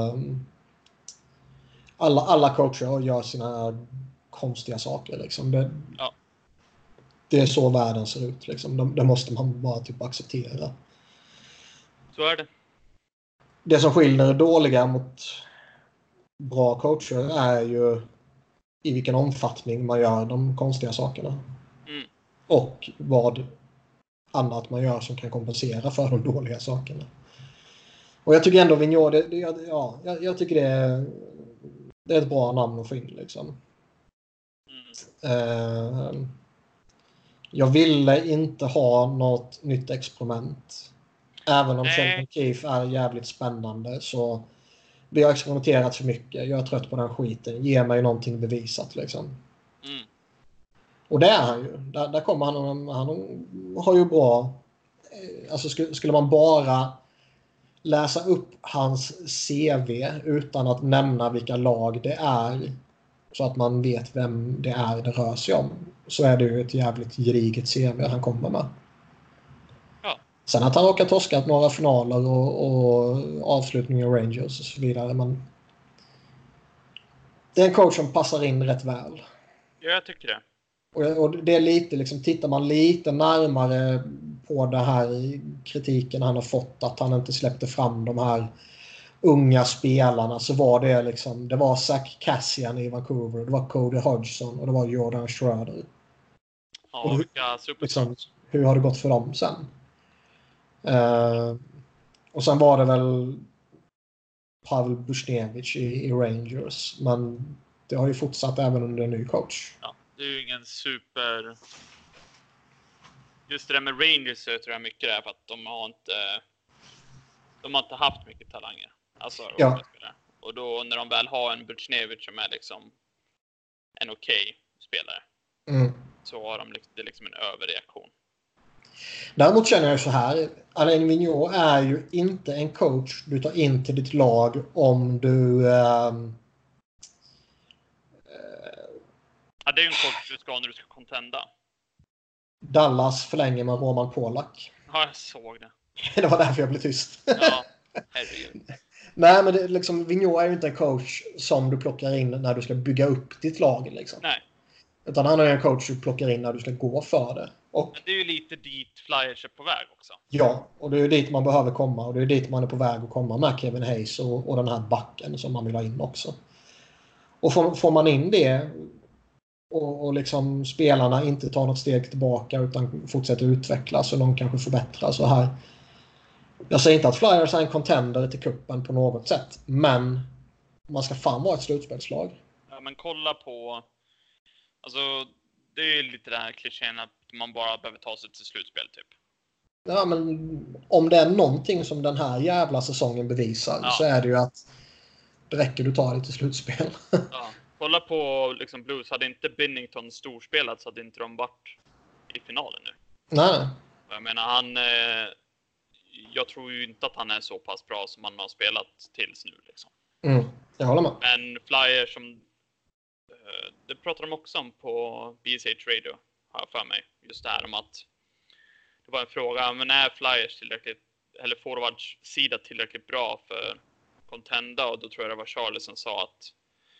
Speaker 1: Alla coacher gör sina konstiga saker. Liksom. Det är så världen ser ut. Liksom. Det måste man bara typ acceptera.
Speaker 2: Så är det.
Speaker 1: Det som skiljer dåliga mot bra coacher är ju i vilken omfattning man gör de konstiga sakerna. Och vad annat man gör som kan kompensera för de dåliga sakerna. Och jag tycker ändå Vigneault, jag tycker det är ett bra namn att få in liksom. Jag ville inte ha något nytt experiment. Även om Sheldon Keefe är jävligt spännande så vi har experimenterat för mycket. Jag är trött på den skiten. Ge mig någonting bevisat liksom. Och det är han ju. Där kommer han har ju bra. Alltså skulle man bara läsa upp hans CV utan att nämna vilka lag det är så att man vet vem det är det rör sig om, så är det ju ett jävligt gediget CV han kommer med.
Speaker 2: Ja.
Speaker 1: Sen att han råkar torskat några finaler och avslutningar i Rangers och så vidare, men det är en coach som passar in rätt väl.
Speaker 2: Ja, jag tycker det.
Speaker 1: Och det är lite liksom, tittar man lite närmare på det här kritiken han har fått att han inte släppte fram de här unga spelarna, så var det liksom, det var Zach Kassian i Vancouver, det var Cody Hodgson och det var Jordan Schroeder.
Speaker 2: Ja, vilka
Speaker 1: liksom, hur har det gått för dem sen? Och sen var det väl Pavel Buchnevich i Rangers, men det har ju fortsatt även under en ny coach.
Speaker 2: Ja, det är ju ingen super... Just det där med Rangers så tror jag mycket är för att de har inte haft mycket talanger. Alltså,
Speaker 1: ja.
Speaker 2: Och då när de väl har en Buchnevich som är liksom en okej spelare så har det liksom en överreaktion.
Speaker 1: Däremot känner jag så här, Alain Vigneault är ju inte en coach du tar in till ditt lag om du...
Speaker 2: Ja, det är ju en coach du ska ha när du ska contenda.
Speaker 1: Dallas förlänger med Roman Polak.
Speaker 2: Ja, jag såg det.
Speaker 1: Det var därför jag blev tyst.
Speaker 2: Ja, herregud.
Speaker 1: Nej, men det, liksom, Vigneault är ju inte en coach som du plockar in när du ska bygga upp ditt lag. Liksom.
Speaker 2: Nej.
Speaker 1: Utan han är en coach du plockar in när du ska gå för det. Och,
Speaker 2: men det är ju lite dit Flyers är på väg också.
Speaker 1: Ja, och det är ju dit man behöver komma. Och det är dit man är på väg att komma med Kevin Hayes och den här backen som man vill ha in också. Och får man in det och liksom spelarna inte tar något steg tillbaka utan fortsätter utvecklas och de kanske förbättras så här. Jag säger inte att Flyers är en contender till kuppen på något sätt, men man ska fan vara ett slutspelslag.
Speaker 2: Ja, men kolla på... Alltså, det är ju lite den här klichén att man bara behöver ta sig till slutspel, typ.
Speaker 1: Ja, men om det är någonting som den här jävla säsongen bevisar så är det ju att det räcker du tar det till slutspel.
Speaker 2: Ja. Kolla på liksom Blues. Hade inte Binnington storspelat så hade inte de varit i finalen nu.
Speaker 1: Nej.
Speaker 2: Jag menar, jag tror ju inte att han är så pass bra som han har spelat tills nu. Liksom.
Speaker 1: Jag håller med.
Speaker 2: Men Flyers som... Det pratar de också om på BSH Radio, har jag för mig. Just det här om att det var en fråga, men är Flyers tillräckligt, eller forwards sida tillräckligt bra för contenda? Och då tror jag det var Charlie som sa att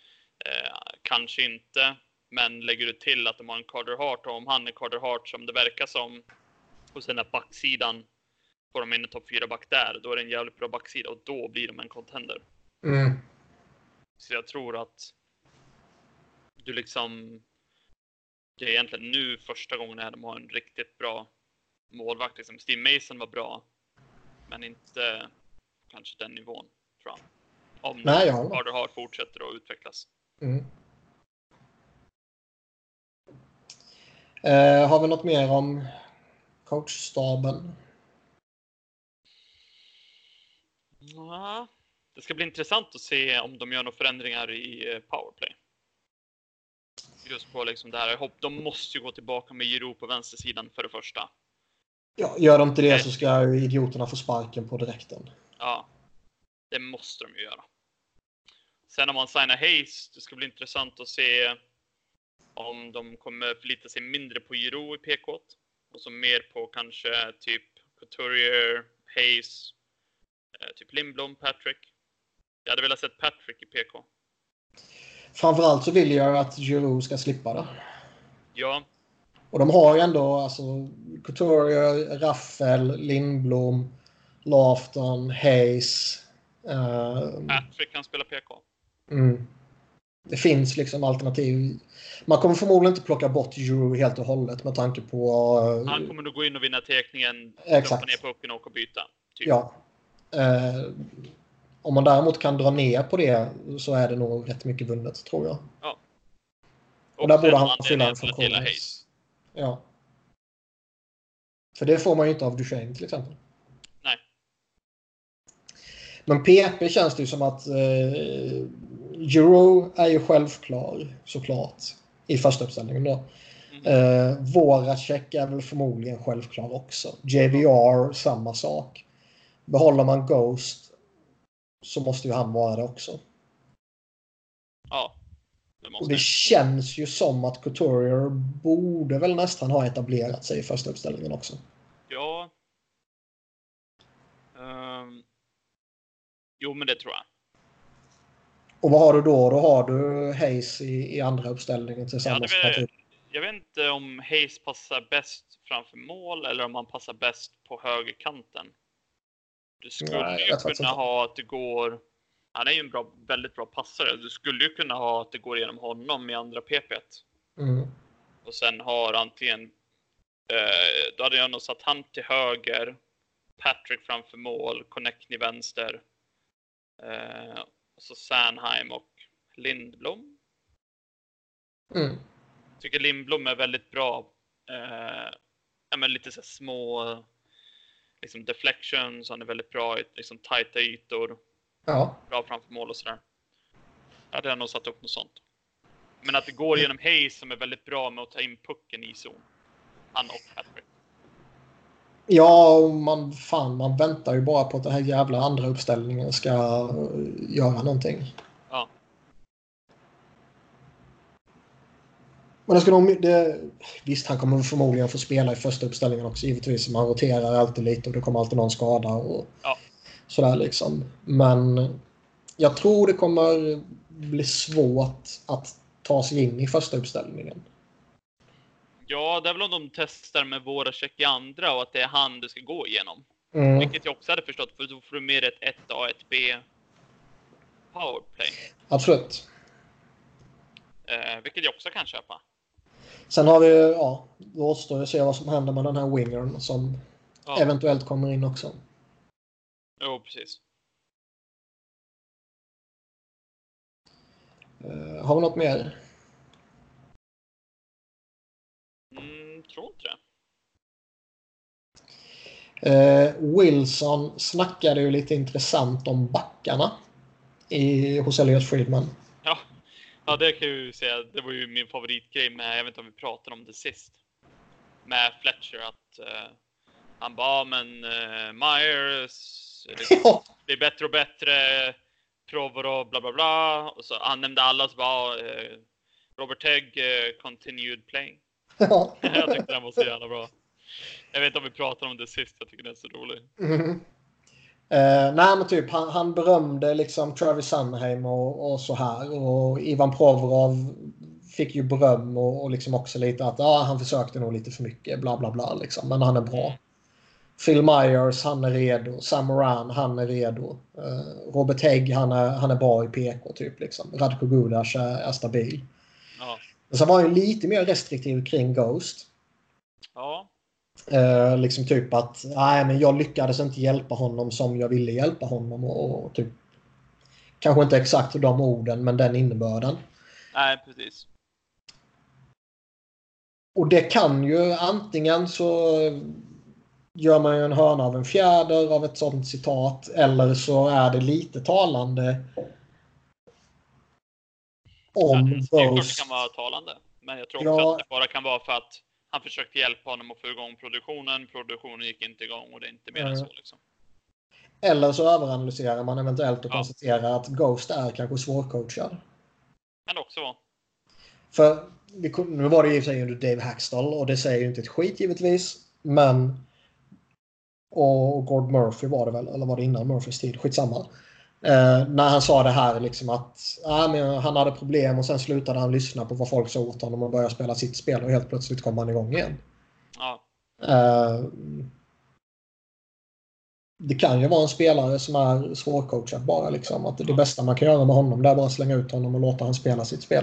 Speaker 2: kanske inte, men lägger du till att de har en Carter Hart, och om han är Carter Hart som det verkar som, och sen att backsidan får de in en topp 4 back där, då är det en jävligt bra backsida och då blir de en contender. Så jag tror att du liksom, det är egentligen nu första gången när de har en riktigt bra målvakt. Liksom Steve Mason var bra, men inte kanske den nivån, tror jag. Om Carter Hart fortsätter att utvecklas.
Speaker 1: Har vi något mer om coachstaben?
Speaker 2: Ja, det ska bli intressant att se om de gör några förändringar i powerplay. Just på liksom det här. De måste ju gå tillbaka med Giroux på vänstersidan för det första.
Speaker 1: Ja, gör de inte det så ska idioterna få sparken på direkten.
Speaker 2: Ja, det måste de ju göra. Sen om man signar Hayes, det ska bli intressant att se om de kommer förlita sig mindre på Giroux i PK och så mer på kanske typ Couturier, Hayes, typ Lindblom, Patrick. Jag hade velat sett Patrick i PK.
Speaker 1: Framförallt så vill jag att Giroux ska slippa det.
Speaker 2: Ja.
Speaker 1: Och de har ju ändå alltså Couturier, Raffel, Lindblom, Lafton, Hayes.
Speaker 2: Patrick kan spela PK.
Speaker 1: Det finns liksom alternativ. Man kommer förmodligen inte plocka bort Giroud helt och hållet med tanke på...
Speaker 2: Han kommer nog gå in och vinna tekningen,
Speaker 1: exakt.
Speaker 2: droppa ner pucken och byta. Typ.
Speaker 1: Ja. Om man däremot kan dra ner på det så är det nog rätt mycket vunnet, tror jag.
Speaker 2: Ja.
Speaker 1: Och där borde han fylla en funktion. Ja. För det får man ju inte av Duchene till exempel.
Speaker 2: Nej.
Speaker 1: Men PP känns det ju som att Euro är ju självklar såklart i första uppställningen då. Voracek är väl förmodligen självklar också. JVR samma sak. Behåller man Ghost så måste ju han vara det också.
Speaker 2: Ja.
Speaker 1: Och det känns ju som att Couturier borde väl nästan ha etablerat sig i första uppställningen också.
Speaker 2: Ja. Jo, men det tror jag.
Speaker 1: Och vad har du då? Då har du Hayes i andra uppställningen tillsammans med...
Speaker 2: Jag vet inte om Hayes passar bäst framför mål eller om han passar bäst på högerkanten. Du skulle ju kunna ha att det går... Han är ju en väldigt bra passare. Du skulle ju kunna ha att det går igenom honom i andra PP-et. Och sen har antingen... då hade jag nog satt han till höger. Patrick framför mål. Connectney vänster. Och så Sanheim och Lindblom. Jag tycker Lindblom är väldigt bra. Men lite så små liksom deflections. Han är väldigt bra i liksom tajta ytor.
Speaker 1: Ja.
Speaker 2: Bra framför mål och sådär. Ja, det har nog satt upp något sånt. Men att det går genom Hayes som är väldigt bra med att ta in pucken i zon. Han och Patrick.
Speaker 1: Ja, man väntar ju bara på att den här jävla andra uppställningen ska göra någonting.
Speaker 2: Ja.
Speaker 1: Men visst, han kommer förmodligen få spela i första uppställningen också. Givetvis, man roterar alltid lite och det kommer alltid någon skada och sådär liksom. Men jag tror det kommer bli svårt att ta sig in i första uppställningen.
Speaker 2: Ja, det är väl om de testar med Voracek i andra och att det är han du ska gå igenom. Vilket jag också hade förstått, för då får du med ett 1A, 1B powerplay.
Speaker 1: Absolut.
Speaker 2: Vilket jag också kan köpa.
Speaker 1: Sen har vi, då återstår att se vad som händer med den här wingern som eventuellt kommer in också.
Speaker 2: Jo, precis.
Speaker 1: Har vi något mer?
Speaker 2: Tror inte det.
Speaker 1: Wilson snackade ju lite intressant om backarna hos Elliot Friedman.
Speaker 2: Ja, det kan jag ju säga. Det var ju min favoritgrej med, jag vet inte om vi pratade om det sist. Med Fletcher att han bara, Myers det är bättre och bättre. Provorov, bla bla bla. Och så han nämnde alla, så bara Robert Tegg continued playing.
Speaker 1: Ja.
Speaker 2: Jag tyckte den var så jävla bra. Jag vet inte om vi pratade om det sist. Jag tycker den är så rolig.
Speaker 1: Nej, men typ han berömde liksom Travis Sanheim och så här. Och Ivan Provorov fick ju beröm och liksom också lite att han försökte nog lite för mycket, bla bla bla liksom. Men han är bra. Phil Myers, han är redo. Sam Moran, han är redo. Robert Hägg, han är bra i PK typ liksom. Radko Gudas är stabil.
Speaker 2: Ja.
Speaker 1: Men sen var han ju lite mer restriktiv kring Ghost.
Speaker 2: Ja.
Speaker 1: Liksom typ att men jag lyckades inte hjälpa honom som jag ville hjälpa honom och typ kanske inte exakt de orden, men den innebörden.
Speaker 2: Nej, precis.
Speaker 1: Och det kan ju antingen så gör man ju en hörna av en fjäder av ett sådant citat, eller så är det lite talande om
Speaker 2: Ghost. Det är klart det kan vara talande, men jag tror också att det bara kan vara för att han försökte hjälpa honom att få igång produktionen. Produktionen gick inte igång och det är inte mer än så liksom.
Speaker 1: Eller så överanalyserar man eventuellt och konstaterar att Ghost är kanske svårcoachad.
Speaker 2: Kan också vara.
Speaker 1: För nu var det ju i sig under Dave Hackstall och det säger ju inte ett skit givetvis. Men och Gord Murphy var det väl, eller var det innan Murphys tid? Skitsamma. När han sa det här liksom att men han hade problem och sen slutade han lyssna på vad folk sa åt honom och började spela sitt spel och helt plötsligt kom han igång igen.
Speaker 2: Ja.
Speaker 1: det kan ju vara en spelare som är svårcoachad bara liksom. Att det bästa man kan göra med honom det är bara att slänga ut honom och låta han spela sitt spel.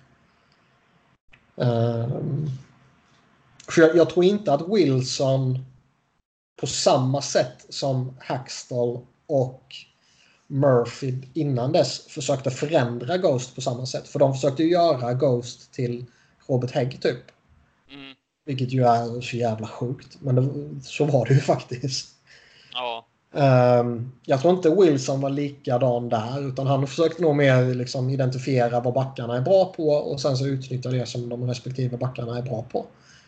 Speaker 1: För jag tror inte att Wilson på samma sätt som Hackstall och Murphy innan dess försökte förändra Ghost på samma sätt. För de försökte ju göra Ghost till Robert Hägg typ. Vilket ju är så jävla sjukt. Men så var det ju faktiskt.
Speaker 2: Ja.
Speaker 1: Jag tror inte Wilson var likadan där. Utan han försökte nog mer liksom identifiera vad backarna är bra på. Och sen så utnyttja det som de respektive backarna är bra på.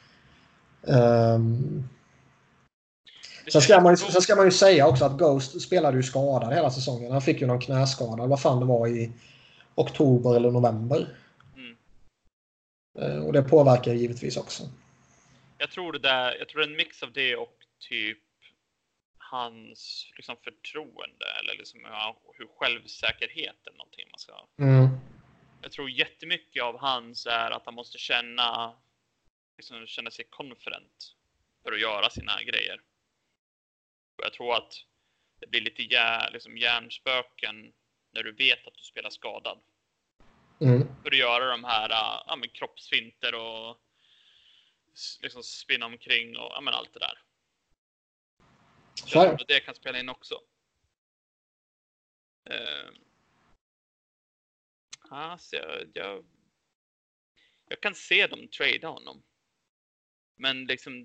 Speaker 1: Sen ska man ju säga också att Ghost spelade ju skadad hela säsongen. Han fick ju någon knäskada. Vad fan det var i oktober eller november. Och det påverkar givetvis också.
Speaker 2: Jag tror det är en mix av det och typ hans liksom förtroende eller liksom hur självsäkerhet eller någonting man ska. Jag tror jättemycket av hans är att han måste känna sig confident för att göra sina grejer. Och jag tror att det blir lite hjärnspöken när du vet att du spelar skadad. För att göra de här kroppsfinter och liksom spinna omkring och allt det där. Så det kan spela in också. Så jag kan se dem trada honom. Men liksom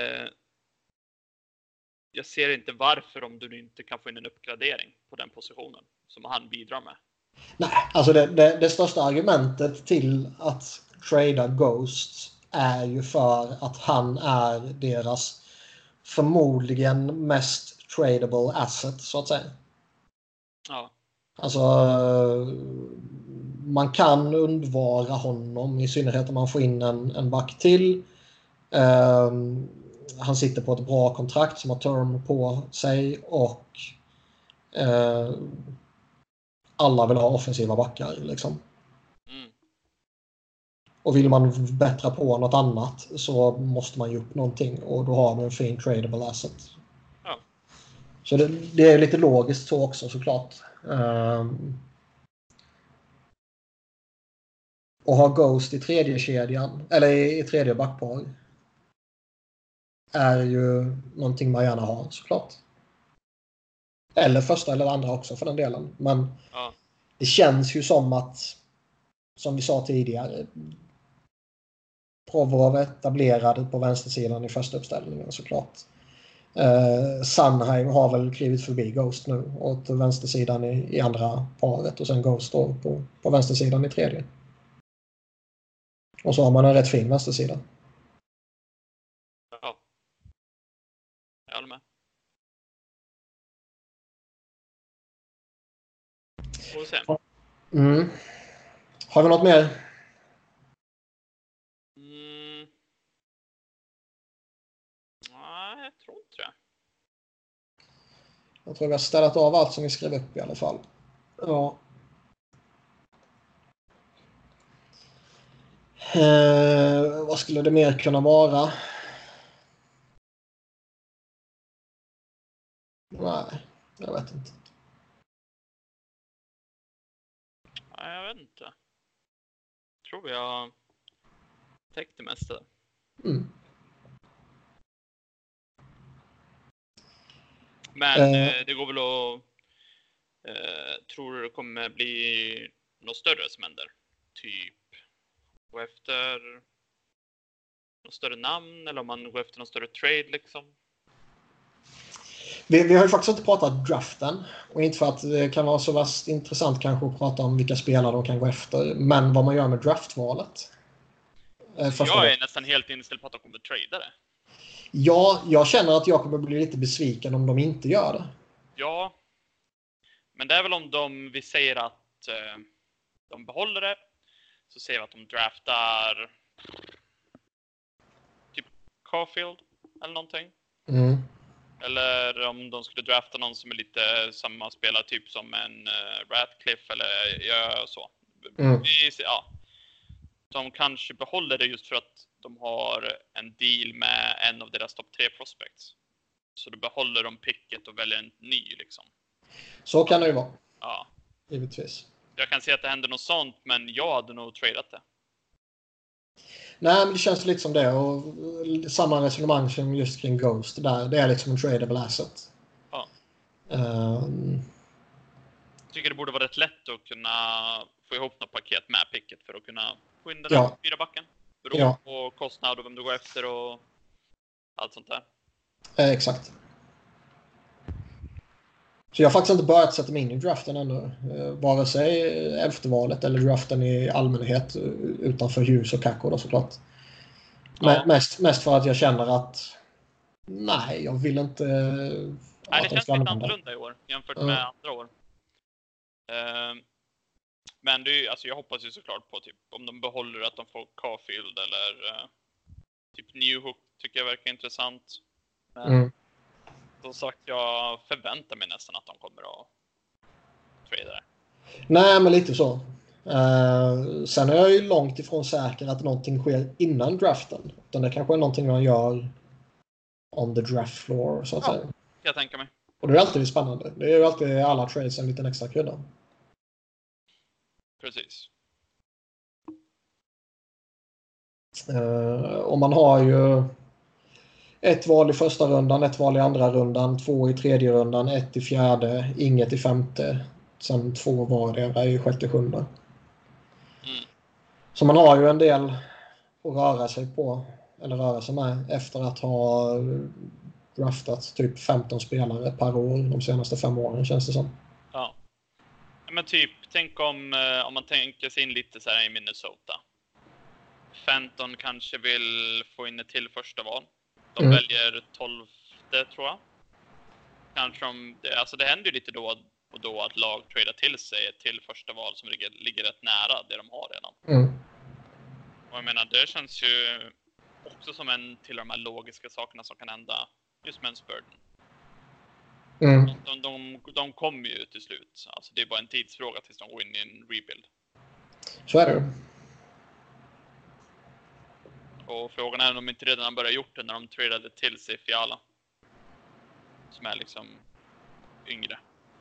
Speaker 2: jag ser inte varför om du inte kan få in en uppgradering på den positionen som han bidrar med.
Speaker 1: Nej, alltså det största argumentet till att trada Ghost är ju för att han är deras förmodligen mest tradable asset så att säga.
Speaker 2: Ja.
Speaker 1: Alltså man kan undvara honom i synnerhet om man får in en back till. Han sitter på ett bra kontrakt som har term på sig och alla vill ha offensiva backar liksom. Och vill man bättra på något annat så måste man ju upp någonting och då har man en fin tradable asset.
Speaker 2: Ja.
Speaker 1: Så det är lite logiskt så också såklart. Och ha Ghost i tredje kedjan eller i tredje backpar är ju någonting man gärna har såklart. Eller första eller andra också för den delen. Men det känns ju som att som vi sa tidigare Provorov etablerad på vänstersidan i första uppställningen såklart. Sanheim har väl klivit förbi Ghost nu åt vänstersidan i andra paret och sen Ghost då på vänstersidan i tredje. Och så har man en rätt fin vänstersida.
Speaker 2: Ja. Jag håller med. Får vi se.
Speaker 1: Har vi något mer?
Speaker 2: Nej, jag tror inte det.
Speaker 1: Jag tror vi har ställt av allt som vi skrev upp i alla fall. Ja. Vad skulle det mer kunna vara? Nej, jag vet inte.
Speaker 2: Nej, jag vet inte. Jag tror vi har täckt det mesta. Men det går väl att... tror du det kommer bli något större som händer? Typ gå efter något större namn eller om man går efter något större trade liksom?
Speaker 1: Vi har ju faktiskt inte pratat draften och inte för att det kan vara så vast intressant kanske att prata om vilka spelare de kan gå efter, men vad man gör med draftvalet.
Speaker 2: Jag är nästan helt inställd på att de kommer trada det.
Speaker 1: Ja, jag känner att jag kommer bli lite besviken om de inte gör det.
Speaker 2: Ja, men det är väl om vi säger att de behåller det, så säger vi att de draftar typ Caulfield eller någonting. Eller om de skulle drafta någon som är lite samma spelare typ som en Ratcliffe eller så. Ja. De kanske behåller det just för att de har en deal med en av deras topp 3 prospects. Så då behåller de picket och väljer en ny liksom.
Speaker 1: Så kan det ju vara.
Speaker 2: Ja.
Speaker 1: Givetvis.
Speaker 2: Jag kan se att det händer något sånt, men jag hade nog tradat det.
Speaker 1: Nej, men det känns lite som det. Och samma resonemang som just kring Ghost. Där. Det är liksom en tradable asset.
Speaker 2: Ja. Jag tycker det borde vara rätt lätt att kunna få ihop något paket med picket för att kunna få in den här 4 backen. Beroende på kostnad och vem du går efter och allt sånt där.
Speaker 1: Exakt. Så jag har faktiskt inte börjat sätta mig in i draften ännu. Vare sig 11:e valet eller draften i allmänhet utanför Hughes och Kakko då, såklart. Ja. Mest för att jag känner att nej, jag vill inte
Speaker 2: nej, det känns lite annorlunda i år jämfört med andra år. Men det är, alltså jag hoppas ju såklart på typ om de behåller att de får Caulfield eller typ Newhook tycker jag verkar intressant. Men som sagt, jag förväntar mig nästan att de kommer att trada det.
Speaker 1: Nej, men lite så. Sen är jag ju långt ifrån säker att någonting sker innan draften. Utan det kanske är någonting man gör on the draft floor, så att säga.
Speaker 2: Jag tänker mig.
Speaker 1: Och det är alltid spännande. Det är ju alltid alla trades en liten extra krydda.
Speaker 2: Precis.
Speaker 1: Och man har ju ett val i första rundan, ett val i andra rundan, 2 i tredje rundan, 1 i fjärde, inget i femte. Sen 2 vardera i sjätte, sjunde. Så man har ju en del att röra sig på. Eller röra sig med efter att ha draftat typ 15 spelare per år de senaste 5 åren, känns det som.
Speaker 2: Ja. Men typ, tänk om man tänker sig in lite så här i Minnesota. Fenton kanske vill få in ett till första val. De väljer 12:e, tror jag. Kanske alltså det händer ju lite då och då att lag tradar till sig ett till första val som ligger rätt nära det de har redan. Och jag menar, det känns ju också som en till de här logiska sakerna som kan hända just med en Spurgeon. De kommer ju till slut. Alltså det är bara en tidsfråga tills de går in i en rebuild.
Speaker 1: Så är det.
Speaker 2: Och frågan är om de inte redan började gjort det när de tradade till sig Fiala. Som är liksom yngre.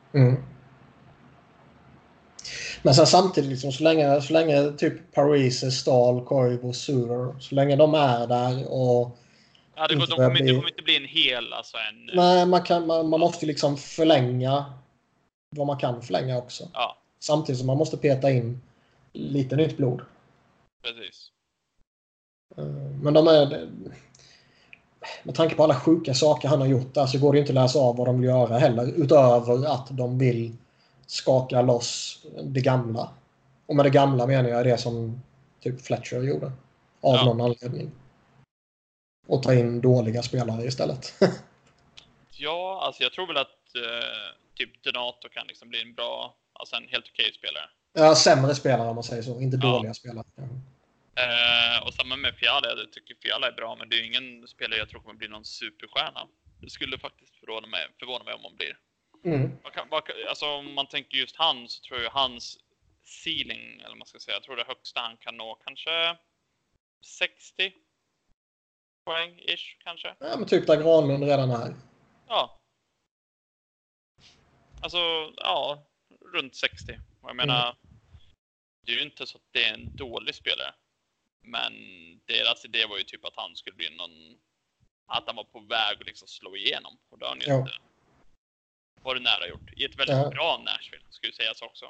Speaker 1: Men sen samtidigt liksom, så länge typ Parise, Stahl, Koivu, Suter, så länge de är där och
Speaker 2: ja, det kommer inte bli en hel alltså en.
Speaker 1: Nej, man måste liksom förlänga vad man kan förlänga också.
Speaker 2: Ja.
Speaker 1: Samtidigt som man måste peta in lite nytt blod.
Speaker 2: Precis.
Speaker 1: Men de är med tanke på alla sjuka saker han har gjort där så går det inte att läsa av vad de vill göra heller utöver att de vill skaka loss det gamla. Och med det gamla menar jag det som typ Fletcher gjorde. Av någon anledning. Och ta in dåliga spelare istället.
Speaker 2: Ja, alltså jag tror väl att typ Donato kan liksom bli en bra, alltså en helt okej spelare.
Speaker 1: Ja, sämre spelare om man säger så. Inte dåliga spelare.
Speaker 2: Och samma med Fiala. Jag tycker Fiala är bra, men det är ingen spelare jag tror kommer bli någon superstjärna. Det skulle faktiskt förvåna mig om man blir. Alltså om man tänker just han så tror jag hans ceiling, eller man ska säga, jag tror det högsta han kan nå kanske 60 poäng-ish kanske.
Speaker 1: Ja, men typ där Granlund redan är.
Speaker 2: Ja. Alltså, ja, runt 60. Och jag menar, det är ju inte så att det är en dålig spelare. Men deras idé var ju typ att han skulle bli någon, att han var på väg att liksom slå igenom. Och då har han ju inte varit nära gjort. I ett väldigt bra Nashville, skulle sägas också.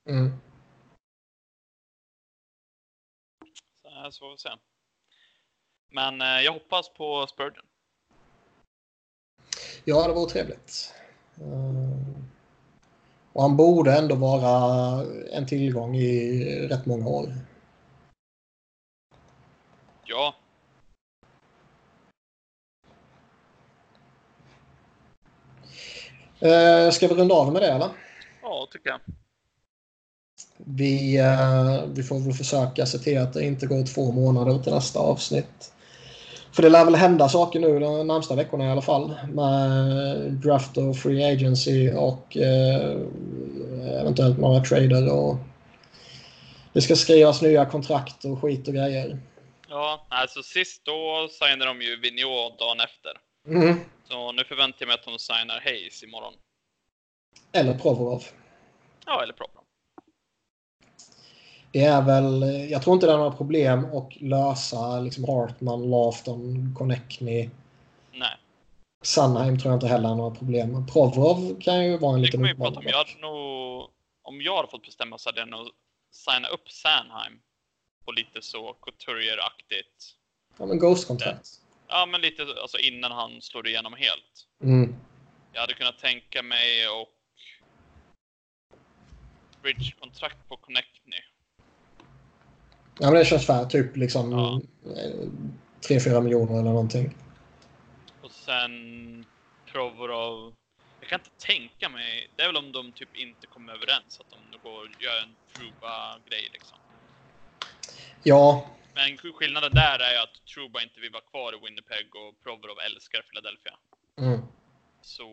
Speaker 2: Så får vi se. Men jag hoppas på Spurgeon.
Speaker 1: Ja, det var trevligt. Och han borde ändå vara en tillgång i rätt många år.
Speaker 2: Ja.
Speaker 1: Ska vi runda av med det, eller?
Speaker 2: Ja, tycker jag.
Speaker 1: Vi får väl försöka se till att det inte går 2 månader till nästa avsnitt. För det lär väl hända saker nu de närmsta veckorna i alla fall. Med draft och free agency och eventuellt några trader. Och det ska skrivas nya kontrakt och skit och grejer.
Speaker 2: Ja, alltså sist då signade de ju Vigneault dagen efter. Så nu förväntar jag mig att de signar Hayes imorgon.
Speaker 1: Eller Provorov.
Speaker 2: Ja, eller Provorov.
Speaker 1: Det är väl, jag tror inte det är några problem att lösa liksom Hartman, Lafton, Konechny.
Speaker 2: Nej.
Speaker 1: Sanheim tror jag inte heller har några problem. Provorov kan ju vara en liten
Speaker 2: utmaning. Om jag hade fått bestämma så hade jag nog signa upp Sanheim på lite så Couturier-aktigt.
Speaker 1: Ja, men Ghost-kontrakt.
Speaker 2: Ja, men lite alltså innan han slår igenom helt.
Speaker 1: Mm.
Speaker 2: Jag hade kunnat tänka mig och bridge-kontrakt på Konechny.
Speaker 1: Ja, men det känns fair. Typ liksom 3-4 miljoner eller någonting.
Speaker 2: Och sen Provorov. Jag kan inte tänka mig. Det är väl om de typ inte kommer överens att de går och gör en Trouba-grej liksom.
Speaker 1: Ja.
Speaker 2: Men skillnaden där är ju att Trouba inte vill vara kvar i Winnipeg och Provorov älskar Philadelphia.
Speaker 1: Mm.
Speaker 2: Så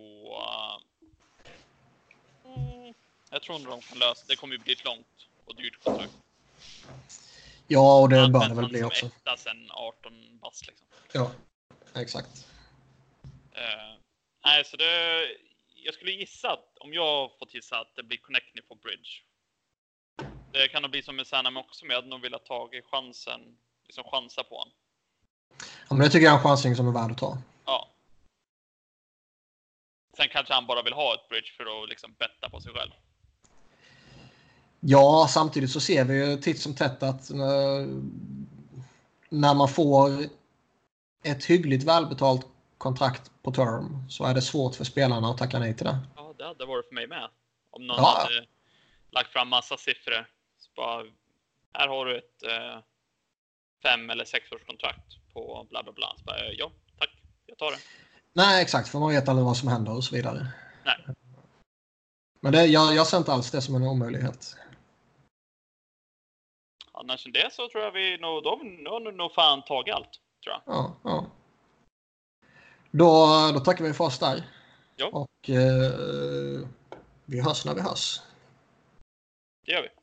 Speaker 2: jag tror inte de kan lösa. Det kommer ju bli ett långt och dyrt kontrakt.
Speaker 1: Ja, och det bör det väl bli också.
Speaker 2: Etta sen 18 bast liksom.
Speaker 1: Ja, exakt.
Speaker 2: Nej, så det... Jag skulle gissa att, om jag får gissa att det blir Konechny på bridge. Det kan nog bli som med Sanheim också, men jag hade nog velat ta chansen, liksom chansa på honom.
Speaker 1: Ja, men det tycker jag är en chansning som är värd att ta.
Speaker 2: Ja. Sen kanske han bara vill ha ett bridge för att liksom betta på sig själv.
Speaker 1: Ja, samtidigt så ser vi ju titt som tätt att när man får ett hyggligt välbetalt kontrakt på term så är det svårt för spelarna att tacka nej till det.
Speaker 2: Ja, det hade varit för mig med. Om någon hade lagt fram massa siffror. Så bara, här har du ett 5 eller 6 års kontrakt på bla bla bla. Så bara, ja, tack. Jag tar det.
Speaker 1: Nej, exakt. För man vet aldrig vad som händer och så vidare.
Speaker 2: Nej.
Speaker 1: Men jag ser inte alls det som en omöjlighet.
Speaker 2: Annars än det så tror jag vi nog fan tagit allt, tror jag.
Speaker 1: Ja. Då tackar vi för oss där.
Speaker 2: Ja.
Speaker 1: Och vi hörs när vi hörs.
Speaker 2: Det gör vi.